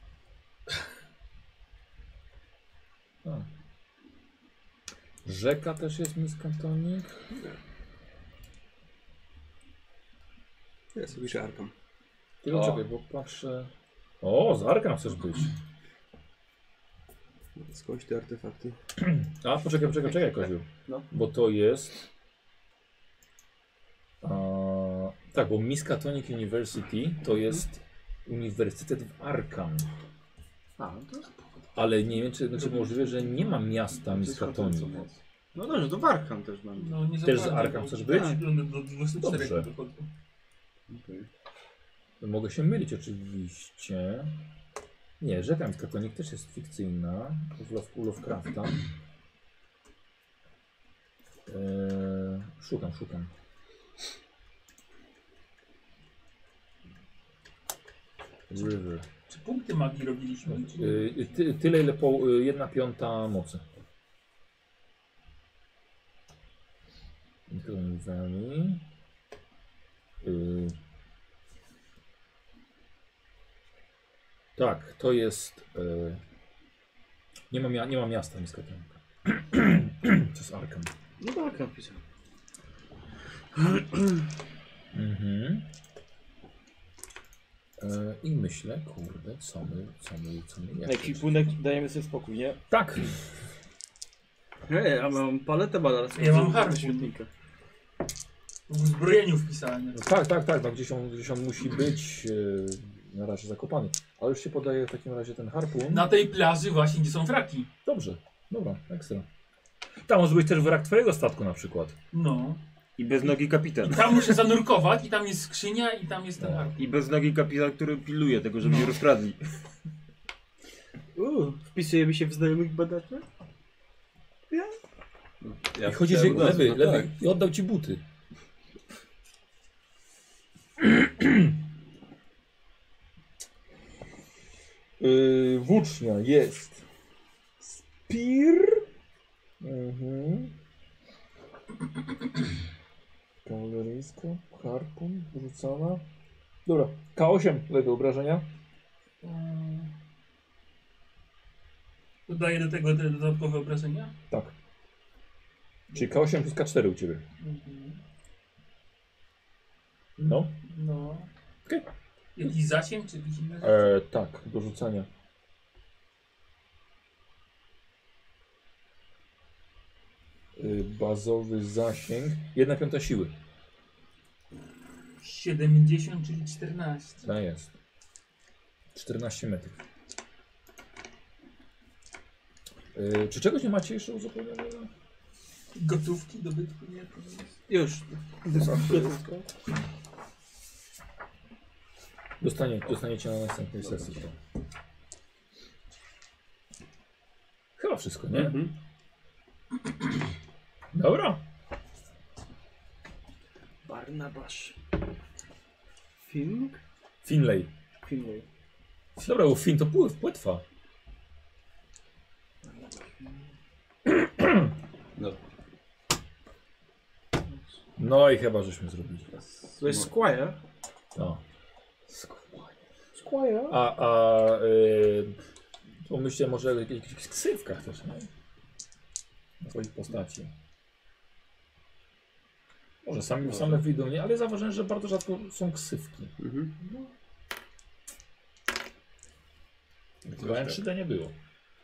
A. Rzeka też jest Miskatonik. Ja sobie piszę Arkham. Tylko O. czekaj, bo patrzę... O, z Arkham chcesz być. Skądś te artefakty. A, poczekaj, poczekaj, poczekaj, Koziu. No. Bo to jest... A, tak, bo Miskatonic University to jest uniwersytet w Arkham. A, no to jest... Ale nie wiem, czy znaczy możliwe, że nie ma miasta Miskatonic. No dobrze, to Warkham też mam. No, nie Też z zakładam, Arkham bo- chcesz być? Tak, do, do dwudziestu czterech Dobrze. wychodzą. Okay. Mogę się mylić oczywiście. Nie, Rzeka Miskatonik też jest fikcyjna. U Love- u Lovecrafta. Eee, szukam, szukam. River. Czy punkty magii robiliśmy? Czy... Eee, ty, tyle ile po y, jedna piąta mocy. Including Valley. Eee, tak, to jest. Eee, nie, ma mia- nie ma miasta Miskatonika. To jest Arkham. No tak, napisał. Mhm. E, I myślę, kurde, co my, co my, co my jeszcze- Ekwipunek dajemy sobie spokój, nie? Tak! Ej, ja mam paletę badarską. Ja mam harpun. Świetnika. W uzbrojeniu wpisane. No tak, tak, tak, no gdzieś on, gdzieś on musi być e, na razie zakopany. Ale już się podaje w takim razie ten harpun. Na tej plaży właśnie, gdzie są fraki. Dobrze, dobra, ekstra. Tam może być też wrak twojego statku na przykład. No. I bez nogi I kapitan. tam muszę zanurkować i tam jest skrzynia i tam jest ten No. harpun. I bez nogi kapitan, który pilnuje tego, żeby nie rozkradli. Uuu, wpisujemy się w znajomych badaczy? Ja I chodzi, że chciałem lewy, nazwę, lewy. tak. I oddał ci buty. Yy, włócznia jest. Spear. Mhm. Kawaleryjska, harpun, rzucona. Dobra, K osiem tego obrażenia. Mm. Dodaję do tego te dodatkowe obrażenia. Tak. Czyli K osiem plus K cztery u ciebie. Mhm. No. No. Okej. Jakiś zasięg czy jakieś inne? E, tak, do rzucania. Y, bazowy zasięg. Jedna piąta siły. siedemdziesiąt, czyli czternaście. To jest. czternaście metrów. Y, czy czegoś nie macie jeszcze uzupełnionego? Gotówki, dobytku, nie? To jest... Już. Dostanie, dostaniecie na następnej sesji. To. Chyba wszystko, nie? Mhm. Dobra. Barnabasz. Film? Finlay. Finlay. Dobra, bo Fin to pływ, płetwa. No, No i chyba żeśmy zrobili. To jest Squire. No. Squire? A, a y, pomyślcie może o jakichś, jakichś ksywkach też, nie? Na swoich postaci. Może sami, same wyjdą, nie? Ale zauważyłem, że bardzo rzadko są ksywki. Mhm. Chyba M trzy D nie było.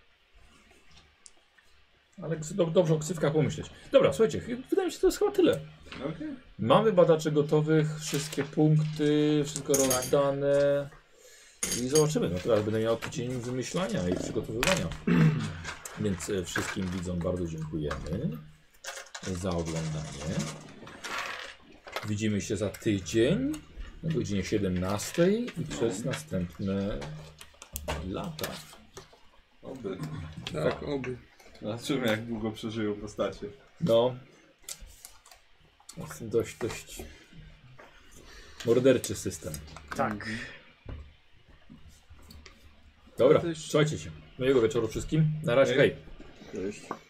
Ale ks- do, dobrze o ksywkach pomyśleć. Dobra, słuchajcie, ch- wydaje mi się, że to jest chyba tyle. okej. Mamy badaczy gotowych, wszystkie punkty, wszystko rozdane. I zobaczymy. No teraz będę miał tydzień wymyślania i przygotowywania. Więc e, wszystkim widzom bardzo dziękujemy za oglądanie. Widzimy się za tydzień o godzinie siedemnastej i przez następne lata. Oby. Tak, oby. Zobaczymy, jak długo przeżyją postacie. No. Jest dość, dość morderczy system. Tak. Dobra, Też- trzymajcie się. Miłego wieczoru wszystkim. Na razie, hej. Cześć.